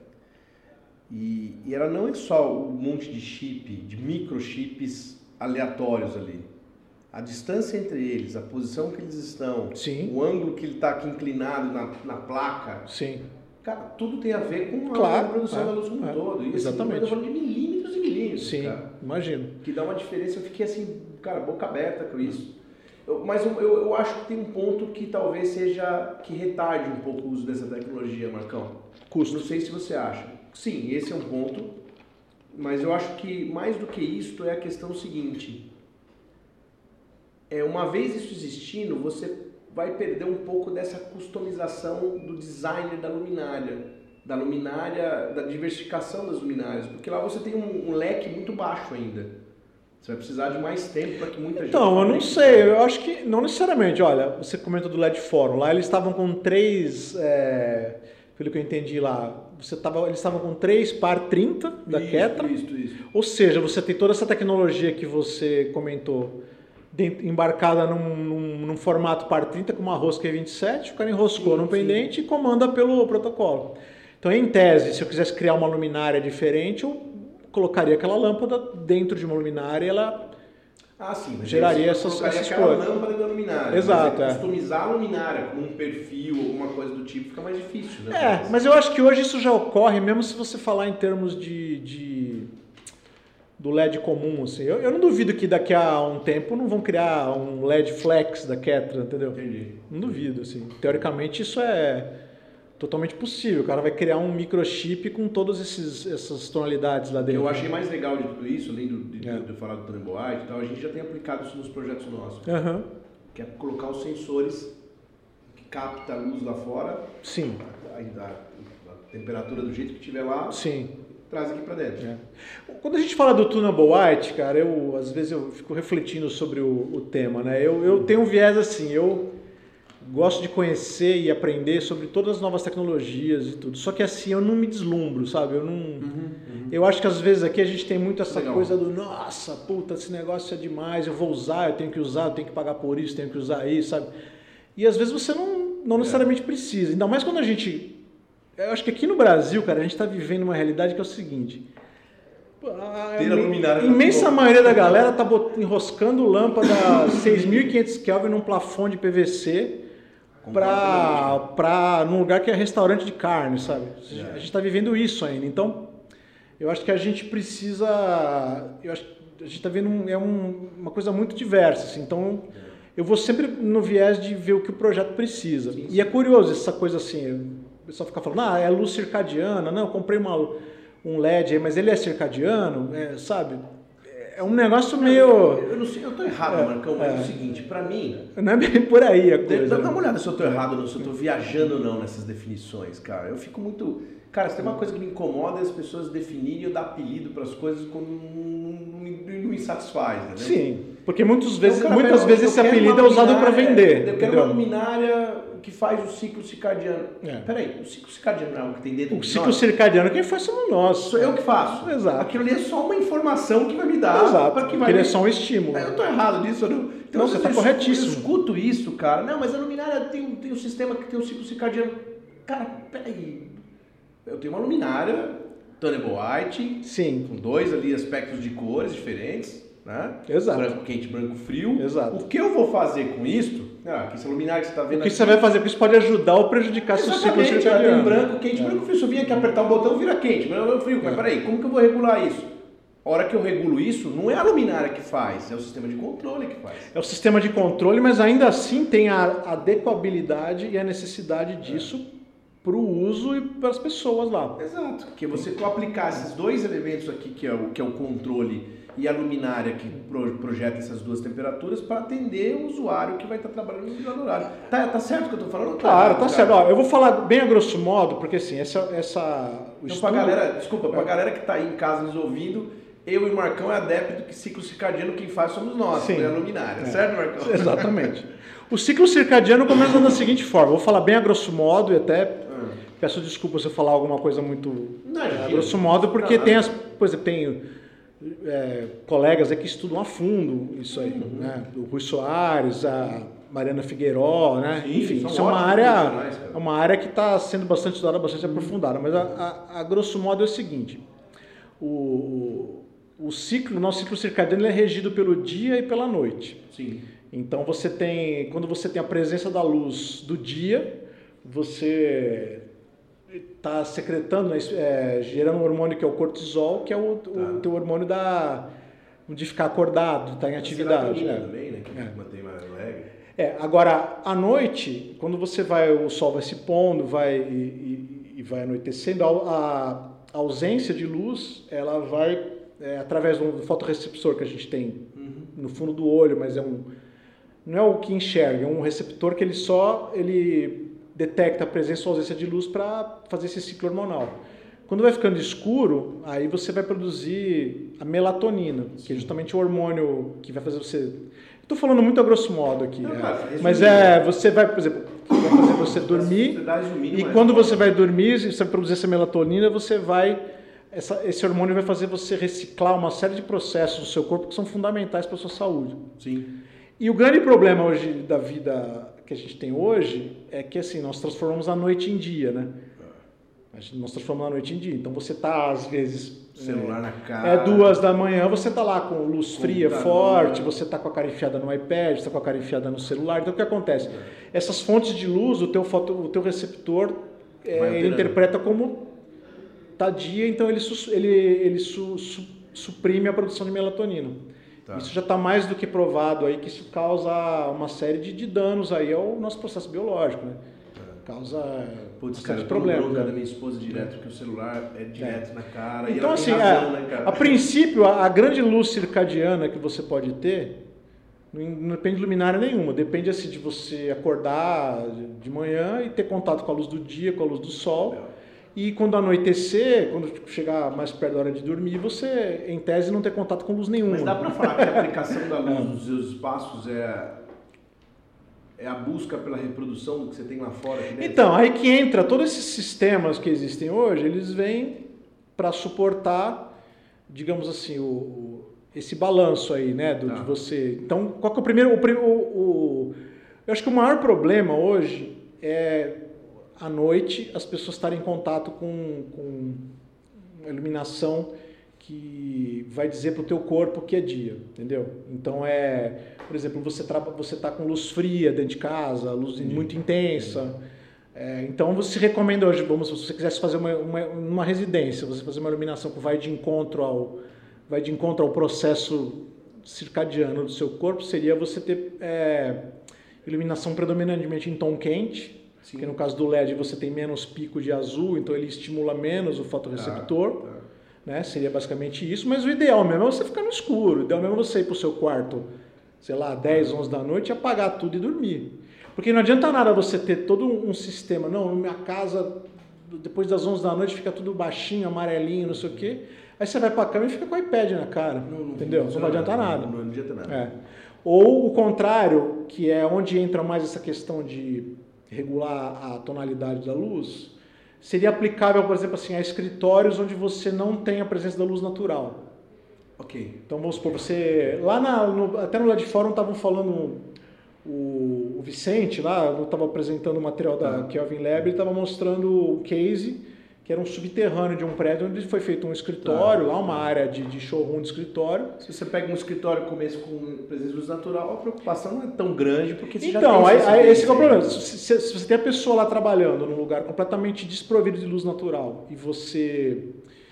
Speaker 1: e, e ela não é só um monte de chip, de microchips aleatórios ali. A distância entre eles, a posição que eles estão,
Speaker 2: Sim.
Speaker 1: o ângulo que ele está aqui inclinado na, na placa,
Speaker 2: Sim.
Speaker 1: cara, tudo tem a ver com a
Speaker 2: Claro,
Speaker 1: reprodução
Speaker 2: é,
Speaker 1: da luz como um
Speaker 2: é,
Speaker 1: todo. E assim,
Speaker 2: exatamente.
Speaker 1: eu tô falando de milímetros e milímetros,
Speaker 2: Sim,
Speaker 1: cara.
Speaker 2: imagino.
Speaker 1: Que dá uma diferença, eu fiquei assim, cara, boca aberta com isso. Eu- mas eu, eu, eu acho que tem um ponto que talvez seja, que retarde um pouco o uso dessa tecnologia, Marcão.
Speaker 2: Custo.
Speaker 1: Não sei se você acha. Sim, esse é um ponto, mas eu acho que mais do que isto é a questão seguinte. É, uma vez isso existindo, você vai perder um pouco dessa customização do designer da luminária, da luminária, da diversificação das luminárias, porque lá você tem um, um leque muito baixo ainda. Você vai precisar de mais tempo para que muita gente...
Speaker 2: Então, eu não
Speaker 1: fabrique.
Speaker 2: sei, eu acho que não necessariamente. Olha, você comentou do L E D Forum, lá eles estavam com três, é, pelo que eu entendi lá, você tava, eles estavam com três par trinta da
Speaker 1: Isso,
Speaker 2: Ketra,
Speaker 1: Isso, isso.
Speaker 2: ou seja, você tem toda essa tecnologia que você comentou dentro- embarcada num, num, num formato par trinta com uma rosca E vinte e sete, o cara enroscou
Speaker 1: Sim,
Speaker 2: no
Speaker 1: sim.
Speaker 2: pendente e comanda pelo protocolo. Então, em tese, se eu quisesse criar uma luminária diferente, eu colocaria aquela lâmpada dentro de uma luminária e ela...
Speaker 1: Ah, sim. Mas
Speaker 2: Geraria
Speaker 1: aí você
Speaker 2: essas-
Speaker 1: colocaria
Speaker 2: essas
Speaker 1: aquela
Speaker 2: cores.
Speaker 1: lâmpada da luminária.
Speaker 2: Exato,
Speaker 1: mas
Speaker 2: é.
Speaker 1: customizar a luminária com um perfil, alguma coisa do tipo, fica mais difícil, né?
Speaker 2: É, mas eu acho que hoje isso já ocorre, mesmo se você falar em termos de, de do L E D comum, assim. Eu, eu não duvido que daqui a um tempo não vão criar um L E D flex da Ketra, entendeu?
Speaker 1: Entendi.
Speaker 2: Não duvido, assim. Teoricamente isso é totalmente possível. O cara vai criar um microchip com todas esses, essas tonalidades lá dentro.
Speaker 1: Eu achei mais legal de tudo isso, além do, de, é. de eu falar do Tunnel White e tal, a gente já tem aplicado isso nos projetos nossos.
Speaker 2: Uhum.
Speaker 1: Que é colocar os sensores que captam a luz lá fora.
Speaker 2: Sim.
Speaker 1: A, a, a temperatura do jeito que tiver lá.
Speaker 2: Sim.
Speaker 1: Traz aqui pra dentro.
Speaker 2: É. Quando a gente fala do Tunable White, cara, eu às vezes eu fico refletindo sobre o, o tema, né? Eu, eu tenho um viés assim, eu gosto de conhecer e aprender sobre todas as novas tecnologias e tudo. Só que assim, eu não me deslumbro, sabe? Eu não. Uhum, uhum. Eu acho que às vezes aqui a gente tem muito essa Legal. coisa do nossa, puta, esse negócio é demais, eu vou usar, eu tenho que usar, eu tenho que pagar por isso, tenho que usar isso, sabe? E às vezes você não, não necessariamente precisa. Ainda mais quando a gente. Eu acho que aqui no Brasil, cara, a gente está vivendo uma realidade que é o seguinte. A, a imensa maioria da galera tá enroscando lâmpada seis mil e quinhentos Kelvin num plafond de P V C para para num lugar que é restaurante de carne, sabe? É. A gente está vivendo isso ainda. Então, eu acho que a gente precisa, eu acho, a gente está vendo um, é um, uma coisa muito diversa, assim. Então, eu vou sempre no viés de ver o que o projeto precisa. Sim, sim. E é curioso essa coisa assim. O pessoal fica falando, ah, é luz circadiana, não, eu comprei uma, um L E D aí, mas ele é circadiano, é, sabe? É um negócio meio...
Speaker 1: Eu, eu não sei, eu tô errado, é, Marcão, mas é. é o seguinte, pra mim...
Speaker 2: Não é bem por aí a coisa.
Speaker 1: Dá, dá uma olhada se eu tô errado ou se eu tô viajando ou não nessas definições, cara. Eu fico muito... Cara, se tem uma coisa que me incomoda é as pessoas definirem ou dar apelido para as coisas quando não, não me satisfaz, entendeu?
Speaker 2: Sim, porque muitas vezes, então, muitas vezes esse apelido é usado para vender.
Speaker 1: Eu quero entendeu? uma luminária que faz o ciclo circadiano. É. Peraí, o ciclo circadiano não é o que tem dentro
Speaker 2: O ciclo nós? circadiano quem faz somos nós.
Speaker 1: Sou eu que faço.
Speaker 2: Exato.
Speaker 1: Aquilo ali é só uma informação que vai me dar.
Speaker 2: Exato,
Speaker 1: para que
Speaker 2: vai ele é só um estímulo.
Speaker 1: É, eu tô errado disso ou não? Então,
Speaker 2: não, você está corretíssimo.
Speaker 1: Eu escuto isso, cara. Não, mas a luminária tem, tem um sistema que tem um ciclo circadiano. Cara, peraí. Eu tenho uma luminária, Tunnable White,
Speaker 2: Sim.
Speaker 1: com dois ali aspectos de cores diferentes, né?
Speaker 2: Exato.
Speaker 1: Branco quente, branco frio.
Speaker 2: Exato.
Speaker 1: O que eu vou fazer com isto? Ah, que essa luminária que você está vendo
Speaker 2: O que
Speaker 1: aqui,
Speaker 2: você vai fazer com isso pode ajudar ou prejudicar seu ciclo circadiano.
Speaker 1: Tem branco, quente, é. branco frio. Se eu vim aqui apertar um botão, vira quente, branco frio. Mas peraí, como que eu vou regular isso? A hora que eu regulo isso, não é a luminária que faz, é o sistema de controle que faz.
Speaker 2: É o sistema de controle, mas ainda assim tem a adequabilidade e a necessidade disso é. para o uso e para as pessoas lá.
Speaker 1: Exato, porque você aplicar esses dois elementos aqui, que é o, que é o controle e a luminária que pro, projeta essas duas temperaturas para atender o usuário que vai estar trabalhando no determinado horário. Tá, tá certo o que eu estou falando?
Speaker 2: Claro, tá, tá certo. Ó, eu vou falar bem a grosso modo, porque assim, essa... essa
Speaker 1: o então, estudo... pra galera, desculpa, para a galera que está aí em casa nos ouvindo, eu e o Marcão é adepto que ciclo circadiano quem faz somos nós, não é a luminária, é. certo, Marcão?
Speaker 2: Exatamente. O ciclo circadiano começa da seguinte forma, vou falar bem a grosso modo e até hum. peço desculpa se eu falar alguma coisa muito não, a grosso modo, porque não, tem as, por exemplo, tem é, colegas aqui que estudam a fundo isso aí, uhum. né? O Rui Soares, a Mariana Figueiró, né?
Speaker 1: Sim,
Speaker 2: enfim, isso é uma área, é uma área que está sendo bastante estudada, bastante uhum. aprofundada, mas a, a, a grosso modo é o seguinte, o, o ciclo, o nosso ciclo circadiano é regido pelo dia e pela noite.
Speaker 1: Sim.
Speaker 2: Então você tem, quando você tem a presença da luz do dia, você está secretando, é, gerando um hormônio que é o cortisol, que é o, tá. o teu hormônio da, de ficar acordado, estar em atividade.
Speaker 1: Né? Também, né? Que é. mantém mais alegre.
Speaker 2: É, agora, à noite, quando você vai, o sol vai se pondo, vai e, e, e vai anoitecendo, a, a ausência de luz, ela vai, é, através do fotorreceptor que a gente tem uhum. no fundo do olho, mas é um não é o que enxerga, é um receptor que ele só ele detecta a presença ou ausência de luz para fazer esse ciclo hormonal. Quando vai ficando escuro, aí você vai produzir a melatonina, Sim. que é justamente o hormônio que vai fazer você... Estou falando muito a grosso modo aqui, não, é. cara, mas é, você vai, por exemplo, vai fazer você dormir e quando você vai dormir, você vai produzir essa melatonina, você vai... Essa, esse hormônio vai fazer você reciclar uma série de processos do seu corpo que são fundamentais para a sua saúde.
Speaker 1: Sim.
Speaker 2: E o grande problema hoje da vida que a gente tem hoje é que assim, nós transformamos a noite em dia, né? Nós transformamos a noite em dia. Então você tá, às vezes...
Speaker 1: Celular
Speaker 2: é,
Speaker 1: na cara.
Speaker 2: É duas da manhã, você tá lá com luz fria forte, você tá com a cara enfiada no iPad, você tá com a cara enfiada no celular. Então o que acontece? É. Essas fontes de luz, o teu, foto, o teu receptor, é, ele interpreta como tá dia, então ele, ele, ele su, su, suprime a produção de melatonina. Tá. Isso já está mais do que provado aí que isso causa uma série de, de danos aí ao nosso processo biológico, né? É. causa
Speaker 1: Putz, cara,
Speaker 2: problemas.
Speaker 1: Problema,
Speaker 2: Né?
Speaker 1: da minha esposa direto, porque o celular é direto é. na cara.
Speaker 2: Então,
Speaker 1: e
Speaker 2: assim,
Speaker 1: razão,
Speaker 2: é,
Speaker 1: né, cara?
Speaker 2: a princípio, a, a grande luz circadiana que você pode ter não, não depende de luminária nenhuma. Depende assim, de você acordar de manhã e ter contato com a luz do dia, com a luz do sol. É. E quando anoitecer, quando chegar mais perto da hora de dormir, você, em tese, não ter contato com luz nenhuma.
Speaker 1: Mas dá pra falar que a aplicação da luz nos seus espaços é, é a busca pela reprodução do que você tem lá fora?
Speaker 2: Então, aí que entra todos esses sistemas que existem hoje, eles vêm para suportar, digamos assim, o, o, esse balanço aí, né, do, ah. de você. Então, qual que é o primeiro... O, o, o, eu acho que o maior problema hoje é... à noite, as pessoas estarem em contato com, com uma iluminação que vai dizer para o teu corpo que é dia, entendeu? Então, é, por exemplo, você você está com luz fria dentro de casa, luz Entendi. muito intensa. É, então, você recomenda hoje, vamos, se você quisesse fazer uma, uma, uma residência, você fazer uma iluminação que vai de encontro ao, vai de encontro ao processo circadiano do seu corpo, seria você ter é, iluminação predominantemente em tom quente. Sim. Porque no caso do L E D você tem menos pico de azul, então ele estimula menos o fotorreceptor, ah, tá. né? Seria basicamente isso, mas o ideal mesmo é você ficar no escuro, o ideal mesmo é você ir para o seu quarto, sei lá, dez, onze da noite, apagar tudo e dormir. Porque não adianta nada você ter todo um sistema, não, minha casa, depois das onze da noite fica tudo baixinho, amarelinho, não sei o quê, aí você vai para a cama e fica com o iPad na cara, não, não, entendeu? Não, não vai adiantar nada.
Speaker 1: Não, não adianta nada.
Speaker 2: É. Ou o contrário, que é onde entra mais essa questão de regular a tonalidade da luz, seria aplicável, por exemplo, assim, a escritórios onde você não tem a presença da luz natural.
Speaker 1: Ok.
Speaker 2: Então, vamos supor, você... Lá na, no, até no lado de fora estavam falando... O, o Vicente, lá, eu estava apresentando o material da Kelvin Lab, ele estava mostrando o case, que era um subterrâneo de um prédio onde foi feito um escritório, tá. lá uma área de, de showroom de escritório.
Speaker 1: Se você pega um escritório começo com presença de luz natural, a preocupação não é tão grande, porque você
Speaker 2: então,
Speaker 1: já tem...
Speaker 2: Então, esse é o problema. Se, se, se você tem a pessoa lá trabalhando num lugar completamente desprovido de luz natural e você...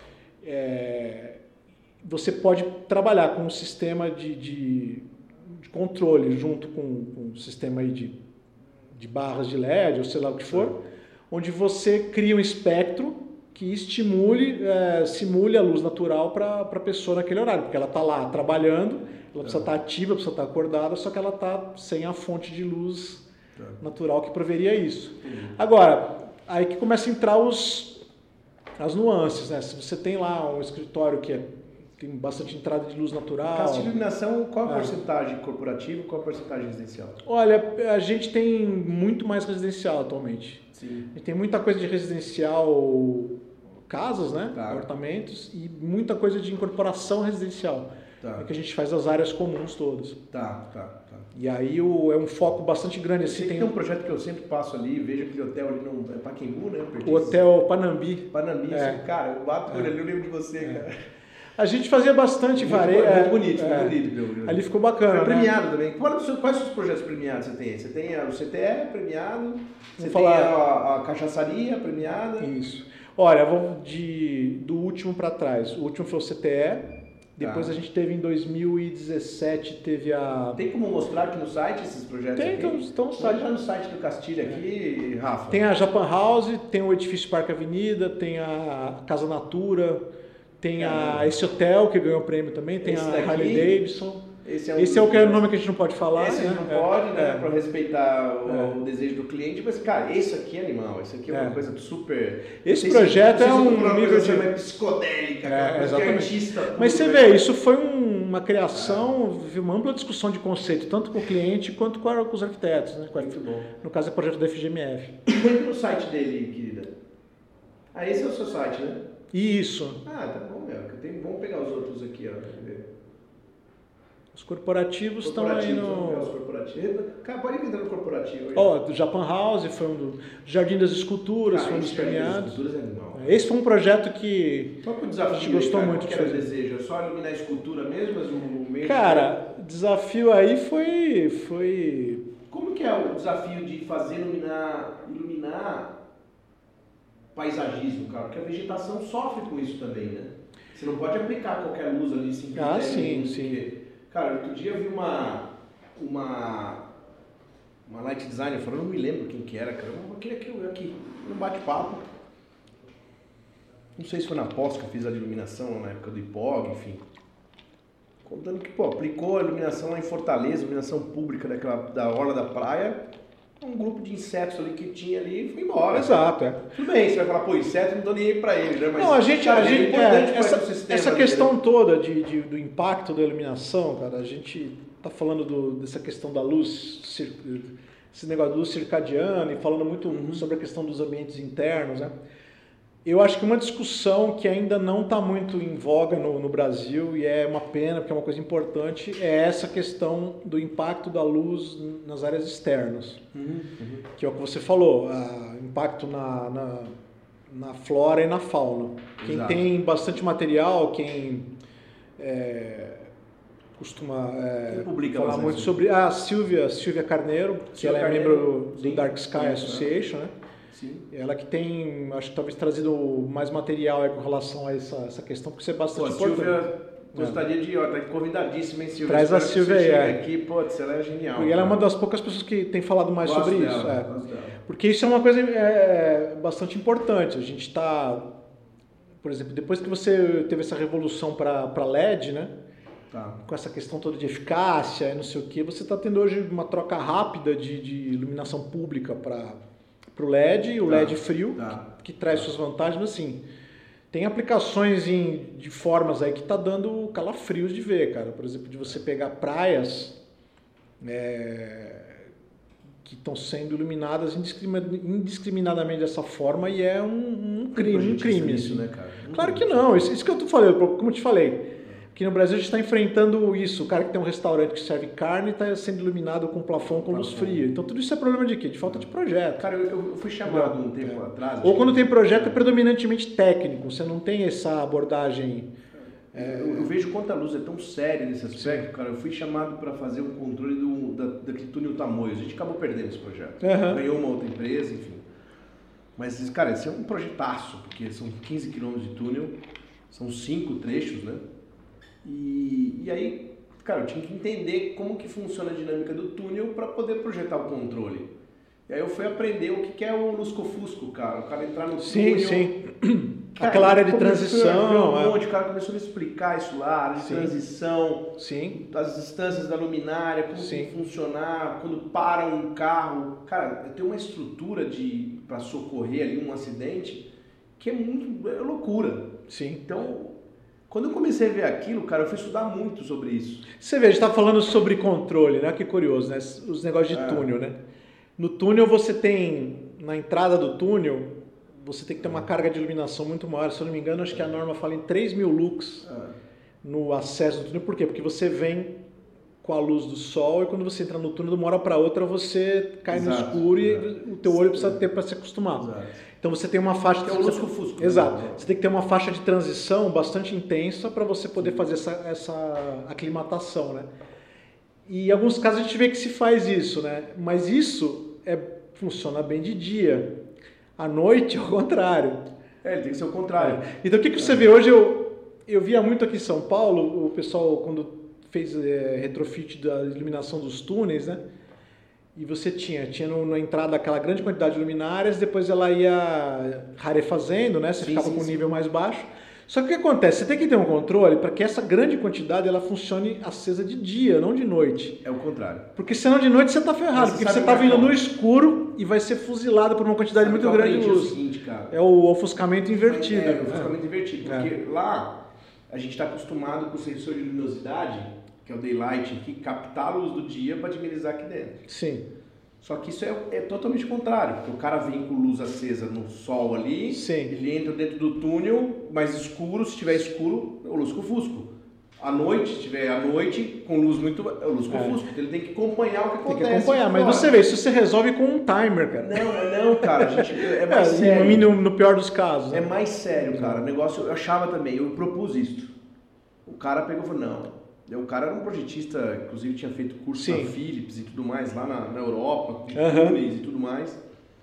Speaker 2: É, você pode trabalhar com um sistema de, de, de controle junto com, com um sistema aí de, de barras de L E D, ou sei lá o que for, onde você cria um espectro que estimule, é, simule a luz natural para a pessoa naquele horário, porque ela está lá trabalhando, ela precisa estar tá ativa, precisa estar tá acordada, só que ela está sem a fonte de luz natural que proveria isso. Agora, aí que começa a entrar os, as nuances, né? Se você tem lá um escritório que é, tem bastante entrada de luz natural...
Speaker 1: Casa de iluminação, qual a é. porcentagem corporativa e qual a porcentagem residencial?
Speaker 2: Olha, a gente tem muito mais residencial atualmente. Sim. A gente tem muita coisa de residencial... casas, né? Tá. Apartamentos e muita coisa de incorporação residencial. Tá. É que a gente faz as áreas comuns todas.
Speaker 1: Tá, tá, tá.
Speaker 2: E aí o, é um foco bastante grande. Assim,
Speaker 1: tem... tem um projeto que eu sempre passo ali, vejo aquele hotel ali no é Pacaembu, né?
Speaker 2: O Hotel Panambi.
Speaker 1: Panambi, é. Cara, eu bato por é. ali, eu lembro de você, é. cara.
Speaker 2: A gente fazia bastante varejo.
Speaker 1: Muito, muito bonito, é. muito bonito. Meu, meu.
Speaker 2: Ali ficou bacana.
Speaker 1: Foi premiado
Speaker 2: né?
Speaker 1: também. Quais são os seus projetos premiados você tem? Você tem o C T E premiado, você
Speaker 2: falar...
Speaker 1: tem a, a cachaçaria premiada.
Speaker 2: Isso. Olha, vamos de, do último para trás. O último foi o C T E. Depois tá. a gente teve em dois mil e dezessete, teve a...
Speaker 1: Tem como mostrar aqui no site esses projetos?
Speaker 2: Tem,
Speaker 1: aqui?
Speaker 2: Então, estão no site.
Speaker 1: no site do Castilho aqui, é. Rafa.
Speaker 2: Tem a Japan House, tem o Edifício Parque Avenida, tem a Casa Natura, tem a, esse hotel que ganhou o prêmio também, tem esse a daqui, Harley Davidson. Esse é, um esse é o que é o nome que a gente não pode falar.
Speaker 1: Esse
Speaker 2: né?
Speaker 1: a gente não é. pode, né?
Speaker 2: É.
Speaker 1: Para respeitar o, é. o desejo do cliente. Mas, cara, esse aqui é animal. Esse aqui é uma é. coisa super...
Speaker 2: Esse projeto é um nível de...
Speaker 1: É psicodélica,
Speaker 2: é,
Speaker 1: cara.
Speaker 2: Exatamente.
Speaker 1: Artista,
Speaker 2: mas você vê, isso foi um, uma criação, é. uma ampla discussão de conceito, tanto com o cliente quanto com, a, com os arquitetos. Né?
Speaker 1: Muito bom.
Speaker 2: No caso, é o projeto da F G M F.
Speaker 1: Entra no site dele, querida. Ah, esse é o seu site, né?
Speaker 2: Isso.
Speaker 1: Ah, tá bom, meu. Tem, vamos pegar os outros aqui, ó.
Speaker 2: Os corporativos estão aí no...
Speaker 1: Os corporativos. Cara, pode entrar no corporativo.
Speaker 2: Ó, oh, do Japan House foi um do... Jardim das Esculturas, ah, foi um dos premiados. É Esse foi um projeto que
Speaker 1: qual que é o desafio,
Speaker 2: a gente gostou
Speaker 1: cara?
Speaker 2: muito
Speaker 1: Qual
Speaker 2: de fazer.
Speaker 1: Qual era o desejo? É só iluminar a escultura mesmo? Mas o meio
Speaker 2: cara, o de... desafio aí foi, foi...
Speaker 1: Como que é o desafio de fazer iluminar, iluminar paisagismo, cara? Porque a vegetação sofre com isso também, né? Você não pode aplicar qualquer luz ali simplesmente.
Speaker 2: Ah, sim, sim.
Speaker 1: Cara, outro dia eu vi uma, uma, uma light designer, falou, não me lembro quem que era, cara. Eu queria que eu aqui, num bate-papo. Não sei se foi na pós que eu fiz a iluminação, na época do I P O G, enfim. Contando que, pô, aplicou a iluminação lá em Fortaleza, iluminação pública daquela, da orla da praia, um grupo de insetos ali que tinha ali e foi embora.
Speaker 2: Exato, é.
Speaker 1: Tudo bem, você vai falar, pô, inseto não dou nem aí pra ele, né? Mas,
Speaker 2: não, a gente,
Speaker 1: cara,
Speaker 2: a gente
Speaker 1: é importante
Speaker 2: é, essa, essa questão
Speaker 1: ali,
Speaker 2: toda de, de, do impacto da iluminação, cara, a gente tá falando do, dessa questão da luz, esse negócio da luz circadiana e falando muito uhum. sobre a questão dos ambientes internos, né? Eu acho que uma discussão que ainda não está muito em voga no, no Brasil, e é uma pena, porque é uma coisa importante, é essa questão do impacto da luz nas áreas externas. Uhum, uhum. Que é o que você falou, a, impacto na, na, na flora e na fauna. Quem Exato. Tem bastante material, quem é, costuma é, quem falar muito sobre... A Silvia, Silvia Carneiro, que Silvia ela é Carneiro, membro sim, do Dark Sky sim, Association, né? Sim. Ela que tem, acho que talvez trazido mais material aí com relação a essa, essa questão, porque isso é bastante
Speaker 1: pô,
Speaker 2: importante.
Speaker 1: Silvia, gostaria de, ó, tá convidadíssima, hein, Silvia?
Speaker 2: Traz a Silvia aí, é.
Speaker 1: Aqui, putz, ela é genial.
Speaker 2: E ela é uma das poucas pessoas que tem falado mais
Speaker 1: gosto
Speaker 2: sobre
Speaker 1: dela,
Speaker 2: isso. É.
Speaker 1: Gosto dela.
Speaker 2: Porque isso é uma coisa é, bastante importante. A gente está, por exemplo, depois que você teve essa revolução para L E D, né? Tá. Com essa questão toda de eficácia e não sei o que, você está tendo hoje uma troca rápida de, de iluminação pública para para o L E D, o tá, L E D frio, tá, que, que traz tá. suas vantagens, mas assim, tem aplicações em, de formas aí que tá dando calafrios de ver, cara. Por exemplo, de você pegar praias é, que estão sendo iluminadas indiscriminadamente dessa forma e é um, um crime, um crime.
Speaker 1: Isso, né, cara?
Speaker 2: Claro que não, isso, isso que eu tô falando, como eu te falei. Aqui no Brasil a gente está enfrentando isso. O cara que tem um restaurante que serve carne está sendo iluminado com plafon com luz fria. Então tudo isso é problema de quê? De falta de projeto.
Speaker 1: Cara, eu, eu fui chamado um tempo é. atrás...
Speaker 2: Ou quando tem projeto é predominantemente técnico. Você não tem essa abordagem...
Speaker 1: É... Eu, eu vejo quanto a luz é tão séria nesse aspecto, Sim. cara. Eu fui chamado para fazer o controle do, da, daquele túnel Tamoios. A gente acabou perdendo esse projeto. Uhum. Ganhou uma outra empresa, enfim. Mas, cara, esse é um projetaço, porque são quinze quilômetros de túnel, são cinco trechos, né? E, e aí, cara, eu tinha que entender como que funciona a dinâmica do túnel para poder projetar o controle. E aí eu fui aprender o que, que é o lusco-fusco, cara. O cara entrar no
Speaker 2: sim,
Speaker 1: túnel...
Speaker 2: Sim, sim. Aquela área de transição.
Speaker 1: Um monte, o cara começou a me explicar isso lá, área de sim. transição,
Speaker 2: sim.
Speaker 1: as distâncias da luminária, como
Speaker 2: sim.
Speaker 1: tem que funcionar, quando para um carro. Cara, eu tenho uma estrutura de para socorrer ali um acidente que é muito... é loucura.
Speaker 2: Sim.
Speaker 1: Então... Quando eu comecei a ver aquilo, cara, eu fui estudar muito sobre isso.
Speaker 2: Você vê, a gente está falando sobre controle, né? Que curioso, né? Os negócios de é. túnel, né? No túnel você tem, na entrada do túnel, você tem que ter uma carga de iluminação muito maior. Se eu não me engano, acho que a norma fala em três mil lux é. no acesso do túnel. Por quê? Porque você vem com a luz do sol e quando você entra no túnel, de uma hora para outra, você cai exato, no escuro exato. E o teu olho precisa ter para se acostumar. Exato. Então você tem uma faixa...
Speaker 1: Que é o lusco-fusco.
Speaker 2: Exato. Né? Você tem que ter uma faixa de transição bastante intensa para você poder fazer essa, essa aclimatação, né? E em alguns casos a gente vê que se faz isso, né? Mas isso é, funciona bem de dia. À noite é o contrário.
Speaker 1: É, tem que ser o contrário.
Speaker 2: É. Então o que, que você é. vê hoje? Eu, eu via muito aqui em São Paulo, o pessoal quando fez é, retrofit da iluminação dos túneis, né? E você tinha, tinha no, na entrada aquela grande quantidade de luminárias, depois ela ia rarefazendo, né? Você sim, ficava sim, com um nível sim. mais baixo. Só que o que acontece? Você tem que ter um controle para que essa grande quantidade ela funcione acesa de dia, não de noite.
Speaker 1: É o contrário.
Speaker 2: Porque senão de noite você está ferrado, porque você está vindo no escuro e vai ser fuzilado por uma quantidade sabe muito grande de luz.
Speaker 1: É o seguinte, cara.
Speaker 2: É o ofuscamento invertido. É,
Speaker 1: é o ofuscamento é. invertido, porque é. lá a gente está acostumado com o sensor de luminosidade, que é o daylight, que captar a luz do dia para amenizar aqui dentro.
Speaker 2: Sim.
Speaker 1: Só que isso é, é totalmente contrário, porque o cara vem com luz acesa no sol ali,
Speaker 2: Sim.
Speaker 1: ele entra dentro do túnel, mais escuro, se estiver escuro, é o lusco-fusco. À noite, se estiver à noite, com luz muito... é o lusco-fusco, é. Então ele tem que acompanhar o que acontece.
Speaker 2: Tem que acompanhar, mas você vê, isso você resolve com um timer, cara.
Speaker 1: Não, não, cara, a gente, é mais
Speaker 2: é,
Speaker 1: sério.
Speaker 2: No, no pior dos casos.
Speaker 1: É
Speaker 2: né?
Speaker 1: mais sério, cara, o negócio, eu achava também, eu propus isso. O cara pegou e falou, não... O cara era um projetista, inclusive tinha feito curso Sim. na Philips e tudo mais, lá na, na Europa, de uhum. túneis e tudo mais.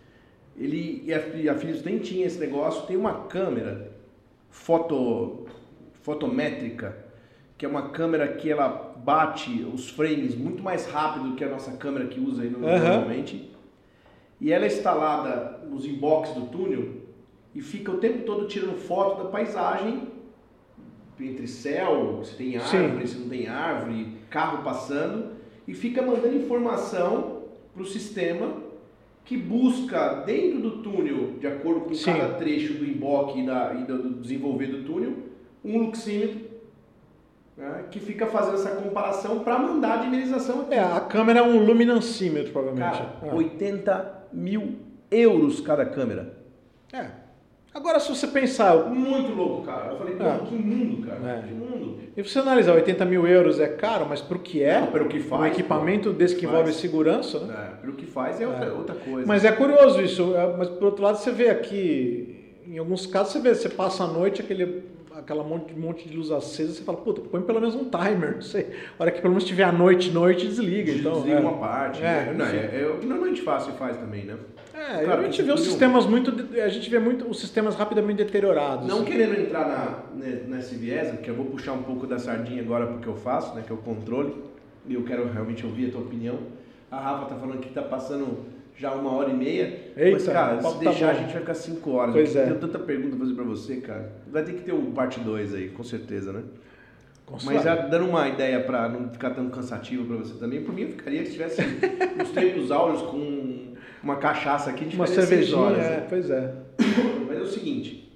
Speaker 1: Ele, e a, e a Philips nem tinha esse negócio, tem uma câmera foto, fotométrica que é uma câmera que ela bate os frames muito mais rápido do que a nossa câmera que usa aí normalmente. Uhum. E ela é instalada nos inbox do túnel e fica o tempo todo tirando foto da paisagem, entre céu, se tem árvore, Sim. se não tem árvore, carro passando, e fica mandando informação para o sistema que busca dentro do túnel, de acordo com Sim. cada trecho do inbox e, da, e do desenvolver do túnel, um luxímetro, né, que fica fazendo essa comparação para mandar a dimerização aqui.
Speaker 2: É, a câmera é um luminancímetro, provavelmente.
Speaker 1: Cara,
Speaker 2: é.
Speaker 1: oitenta mil euros cada câmera.
Speaker 2: É. Agora, se você pensar...
Speaker 1: Muito louco, cara. Eu falei, pô, é. que mundo, cara.
Speaker 2: É.
Speaker 1: Que mundo.
Speaker 2: E você analisar, oitenta mil euros é caro, mas para o que é,
Speaker 1: para o que faz,
Speaker 2: um equipamento
Speaker 1: pô,
Speaker 2: desse que envolve
Speaker 1: faz.
Speaker 2: segurança, né?
Speaker 1: É, para o que faz é, é. Outra, outra coisa.
Speaker 2: Mas é curioso isso. Mas, por outro lado, você vê aqui, em alguns casos, você vê, você passa a noite, aquele... aquela monte, monte de luz acesa, você fala, puta, põe pelo menos um timer, não sei. A hora que pelo menos tiver a noite, noite, desliga. Então,
Speaker 1: desliga
Speaker 2: é.
Speaker 1: uma parte.
Speaker 2: É,
Speaker 1: né? Não, é, é o que normalmente faz, você faz também, né?
Speaker 2: É, claro, a gente vê os sistemas muito, a gente vê muito os sistemas rapidamente deteriorados.
Speaker 1: Não assim. Querendo entrar na, nesse viés, porque eu vou puxar um pouco da sardinha agora porque eu faço, né, que é o controle, e eu quero realmente ouvir a tua opinião. A Rafa tá falando que tá passando já uma hora e meia,
Speaker 2: Eita,
Speaker 1: mas cara, se deixar
Speaker 2: tá
Speaker 1: a gente vai ficar cinco horas.
Speaker 2: Pois
Speaker 1: eu
Speaker 2: é.
Speaker 1: tenho tanta pergunta pra fazer pra você, cara. Vai ter que ter o parte dois aí, com certeza, né? Mas já dando uma ideia para não ficar tão cansativo para você também, por mim eu ficaria se tivesse uns tempos áureos com uma cachaça aqui, de
Speaker 2: uma cervejinha,
Speaker 1: horas,
Speaker 2: é,
Speaker 1: né?
Speaker 2: Pois é.
Speaker 1: Mas é o seguinte,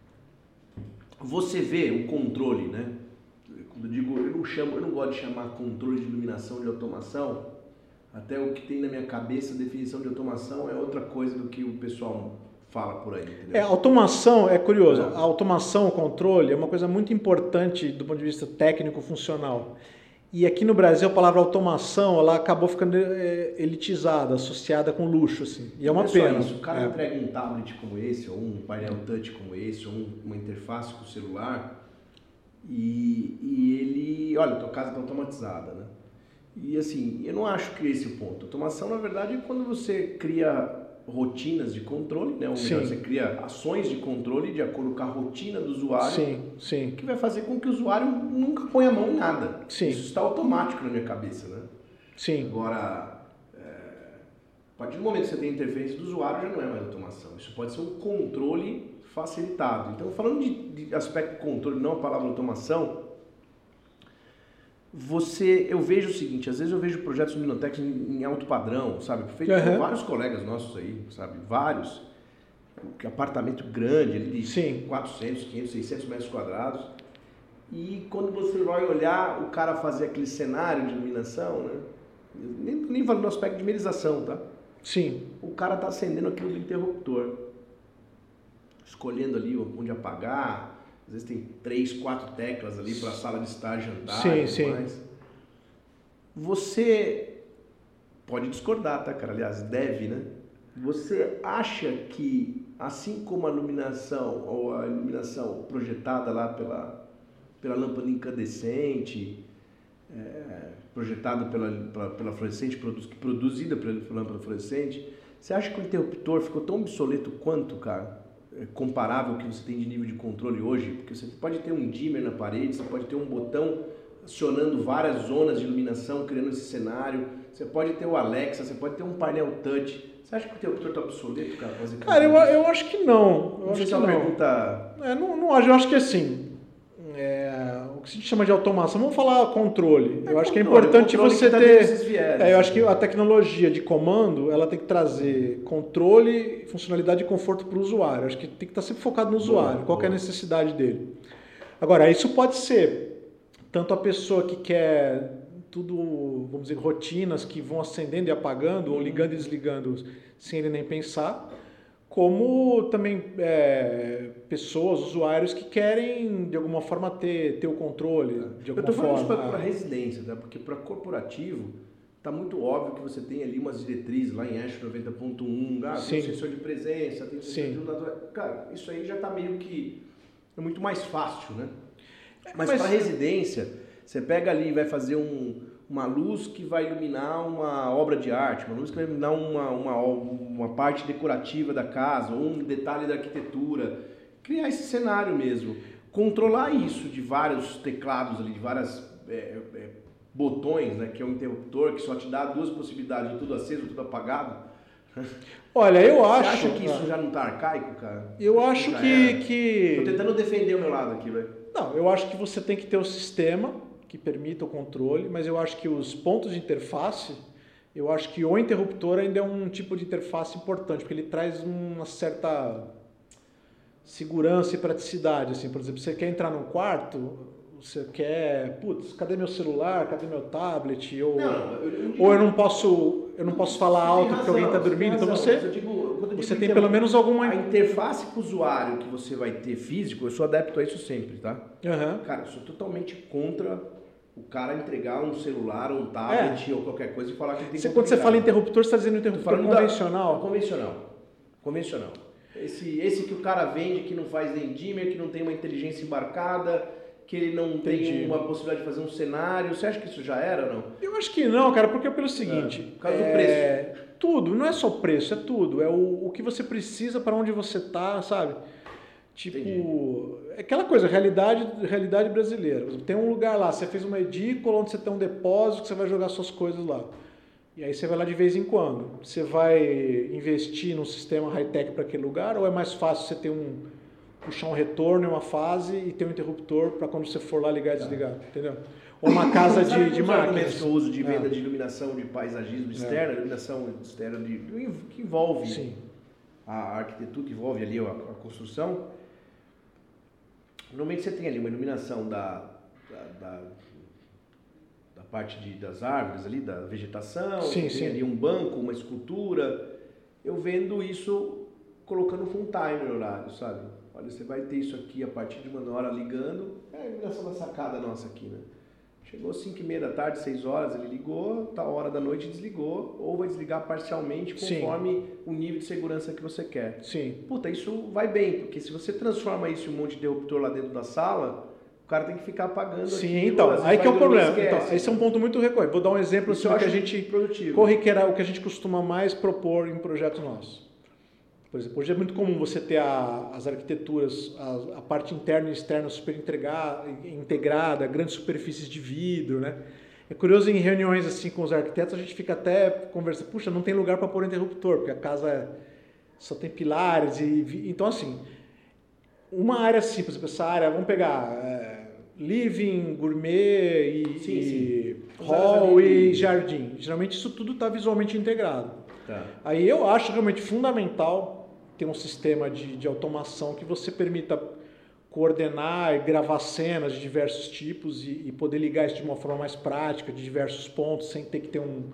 Speaker 1: você vê o controle, né? Quando eu digo, eu não chamo, eu não gosto de chamar controle de iluminação de automação, até o que tem na minha cabeça, a definição de automação é outra coisa do que o pessoal fala por aí, entendeu?
Speaker 2: É, automação, é curioso, a automação, o controle, é uma coisa muito importante do ponto de vista técnico-funcional. E aqui no Brasil, a palavra automação, ela acabou ficando é, elitizada, associada com luxo, assim. E é uma pena.
Speaker 1: Isso, o cara
Speaker 2: é.
Speaker 1: entrega um tablet como esse, ou um painel touch como esse, ou um, uma interface com o celular, e, e ele, olha, tua casa está automatizada, né? E assim, eu não acho que esse é o ponto. Automação, na verdade, é quando você cria rotinas de controle, né? Ou melhor, você cria ações de controle de acordo com a rotina do usuário,
Speaker 2: sim, sim.
Speaker 1: que vai fazer com que o usuário nunca ponha a mão em nada.
Speaker 2: Sim.
Speaker 1: Isso está automático na minha cabeça, né?
Speaker 2: Sim.
Speaker 1: Agora, é, a partir do momento que você tem interferência do usuário, já não é mais automação. Isso pode ser um controle facilitado. Então, falando de, de aspecto controle, não a palavra automação, você, eu vejo o seguinte, às vezes eu vejo projetos Luminotex em, em alto padrão, sabe? Feito uhum. por vários colegas nossos aí, sabe? Vários. Que apartamento grande, ali de
Speaker 2: Sim.
Speaker 1: quatrocentos, quinhentos, seiscentos metros quadrados. E quando você vai olhar o cara fazer aquele cenário de iluminação, né? Nem, nem falando do aspecto de dimerização, tá?
Speaker 2: Sim.
Speaker 1: O cara tá acendendo aquilo do interruptor. Escolhendo ali onde apagar. Às vezes tem três, quatro teclas ali para a sala de estar, jantar
Speaker 2: sim,
Speaker 1: e tudo
Speaker 2: sim.
Speaker 1: mais. Você pode discordar, tá, cara? Aliás, deve, né? Você acha que, assim como a iluminação, ou a iluminação projetada lá pela, pela lâmpada incandescente, é, projetada pela, pela, pela fluorescente, produzida pela lâmpada fluorescente, você acha que o interruptor ficou tão obsoleto quanto, cara? Comparável ao que você tem de nível de controle hoje, porque você pode ter um dimmer na parede, você pode ter um botão acionando várias zonas de iluminação, criando esse cenário, você pode ter o Alexa, você pode ter um painel touch. Você acha que o interruptor está obsoleto, cara? Fazer
Speaker 2: cara, eu, eu acho que não. Eu
Speaker 1: não
Speaker 2: acho
Speaker 1: sei
Speaker 2: que
Speaker 1: se é uma pergunta...
Speaker 2: É, não, não acho, eu acho que assim, é, o que se chama de automação, vamos falar controle. É eu acho controle, que é importante você
Speaker 1: tá
Speaker 2: ter...
Speaker 1: Viés,
Speaker 2: é, eu acho que a tecnologia de comando, ela tem que trazer controle, funcionalidade e conforto para o usuário. Eu acho que tem que estar sempre focado no usuário, boa, qual boa. É a necessidade dele. Agora, isso pode ser tanto a pessoa que quer tudo, vamos dizer, rotinas que vão acendendo e apagando, ou ligando e desligando sem ele nem pensar, como também é, pessoas, usuários que querem de alguma forma ter, ter o controle, de alguma
Speaker 1: Eu tô falando
Speaker 2: forma.
Speaker 1: isso para residência, tá? Porque para corporativo está muito óbvio que você tem ali umas diretrizes lá em A S H noventa ponto um, ah, tem um sensor de presença, tem um sensor de natural. Cara, isso aí já está meio que é muito mais fácil, né? Mas, Mas para residência, você pega ali e vai fazer um, uma luz que vai iluminar uma obra de arte, uma luz que vai iluminar uma, uma, uma parte decorativa da casa, ou um detalhe da arquitetura. Criar esse cenário mesmo. controlar isso de vários teclados ali, de várias é, é, botões, né, que é um interruptor que só te dá duas possibilidades, tudo aceso, tudo apagado.
Speaker 2: Olha, eu
Speaker 1: Você
Speaker 2: acho...
Speaker 1: Você acha que isso já não tá arcaico, cara?
Speaker 2: Eu acho que, que...
Speaker 1: Tô tentando defender o meu lado aqui, velho.
Speaker 2: Não, eu acho que você tem que ter o sistema que permita o controle, mas eu acho que os pontos de interface, eu acho que o interruptor ainda é um tipo de interface importante, porque ele traz uma certa segurança e praticidade. Assim, por exemplo, você quer entrar num quarto, você quer, putz, cadê meu celular, cadê meu tablet? Ou, não, eu, eu digo, ou eu não posso, eu não posso falar alto razão, porque alguém está dormindo. Então você, eu digo, eu digo você tem pelo menos alguma...
Speaker 1: A interface com o usuário que você vai ter físico, eu sou adepto a isso sempre, tá?
Speaker 2: Uhum.
Speaker 1: Cara, eu sou totalmente contra o cara entregar um celular, um tablet é. ou qualquer coisa e falar que ele tem que...
Speaker 2: Quando você fala interruptor, você está dizendo interruptor convencional?
Speaker 1: Da, convencional. Convencional. Esse, esse que o cara vende, que não faz nem dimmer, que não tem uma inteligência embarcada, que ele não Entendi. tem uma possibilidade de fazer um cenário. Você acha que isso já era ou não?
Speaker 2: Eu acho que não, cara, porque é pelo seguinte... É,
Speaker 1: por causa
Speaker 2: é,
Speaker 1: do preço.
Speaker 2: Tudo, não é só preço, é tudo. É o, o que você precisa para onde você tá, sabe? Tipo, Entendi. É aquela coisa, realidade, realidade brasileira. Tem um lugar lá, você fez uma edícula onde você tem um depósito que você vai jogar suas coisas lá. E aí você vai lá de vez em quando. Você vai investir num sistema high-tech para aquele lugar ou é mais fácil você ter um... puxar um retorno em uma fase e ter um interruptor para quando você for lá ligar e desligar, entendeu? Ou uma casa de, de máquinas.
Speaker 1: Que eu uso de venda é. de iluminação de paisagismo externo, é. iluminação externa de, que envolve Sim. a arquitetura, que envolve ali a, a construção. Normalmente você tem ali uma iluminação da, da, da, da parte de, das árvores ali, da vegetação,
Speaker 2: sim,
Speaker 1: tem
Speaker 2: sim.
Speaker 1: ali um banco, uma escultura. Eu vendo isso colocando full time no horário, sabe? Olha, você vai ter isso aqui a partir de uma hora ligando. É a iluminação da sacada nossa aqui, né? Chegou cinco e meia da tarde, seis horas, ele ligou, tal hora da noite desligou, ou vai desligar parcialmente conforme Sim. o nível de segurança que você quer.
Speaker 2: Sim.
Speaker 1: Puta, isso vai bem, porque se você transforma isso em um monte de interruptor lá dentro da sala, o cara tem que ficar apagando
Speaker 2: Sim,
Speaker 1: aquilo,
Speaker 2: então, aí que é o problema.
Speaker 1: Esquece,
Speaker 2: então, esse é um ponto muito recorrente. Vou dar um exemplo assim, do que a gente
Speaker 1: produtivo.
Speaker 2: corriqueira, o que a gente costuma mais propor em projetos nossos. Por exemplo, hoje é muito comum você ter a, as arquiteturas, a, a parte interna e externa super integrada, integrada, grandes superfícies de vidro, né? É curioso, em reuniões assim com os arquitetos, a gente fica até conversando, puxa, não tem lugar para pôr interruptor, porque a casa é, só tem pilares. E, então, assim, uma área simples, essa área, vamos pegar é, living, gourmet e,
Speaker 1: sim,
Speaker 2: e
Speaker 1: sim.
Speaker 2: hall e jardim. Geralmente isso tudo está visualmente integrado.
Speaker 1: Tá.
Speaker 2: Aí eu acho realmente fundamental ter um sistema de, de automação que você permita coordenar e gravar cenas de diversos tipos e, e poder ligar isso de uma forma mais prática, de diversos pontos, sem ter que ter um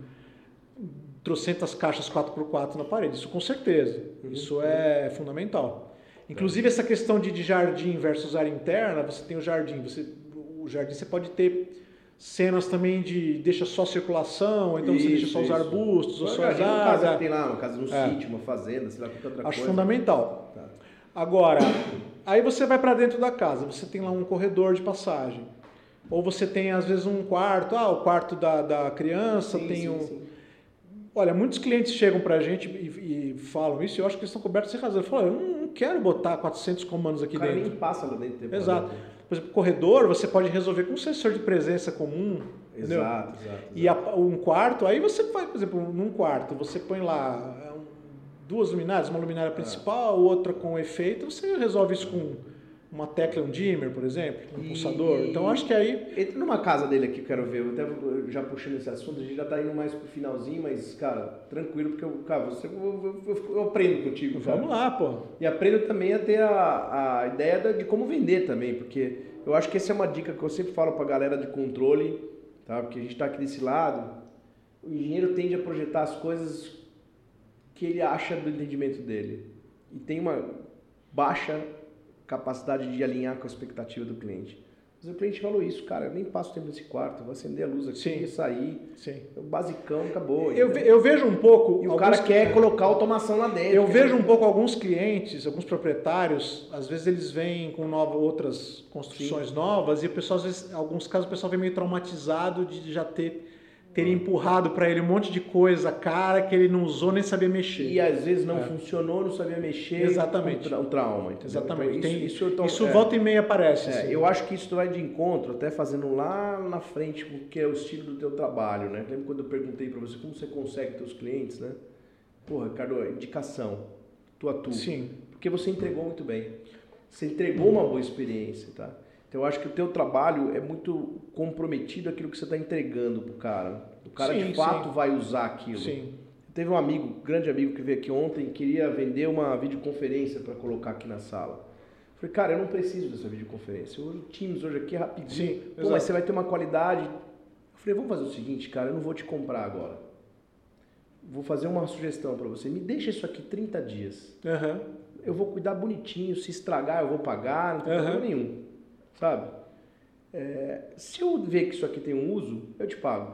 Speaker 2: trocentas caixas quatro por quatro na parede. Isso com certeza. Uhum. Isso é fundamental. Inclusive essa questão de, de jardim versus área interna, você tem o jardim, você, o jardim você pode ter cenas também de deixa só circulação, então isso, você deixa só os arbustos, isso. ou só as árvores.
Speaker 1: Tem lá uma casa no é. sítio, uma fazenda, sei lá, qualquer outra
Speaker 2: Acho
Speaker 1: coisa.
Speaker 2: fundamental.
Speaker 1: Tá.
Speaker 2: Agora, aí você vai para dentro da casa, você tem lá um corredor de passagem. Ou você tem às vezes um quarto, ah, o quarto da, da criança,
Speaker 1: sim,
Speaker 2: tem
Speaker 1: sim,
Speaker 2: um...
Speaker 1: Sim.
Speaker 2: Olha, muitos clientes chegam para a gente e, e falam isso, e eu acho que eles estão cobertos sem razão. Eles falam, eu não, não quero botar quatrocentos comandos aqui
Speaker 1: o cara
Speaker 2: dentro.
Speaker 1: Nem passa lá dentro.
Speaker 2: Exato. Por exemplo, corredor, você pode resolver com um sensor de presença comum.
Speaker 1: Exato,
Speaker 2: entendeu?
Speaker 1: exato, exato.
Speaker 2: E a, um quarto, aí você vai, por exemplo, num quarto, você põe lá duas luminárias, uma luminária principal, ah. outra com efeito, você resolve isso com uma tecla, um dimmer, por exemplo, um e, pulsador. Então, acho que aí...
Speaker 1: Entra numa casa dele aqui, eu quero ver, eu até já puxando esse assunto, a gente já tá indo mais pro finalzinho, mas, cara, tranquilo, porque, eu, cara, você, eu, eu, eu aprendo contigo, cara.
Speaker 2: Vamos lá, pô.
Speaker 1: E aprendo também a ter a, a ideia de como vender também, porque eu acho que essa é uma dica que eu sempre falo pra galera de controle, tá? Porque a gente tá aqui desse lado, o engenheiro tende a projetar as coisas que ele acha do entendimento dele. E tem uma baixa capacidade de alinhar com a expectativa do cliente. Mas o cliente falou isso, cara, eu nem passo tempo nesse quarto, vou acender a luz aqui
Speaker 2: Sim.
Speaker 1: e sair.
Speaker 2: Sim.
Speaker 1: É o basicão, acabou.
Speaker 2: Eu, ve, eu vejo um pouco...
Speaker 1: E o cara quer colocar automação lá dentro.
Speaker 2: Eu vejo um pouco alguns clientes, alguns proprietários, às vezes eles vêm com nova, outras construções Sim. novas e o pessoal, às vezes, em alguns casos o pessoal vem meio traumatizado de já ter terem empurrado para ele um monte de coisa, cara, que ele não usou nem sabia mexer.
Speaker 1: E às vezes não é. funcionou, não sabia mexer.
Speaker 2: Exatamente.
Speaker 1: O trauma. Entendeu?
Speaker 2: Exatamente.
Speaker 1: Então,
Speaker 2: Tem,
Speaker 1: isso isso,
Speaker 2: isso
Speaker 1: é,
Speaker 2: volta e meia aparece.
Speaker 1: É,
Speaker 2: assim.
Speaker 1: Eu acho que isso vai de encontro, até fazendo lá na frente, o que é o estilo do teu trabalho, né? Lembra quando eu perguntei para você como você consegue teus clientes, né? Porra, Ricardo, indicação, tu atua.
Speaker 2: Sim.
Speaker 1: Porque você entregou muito bem. Você entregou uma boa experiência, tá? Então eu acho que o teu trabalho é muito comprometido aquilo que você está entregando pro cara. O cara sim, de fato sim. vai usar aquilo.
Speaker 2: Sim.
Speaker 1: Teve um amigo, um grande amigo que veio aqui ontem, queria vender uma videoconferência para colocar aqui na sala. Eu falei, cara, eu não preciso dessa videoconferência. O Teams hoje aqui é rapidinho.
Speaker 2: Sim,
Speaker 1: Pô, mas você vai ter uma qualidade. Eu falei, vamos fazer o seguinte, cara, eu não vou te comprar agora. Vou fazer uma sugestão para você. Me deixa isso aqui trinta dias.
Speaker 2: Uhum.
Speaker 1: Eu vou cuidar bonitinho. Se estragar, eu vou pagar. Não tem uhum. problema nenhum. Sabe? É, se eu ver que isso aqui tem um uso, eu te pago.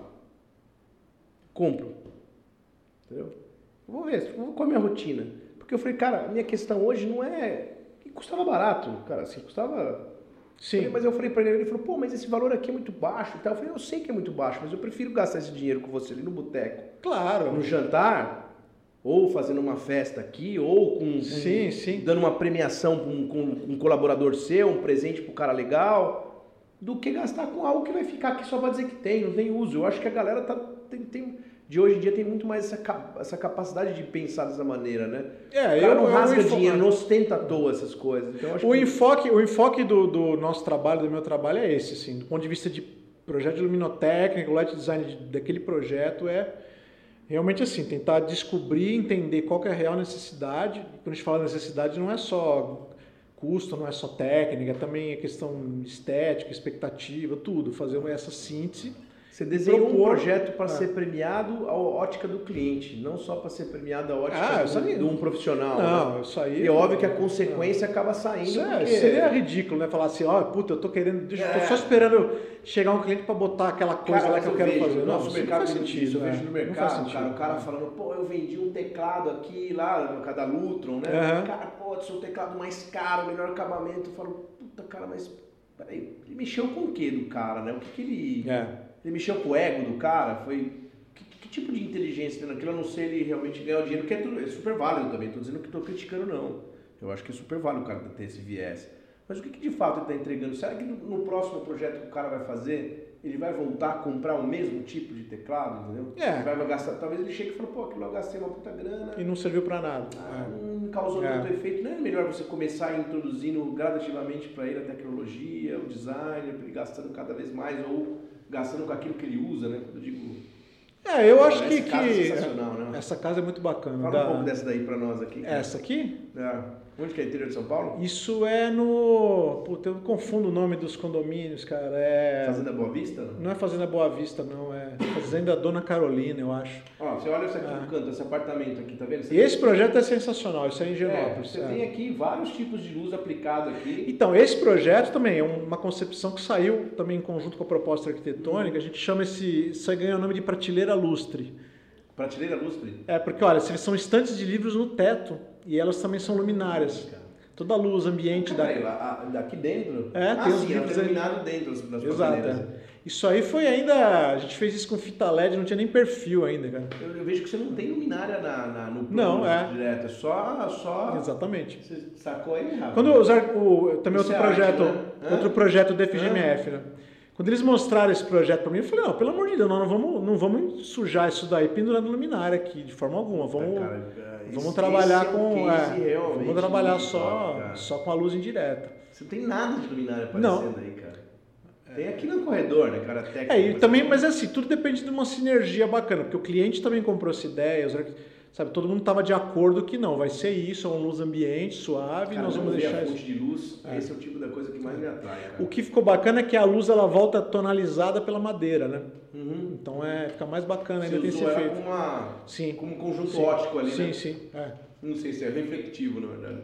Speaker 1: Compro. Entendeu? Eu vou ver, qual é a minha rotina. Porque eu falei, cara, a minha questão hoje não é... que custava barato, cara, assim, custava...
Speaker 2: Sim.
Speaker 1: Falei, mas eu falei pra ele, ele falou, pô, mas esse valor aqui é muito baixo e tal. Eu falei, eu sei que é muito baixo, mas eu prefiro gastar esse dinheiro com você ali no boteco.
Speaker 2: Claro.
Speaker 1: No jantar, ou fazendo uma festa aqui, ou com...
Speaker 2: Sim,
Speaker 1: com
Speaker 2: sim.
Speaker 1: Dando uma premiação com, com um colaborador seu, um presente pro cara legal, do que gastar com algo que vai ficar aqui só pra dizer que tem, não tem uso. Eu acho que a galera tá... Tem, tem, de hoje em dia tem muito mais essa, essa capacidade de pensar dessa maneira, né?
Speaker 2: É,
Speaker 1: o cara
Speaker 2: eu,
Speaker 1: não rasga
Speaker 2: eu,
Speaker 1: dinheiro, não ostenta à toa essas coisas. Então, acho
Speaker 2: o,
Speaker 1: que...
Speaker 2: enfoque, o enfoque do, do nosso trabalho, do meu trabalho é esse, assim, do ponto de vista de projeto de luminotécnica, o light design de, daquele projeto é realmente assim, tentar descobrir, entender qual que é a real necessidade. Quando a gente fala necessidade, não é só custo, não é só técnica, é também a questão estética, expectativa, tudo, fazer essa síntese.
Speaker 1: Você desenhou propor, um projeto para é. ser premiado a ótica do cliente, não só para ser premiado a ótica
Speaker 2: ah,
Speaker 1: do, de um profissional.
Speaker 2: Não,
Speaker 1: né?
Speaker 2: isso aí...
Speaker 1: E é óbvio que a consequência não. acaba saindo.
Speaker 2: Isso
Speaker 1: porque...
Speaker 2: é, seria ridículo, né? Falar assim, ó, oh, puta, eu tô querendo, deixa, é. tô só esperando chegar um cliente para botar aquela coisa
Speaker 1: cara,
Speaker 2: lá que eu, eu quero
Speaker 1: vejo,
Speaker 2: fazer.
Speaker 1: Não,
Speaker 2: não,
Speaker 1: no mercado
Speaker 2: não faz sentido.
Speaker 1: Eu
Speaker 2: né?
Speaker 1: vejo no mercado, cara, o cara falando, pô, eu vendi um teclado aqui, lá, no cada Lutron, né? Uhum. Cara, pô, seu teclado mais caro, melhor acabamento. Eu falo, puta, cara, mas peraí, ele mexeu com o que do cara, né? O que que ele...
Speaker 2: É.
Speaker 1: Ele mexeu com o ego do cara? Foi... Que, que tipo de inteligência tem naquilo? A não ser ele realmente ganhar o dinheiro, que é, tudo, é super válido também. Estou dizendo que estou criticando, não. Eu acho que é super válido o cara ter esse viés. Mas o que, que de fato ele está entregando? Será que no, no próximo projeto que o cara vai fazer, ele vai voltar a comprar o mesmo tipo de teclado, entendeu?
Speaker 2: É.
Speaker 1: Ele vai gastar, talvez ele chegue e fale, pô, aquilo eu gastei uma puta grana.
Speaker 2: E não serviu para nada.
Speaker 1: Ah, é. Não causou é. tanto efeito. Não é melhor você começar introduzindo gradativamente para ele a tecnologia, o design, para ele gastando cada vez mais, ou gastando com aquilo que ele usa, né? Eu digo...
Speaker 2: É, eu acho que,
Speaker 1: casa
Speaker 2: que
Speaker 1: é sensacional, né?
Speaker 2: essa casa é muito bacana.
Speaker 1: Fala
Speaker 2: da...
Speaker 1: um pouco dessa daí pra nós aqui. Cara.
Speaker 2: Essa aqui?
Speaker 1: É. Onde que é? Interior de São Paulo?
Speaker 2: Isso é no... Puta, eu confundo o nome dos condomínios, cara. É...
Speaker 1: Fazenda Boa Vista?
Speaker 2: Não é Fazenda Boa Vista, não. É Fazenda Dona Carolina, eu acho.
Speaker 1: Ó, você olha isso aqui é. no canto, esse apartamento aqui, tá vendo? Você
Speaker 2: esse
Speaker 1: tem...
Speaker 2: projeto é sensacional, isso é em Higienópolis.
Speaker 1: É, você é. tem aqui vários tipos de luz aplicado aqui.
Speaker 2: Então, esse projeto também é uma concepção que saiu também em conjunto com a proposta arquitetônica. Hum. A gente chama esse... Isso aí ganha o nome de prateleira lustre.
Speaker 1: Prateleira lustre?
Speaker 2: É, porque olha, são estantes de livros no teto e elas também são luminárias. Toda a luz ambiente
Speaker 1: ah,
Speaker 2: da...
Speaker 1: Aí, lá, daqui dentro?
Speaker 2: É,
Speaker 1: ah,
Speaker 2: tem os
Speaker 1: sim,
Speaker 2: livros
Speaker 1: iluminado aí... dentro das
Speaker 2: Exato. É. Isso aí foi ainda... A gente fez isso com fita L E D, não tinha nem perfil ainda, cara.
Speaker 1: Eu, eu vejo que você não tem luminária na, na, no
Speaker 2: não, é.
Speaker 1: direto, é só, só...
Speaker 2: Exatamente.
Speaker 1: Você sacou aí, Rafa?
Speaker 2: Quando usar o... Também
Speaker 1: isso
Speaker 2: outro
Speaker 1: é
Speaker 2: projeto,
Speaker 1: arte, né?
Speaker 2: outro projeto da F G M F, né? Quando eles mostraram esse projeto para mim, eu falei, não, pelo amor de Deus, nós não vamos, não vamos sujar isso daí pendurando luminária aqui, de forma alguma. Vamos, cara, cara, vamos esse, trabalhar esse com... É, é, vamos trabalhar só, cara. só com a luz indireta.
Speaker 1: Você não tem nada de luminária aparecendo não. aí, cara. Tem aqui no corredor, né, cara? Técnico,
Speaker 2: é, e também, mas assim, tudo depende de uma sinergia bacana, porque o cliente também comprou essa ideia, sabe, todo mundo estava de acordo que não, vai ser isso, é uma luz ambiente, suave,
Speaker 1: cara,
Speaker 2: nós vamos deixar
Speaker 1: a
Speaker 2: isso.
Speaker 1: fonte de luz, é. esse é o tipo da coisa que mais me atrai, cara.
Speaker 2: O que ficou bacana é que a luz ela volta tonalizada pela madeira, né?
Speaker 1: Uhum.
Speaker 2: Então é, fica mais bacana,
Speaker 1: você
Speaker 2: ainda tem esse
Speaker 1: ela
Speaker 2: efeito.
Speaker 1: Com uma,
Speaker 2: sim.
Speaker 1: com um conjunto
Speaker 2: sim.
Speaker 1: óptico ali,
Speaker 2: sim,
Speaker 1: né?
Speaker 2: Sim, sim. É.
Speaker 1: Não sei se é reflectivo, na verdade.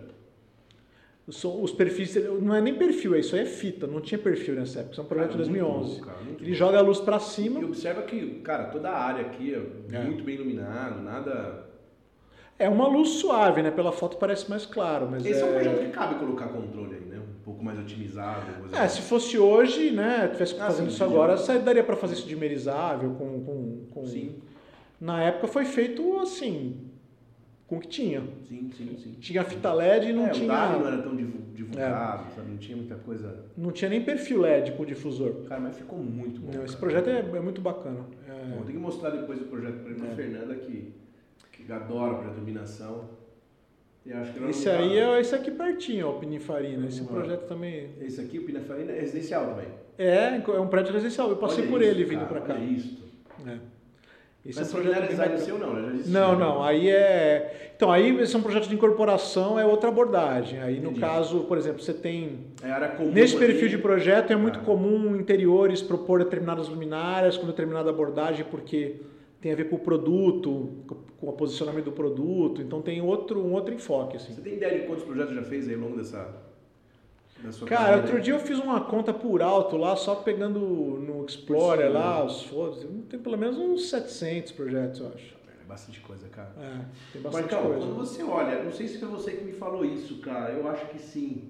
Speaker 2: Os perfis, não é nem perfil, isso aí é fita, não tinha perfil nessa época, isso é um projeto cara, de dois mil e onze. Bom, cara, Ele bom. joga a luz para cima.
Speaker 1: E observa que, cara, toda a área aqui é, é. muito bem iluminado, nada...
Speaker 2: É uma luz suave, né? Pela foto parece mais claro, mas
Speaker 1: Esse
Speaker 2: é...
Speaker 1: é um projeto que cabe colocar controle aí, né? Um pouco mais otimizado.
Speaker 2: É, se fosse hoje, né? Tivesse ah, fazendo sim, isso agora, daria para fazer isso dimerizável, com, com com...
Speaker 1: Sim.
Speaker 2: Na época foi feito assim, com o que tinha.
Speaker 1: Sim, sim, sim.
Speaker 2: Tinha fita L E D e não
Speaker 1: é,
Speaker 2: tinha...
Speaker 1: O D A W não era tão divulgado, é. sabe? Não tinha muita coisa...
Speaker 2: Não tinha nem perfil L E D com difusor.
Speaker 1: Cara, mas ficou muito bom.
Speaker 2: Não, esse
Speaker 1: cara.
Speaker 2: projeto é, é muito bacana. É...
Speaker 1: Bom, tem que mostrar depois o projeto para a é. Fernanda, que, que adora para iluminação. E acho que
Speaker 2: esse aí é esse aqui pertinho, ó, o Pininfarina. Esse
Speaker 1: Uma...
Speaker 2: projeto também...
Speaker 1: Esse aqui, o Pininfarina, é residencial também?
Speaker 2: É, é um prédio residencial. Eu passei
Speaker 1: olha
Speaker 2: por
Speaker 1: isso,
Speaker 2: ele vindo
Speaker 1: para
Speaker 2: cá.
Speaker 1: Olha isso.
Speaker 2: É. Esse
Speaker 1: Mas
Speaker 2: é um projeto
Speaker 1: não era seu não, né? Já existia,
Speaker 2: Não,
Speaker 1: né?
Speaker 2: não. Aí é... Então, aí esse é um projeto de incorporação, é outra abordagem. Aí, Entendi. No caso, por exemplo, você tem...
Speaker 1: É área comum
Speaker 2: nesse perfil
Speaker 1: ali.
Speaker 2: de projeto é muito
Speaker 1: ah.
Speaker 2: comum interiores propor determinadas luminárias com determinada abordagem, porque tem a ver com o produto, com o posicionamento do produto. Então, tem outro, um outro enfoque, assim.
Speaker 1: Você tem ideia de quantos projetos já fez aí ao longo dessa... da sua
Speaker 2: Cara,
Speaker 1: carreira?
Speaker 2: outro dia eu fiz uma conta por alto lá, só pegando no Explorer
Speaker 1: Sim,
Speaker 2: lá,
Speaker 1: né?
Speaker 2: os fotos. Tem pelo menos uns setecentos projetos, eu acho.
Speaker 1: É bastante coisa, cara.
Speaker 2: É, tem bastante
Speaker 1: Marcão,
Speaker 2: coisa.
Speaker 1: quando você olha, não sei se foi você que me falou isso, cara, eu acho que sim.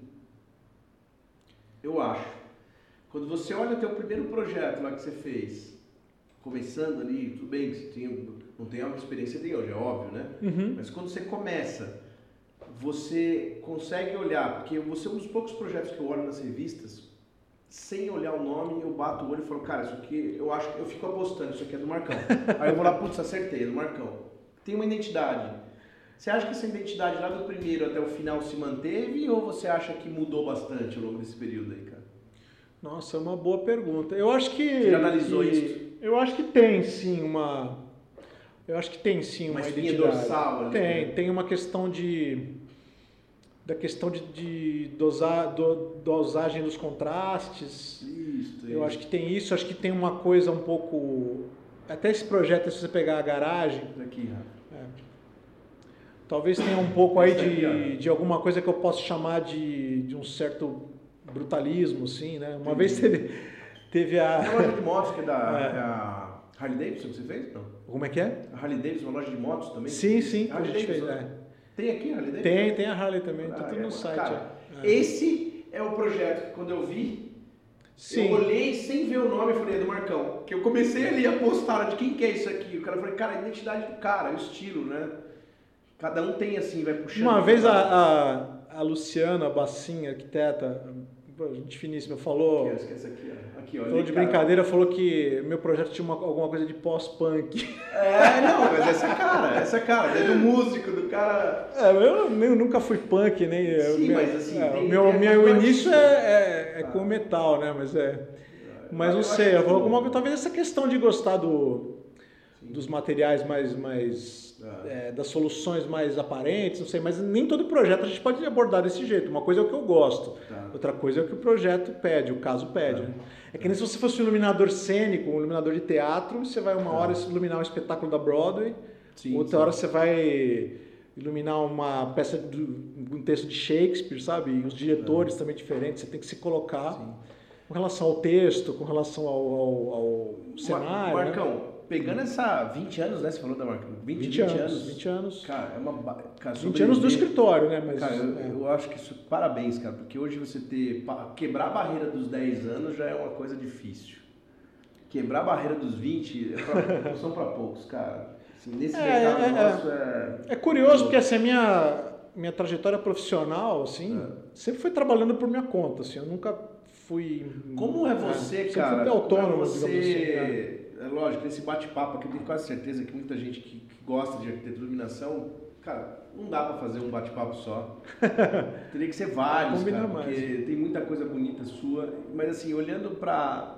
Speaker 1: Eu acho. Quando você olha o teu primeiro projeto lá que você fez, começando ali, tudo bem que você tinha, não tem a mesma experiência que tem hoje, é óbvio, né?
Speaker 2: Uhum.
Speaker 1: Mas quando você começa, você consegue olhar, porque você é um dos poucos projetos que eu olho nas revistas, sem olhar o nome, eu bato o olho e falo, cara, isso aqui, eu acho que eu fico apostando, isso aqui é do Marcão. Aí eu vou lá, putz, acertei, é do Marcão. Tem uma identidade. Você acha que essa identidade lá do primeiro até o final se manteve ou você acha que mudou bastante ao longo desse período aí, cara?
Speaker 2: Nossa, é uma boa pergunta. Eu acho que...
Speaker 1: Você já analisou
Speaker 2: que,
Speaker 1: isso?
Speaker 2: Eu acho que tem sim uma... Eu acho que tem sim uma,
Speaker 1: uma
Speaker 2: identidade.
Speaker 1: dorsal ali.
Speaker 2: Tem,
Speaker 1: né?
Speaker 2: tem uma questão de... Da questão de, de dosar, do, dosagem dos contrastes.
Speaker 1: Isso,
Speaker 2: Eu
Speaker 1: isso.
Speaker 2: acho que tem isso. Acho que tem uma coisa um pouco... Até esse projeto, se você pegar a garagem...
Speaker 1: Aqui,
Speaker 2: é, talvez tenha um pouco aí de, de alguma coisa que eu posso chamar de, de um certo brutalismo, assim, né? Uma Entendi. vez teve, teve a...
Speaker 1: Uma loja de motos que é da é. a Harley Davidson que você fez? Não.
Speaker 2: Como é que é?
Speaker 1: A Harley Davidson, uma loja de motos também?
Speaker 2: Sim, sim.
Speaker 1: A Harley Davidson. Fez, é. Tem aqui a Harley Davidson?
Speaker 2: Tem, tem a Harley também. Ah, tá tudo
Speaker 1: é,
Speaker 2: no site.
Speaker 1: Cara,
Speaker 2: é.
Speaker 1: Esse é o projeto que quando eu vi, Sim. eu olhei sem ver o nome e falei, é do Marcão. Que eu comecei ali a postar de quem que é isso aqui. O cara falou, cara, a identidade do cara, o estilo, né? Cada um tem assim, vai puxando.
Speaker 2: Uma vez a, a, a Luciana Bassin, arquiteta, gente finíssima, falou...
Speaker 1: Aqui, esquece aqui, ó. Aqui, ó,
Speaker 2: falou de
Speaker 1: cara.
Speaker 2: brincadeira, falou que meu projeto tinha uma, alguma coisa de pós-punk.
Speaker 1: É, não, mas essa é cara, essa é cara, é do músico, do cara...
Speaker 2: É, eu, eu nunca fui punk, nem...
Speaker 1: Sim,
Speaker 2: meu,
Speaker 1: mas assim...
Speaker 2: É,
Speaker 1: tem,
Speaker 2: meu
Speaker 1: tem
Speaker 2: meu
Speaker 1: a
Speaker 2: início é, é, é
Speaker 1: ah.
Speaker 2: com metal, né, mas é... Mas não
Speaker 1: eu
Speaker 2: sei, eu
Speaker 1: que...
Speaker 2: alguma, talvez essa questão de gostar do, dos materiais mais... mais ah. é, das soluções mais aparentes, não sei, mas nem todo projeto a gente pode abordar desse jeito. Uma coisa é o que eu gosto, tá. outra coisa é o que o projeto pede, o caso pede. Tá. Né? É que nem se você fosse um iluminador cênico, um iluminador de teatro, você vai uma hora iluminar um espetáculo da Broadway, sim, outra sim. hora você vai iluminar uma peça, de, um texto de Shakespeare, sabe? E os diretores é. também diferentes, você tem que se colocar sim. com relação ao texto, com relação ao, ao, ao cenário.
Speaker 1: Marcão,
Speaker 2: né?
Speaker 1: Pegando essa vinte anos, né? Você falou da Marcão. vinte,
Speaker 2: vinte,
Speaker 1: vinte
Speaker 2: anos,
Speaker 1: anos.
Speaker 2: vinte anos.
Speaker 1: Cara, é uma... Cara,
Speaker 2: vinte anos do escritório, né? Mas,
Speaker 1: cara, eu,
Speaker 2: é.
Speaker 1: eu acho que isso... Parabéns, cara. Porque hoje você ter... Quebrar a barreira dos dez anos já é uma coisa difícil. Quebrar a barreira dos vinte é pra, são para poucos, cara. Assim, nesse
Speaker 2: é,
Speaker 1: mercado
Speaker 2: é,
Speaker 1: nosso é...
Speaker 2: É curioso porque assim, a minha, minha trajetória profissional, assim, é. sempre foi trabalhando por minha conta, assim. Eu nunca fui...
Speaker 1: Como é você,
Speaker 2: é,
Speaker 1: cara?
Speaker 2: Sempre fui autônomo,
Speaker 1: como é você...
Speaker 2: digamos assim. Né?
Speaker 1: É lógico, nesse bate-papo aqui eu tenho quase certeza que muita gente que, que gosta de arquitetura e iluminação, cara, não dá para fazer um bate-papo só. Teria que ser vários, cara, porque mais. Tem muita coisa bonita sua. Mas assim, olhando para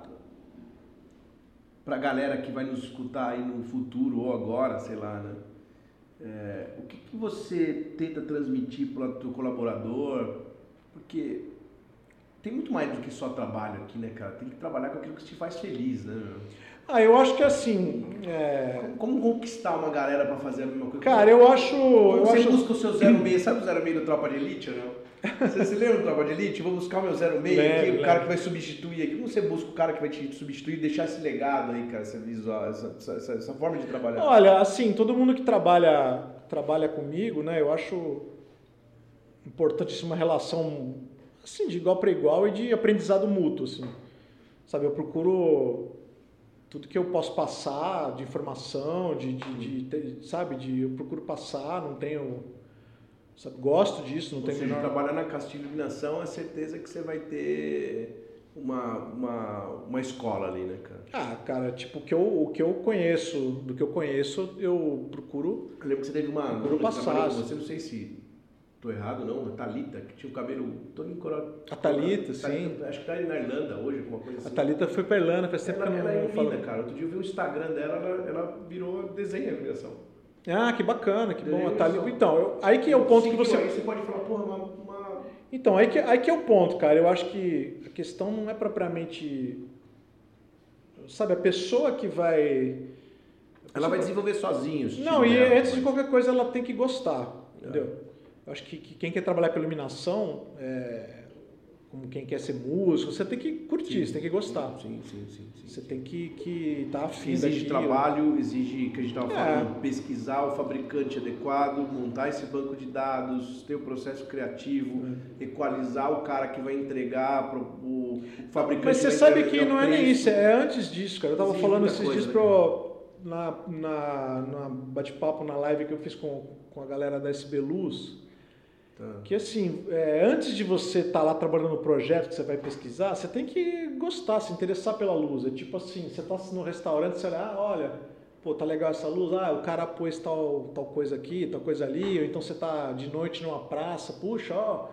Speaker 1: para a galera que vai nos escutar aí no futuro ou agora, sei lá, né? É, o que, que você tenta transmitir para o teu colaborador? Porque tem muito mais do que só trabalho aqui, né, cara? Tem que trabalhar com aquilo que te faz feliz, né?
Speaker 2: Ah, eu acho que assim... É...
Speaker 1: Como, como conquistar uma galera pra fazer a mesma coisa?
Speaker 2: Cara, eu acho...
Speaker 1: Como
Speaker 2: eu
Speaker 1: você
Speaker 2: acho...
Speaker 1: busca o seu zero seis, sabe o zero seis do Tropa de Elite ou não? Você se lembra do Tropa de Elite? Vou buscar o meu zero seis lembra, aqui, o cara que vai substituir aqui. Como você busca o cara que vai te substituir e deixar esse legado aí, cara, essa visual, essa, essa, essa forma de trabalhar?
Speaker 2: Olha, assim, todo mundo que trabalha, trabalha comigo, né, eu acho importante uma relação, assim, de igual para igual e de aprendizado mútuo, assim. Sabe, eu procuro... tudo que eu posso passar de informação, de, de, de, de sabe, de eu procuro passar, não tenho, sabe, gosto disso, não
Speaker 1: Ou
Speaker 2: tenho
Speaker 1: seja,
Speaker 2: menor...
Speaker 1: trabalhar na Castilho Iluminação é certeza que você vai ter uma, uma, uma escola ali, né, cara?
Speaker 2: Ah, cara, tipo, o que, eu, o que eu conheço, do que eu conheço, eu procuro...
Speaker 1: Eu lembro que você teve uma...
Speaker 2: Procuro passar.
Speaker 1: Você, não sei se tô errado não, a Thalita, que tinha o cabelo todo encorado.
Speaker 2: A Thalita, sim.
Speaker 1: Acho que tá ali na Irlanda hoje, alguma coisa assim.
Speaker 2: A Thalita foi pra Irlanda, faz tempo
Speaker 1: ela,
Speaker 2: que eu não
Speaker 1: ela é
Speaker 2: falo.
Speaker 1: linda, cara. Outro dia eu vi o Instagram dela, ela, ela virou desenho de iluminação.
Speaker 2: Ah, que bacana, que bom. A
Speaker 1: Desenho
Speaker 2: Thalita...
Speaker 1: só.
Speaker 2: Então, eu... aí que é o ponto
Speaker 1: Sim,
Speaker 2: que você...
Speaker 1: Aí você pode falar, porra, uma... uma...
Speaker 2: Então, aí que, aí que é o ponto, cara. Eu acho que a questão não é propriamente... Sabe, a pessoa que vai...
Speaker 1: Ela vai desenvolver sozinho. o
Speaker 2: Não,
Speaker 1: estilo
Speaker 2: e
Speaker 1: dela,
Speaker 2: antes de
Speaker 1: mas-
Speaker 2: qualquer coisa ela tem que gostar,
Speaker 1: É.
Speaker 2: entendeu? Eu acho que, que quem quer trabalhar com iluminação, é, como quem quer ser músico, você tem que curtir,
Speaker 1: Sim.
Speaker 2: você tem que gostar.
Speaker 1: Sim, sim, sim. sim.
Speaker 2: Você tem que estar que tá afim
Speaker 1: Exige
Speaker 2: daquilo.
Speaker 1: trabalho, exige, que a gente estava
Speaker 2: É.
Speaker 1: falando, pesquisar o fabricante adequado, montar esse banco de dados, ter o processo criativo,
Speaker 2: É.
Speaker 1: equalizar o cara que vai entregar pro o fabricante.
Speaker 2: Mas você
Speaker 1: vai
Speaker 2: sabe
Speaker 1: entregar
Speaker 2: que
Speaker 1: o
Speaker 2: não é nem
Speaker 1: preço.
Speaker 2: isso, é antes disso, cara. Eu tava
Speaker 1: Exige
Speaker 2: falando
Speaker 1: muita
Speaker 2: esses
Speaker 1: coisa,
Speaker 2: dias
Speaker 1: né,
Speaker 2: pro, na, na, na bate-papo, na live que eu fiz com, com a galera da S B Luz,
Speaker 1: Tá.
Speaker 2: que assim, é, antes de você estar lá trabalhando no projeto que você vai pesquisar, você tem que gostar, se interessar pela luz. É tipo assim, você está no restaurante, você olha, ah, olha, pô, tá legal essa luz, ah, o cara pôs tal, tal coisa aqui, tal coisa ali, ou então você tá de noite numa praça, puxa, ó,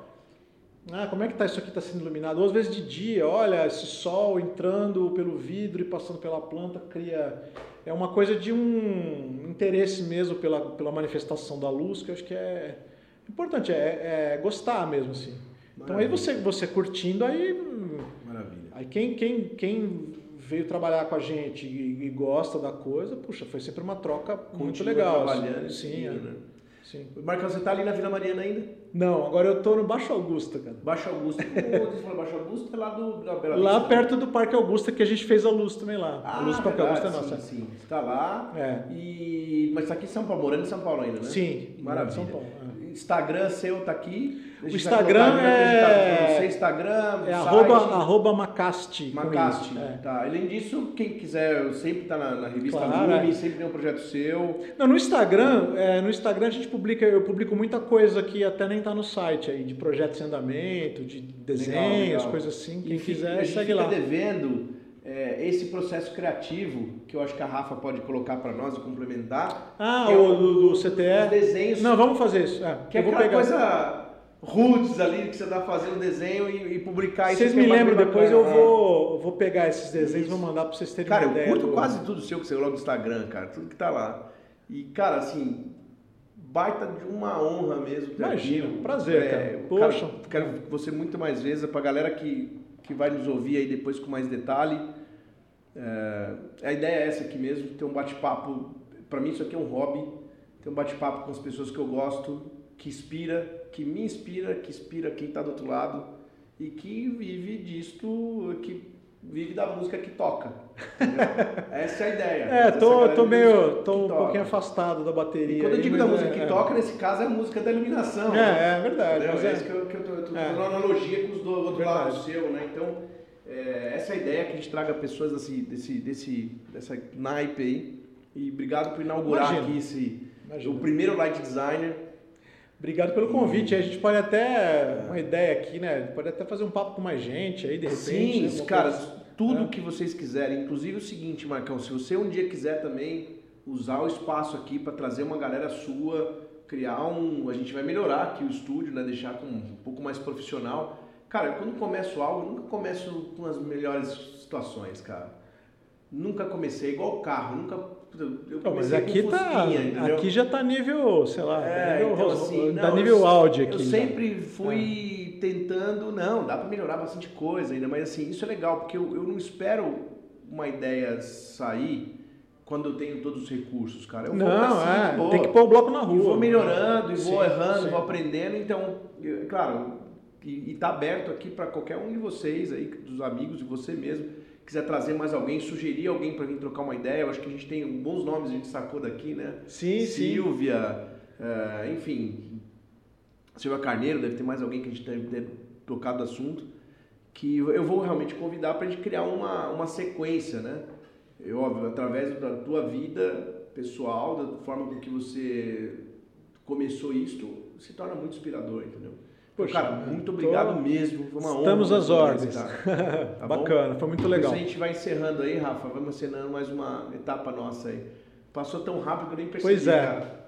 Speaker 2: ah, como é que tá isso aqui, tá sendo iluminado? Ou às vezes de dia, olha, esse sol entrando pelo vidro e passando pela planta cria... É uma coisa de um interesse mesmo pela, pela manifestação da luz, que eu acho que é importante, é, é gostar mesmo, assim. Então aí você, você curtindo, aí...
Speaker 1: Maravilha.
Speaker 2: Aí quem, quem, quem veio trabalhar com a gente e, e gosta da coisa, puxa, foi sempre uma troca muito
Speaker 1: Continua
Speaker 2: legal.
Speaker 1: trabalhando,
Speaker 2: assim. Sim,
Speaker 1: sim,
Speaker 2: é.
Speaker 1: né?
Speaker 2: Sim.
Speaker 1: Marcão, você tá ali na Vila Mariana ainda?
Speaker 2: Não, agora eu tô no Baixo Augusta, cara.
Speaker 1: Baixo Augusta. Como você falou Baixo Augusta? É lá do, da Bela
Speaker 2: Lá
Speaker 1: Vista,
Speaker 2: perto do Parque Augusta, que a gente fez a luz também lá.
Speaker 1: Ah,
Speaker 2: a luz do Parque
Speaker 1: verdade,
Speaker 2: Augusta é nossa.
Speaker 1: sim, sim. Você tá lá.
Speaker 2: É.
Speaker 1: E... Mas tá aqui em São Paulo, morando em São Paulo ainda, né?
Speaker 2: Sim,
Speaker 1: Maravilha.
Speaker 2: São Paulo, é.
Speaker 1: Instagram seu tá aqui. A gente
Speaker 2: O
Speaker 1: vai
Speaker 2: Instagram
Speaker 1: colocar, né,
Speaker 2: é-
Speaker 1: que a gente tá falando, Seu Instagram,
Speaker 2: É
Speaker 1: site,
Speaker 2: arroba, arroba Macasti. com
Speaker 1: Macasti.
Speaker 2: i. É.
Speaker 1: Tá. Além disso, quem quiser, sempre tá na, na revista
Speaker 2: Claro,
Speaker 1: Lumi,
Speaker 2: é.
Speaker 1: sempre tem um projeto seu.
Speaker 2: Não, no Instagram, é, no Instagram a gente publica, eu publico muita coisa que até nem tá no site aí, de projetos em andamento, de desenhos,
Speaker 1: Legal, legal.
Speaker 2: coisas assim. Quem
Speaker 1: E fica-
Speaker 2: quiser,
Speaker 1: a gente
Speaker 2: segue
Speaker 1: fica
Speaker 2: lá.
Speaker 1: devendo é, esse processo criativo, que eu acho que a Rafa pode colocar para nós e complementar.
Speaker 2: Ah,
Speaker 1: que é
Speaker 2: o do, do C T E?
Speaker 1: Os desenhos.
Speaker 2: Não, vamos fazer isso. É,
Speaker 1: Que é
Speaker 2: eu vou
Speaker 1: aquela
Speaker 2: pegar.
Speaker 1: coisa roots ali, que você tá fazendo desenho e, e publicar isso.
Speaker 2: Vocês
Speaker 1: que é
Speaker 2: me
Speaker 1: mais
Speaker 2: lembram,
Speaker 1: bacana,
Speaker 2: depois eu
Speaker 1: né?
Speaker 2: vou, eu vou pegar esses desenhos e
Speaker 1: Isso.
Speaker 2: vou mandar para vocês terem
Speaker 1: Cara,
Speaker 2: uma
Speaker 1: eu
Speaker 2: ideia.
Speaker 1: curto
Speaker 2: do-
Speaker 1: quase tudo seu que você coloca no Instagram, cara. Tudo que tá lá. E, cara, assim, baita de uma honra mesmo ter
Speaker 2: Imagina,
Speaker 1: aqui.
Speaker 2: prazer, cara.
Speaker 1: eu
Speaker 2: Poxa.
Speaker 1: Quero, quero você muito mais vezes. Pra galera que, que vai nos ouvir aí depois com mais detalhe. É, a ideia é essa aqui mesmo, ter um bate-papo. Pra mim isso aqui é um hobby. Ter um bate-papo com as pessoas que eu gosto, que inspira, que me inspira, que inspira quem tá do outro lado e que vive disto, que vive da música que toca. Entendeu? Essa é a ideia.
Speaker 2: É,
Speaker 1: Essa
Speaker 2: tô,
Speaker 1: galera
Speaker 2: tô
Speaker 1: de
Speaker 2: meio,
Speaker 1: música
Speaker 2: tô
Speaker 1: que
Speaker 2: um
Speaker 1: toca.
Speaker 2: pouquinho afastado da bateria.
Speaker 1: E quando eu
Speaker 2: aí,
Speaker 1: digo da
Speaker 2: mas
Speaker 1: música
Speaker 2: é,
Speaker 1: que
Speaker 2: é.
Speaker 1: toca, nesse caso é a música da iluminação.
Speaker 2: É, é verdade.
Speaker 1: Entendeu?
Speaker 2: Mas
Speaker 1: É
Speaker 2: é.
Speaker 1: isso que eu, que eu tô, eu tô
Speaker 2: É.
Speaker 1: fazendo uma analogia com os do outro
Speaker 2: Verdade.
Speaker 1: lado seu, né? Então, é, essa é a ideia, que a gente traga pessoas desse, desse, desse, dessa naipe aí. E obrigado por inaugurar
Speaker 2: Imagina.
Speaker 1: aqui esse,
Speaker 2: Imagina.
Speaker 1: o primeiro Light Designer.
Speaker 2: Obrigado pelo convite. A gente pode até, uma ideia aqui, né? Pode até fazer um papo com mais gente aí, de repente.
Speaker 1: Sim,
Speaker 2: né? Uma
Speaker 1: cara,
Speaker 2: coisa assim.
Speaker 1: tudo
Speaker 2: É.
Speaker 1: que vocês quiserem. Inclusive o seguinte, Marcão, se você um dia quiser também usar o espaço aqui para trazer uma galera sua, criar um... A gente vai melhorar aqui o estúdio, né? Deixar com um pouco mais profissional. Cara, quando começo algo, eu nunca começo com as melhores situações, cara. Nunca comecei, igual o carro, nunca... Eu
Speaker 2: Pô, mas
Speaker 1: comecei
Speaker 2: aqui,
Speaker 1: com
Speaker 2: tá,
Speaker 1: Fusquinha, entendeu?
Speaker 2: aqui já tá nível, sei lá,
Speaker 1: É,
Speaker 2: nível,
Speaker 1: então,
Speaker 2: Ros-
Speaker 1: assim,
Speaker 2: dá
Speaker 1: não,
Speaker 2: nível
Speaker 1: eu,
Speaker 2: áudio aqui.
Speaker 1: Eu
Speaker 2: já.
Speaker 1: sempre fui tentando, não, dá pra melhorar bastante coisa ainda, mas assim, isso é legal, porque eu, eu não espero uma ideia sair quando eu tenho todos os recursos, cara. Eu vou
Speaker 2: Não,
Speaker 1: assim,
Speaker 2: é,
Speaker 1: boa.
Speaker 2: tem que pôr o bloco na rua.
Speaker 1: E vou melhorando, e vou
Speaker 2: Sim,
Speaker 1: errando,
Speaker 2: sim.
Speaker 1: vou aprendendo, então, eu- claro, e, e tá aberto aqui para qualquer um de vocês aí, dos amigos de você mesmo, quiser trazer mais alguém, sugerir alguém para vir trocar uma ideia, eu acho que a gente tem bons nomes, a gente sacou daqui, né?
Speaker 2: Sim, sim.
Speaker 1: Silvia, eh, enfim, Silvia Carneiro, deve ter mais alguém que a gente deve ter tocado o assunto, que eu vou realmente convidar para a gente criar uma, uma sequência, né? eu, óbvio, através da tua vida pessoal, da forma com que você começou isso, se torna muito inspirador, entendeu?
Speaker 2: Poxa,
Speaker 1: cara, muito obrigado
Speaker 2: tô...
Speaker 1: mesmo, foi uma honra.
Speaker 2: Estamos às ordens.
Speaker 1: Tá
Speaker 2: Bacana,
Speaker 1: bom?
Speaker 2: foi muito legal.
Speaker 1: Então, a gente vai encerrando aí, Rafa, vamos encerrando mais uma etapa nossa aí. Passou tão rápido que eu nem percebi,
Speaker 2: Pois é.
Speaker 1: cara.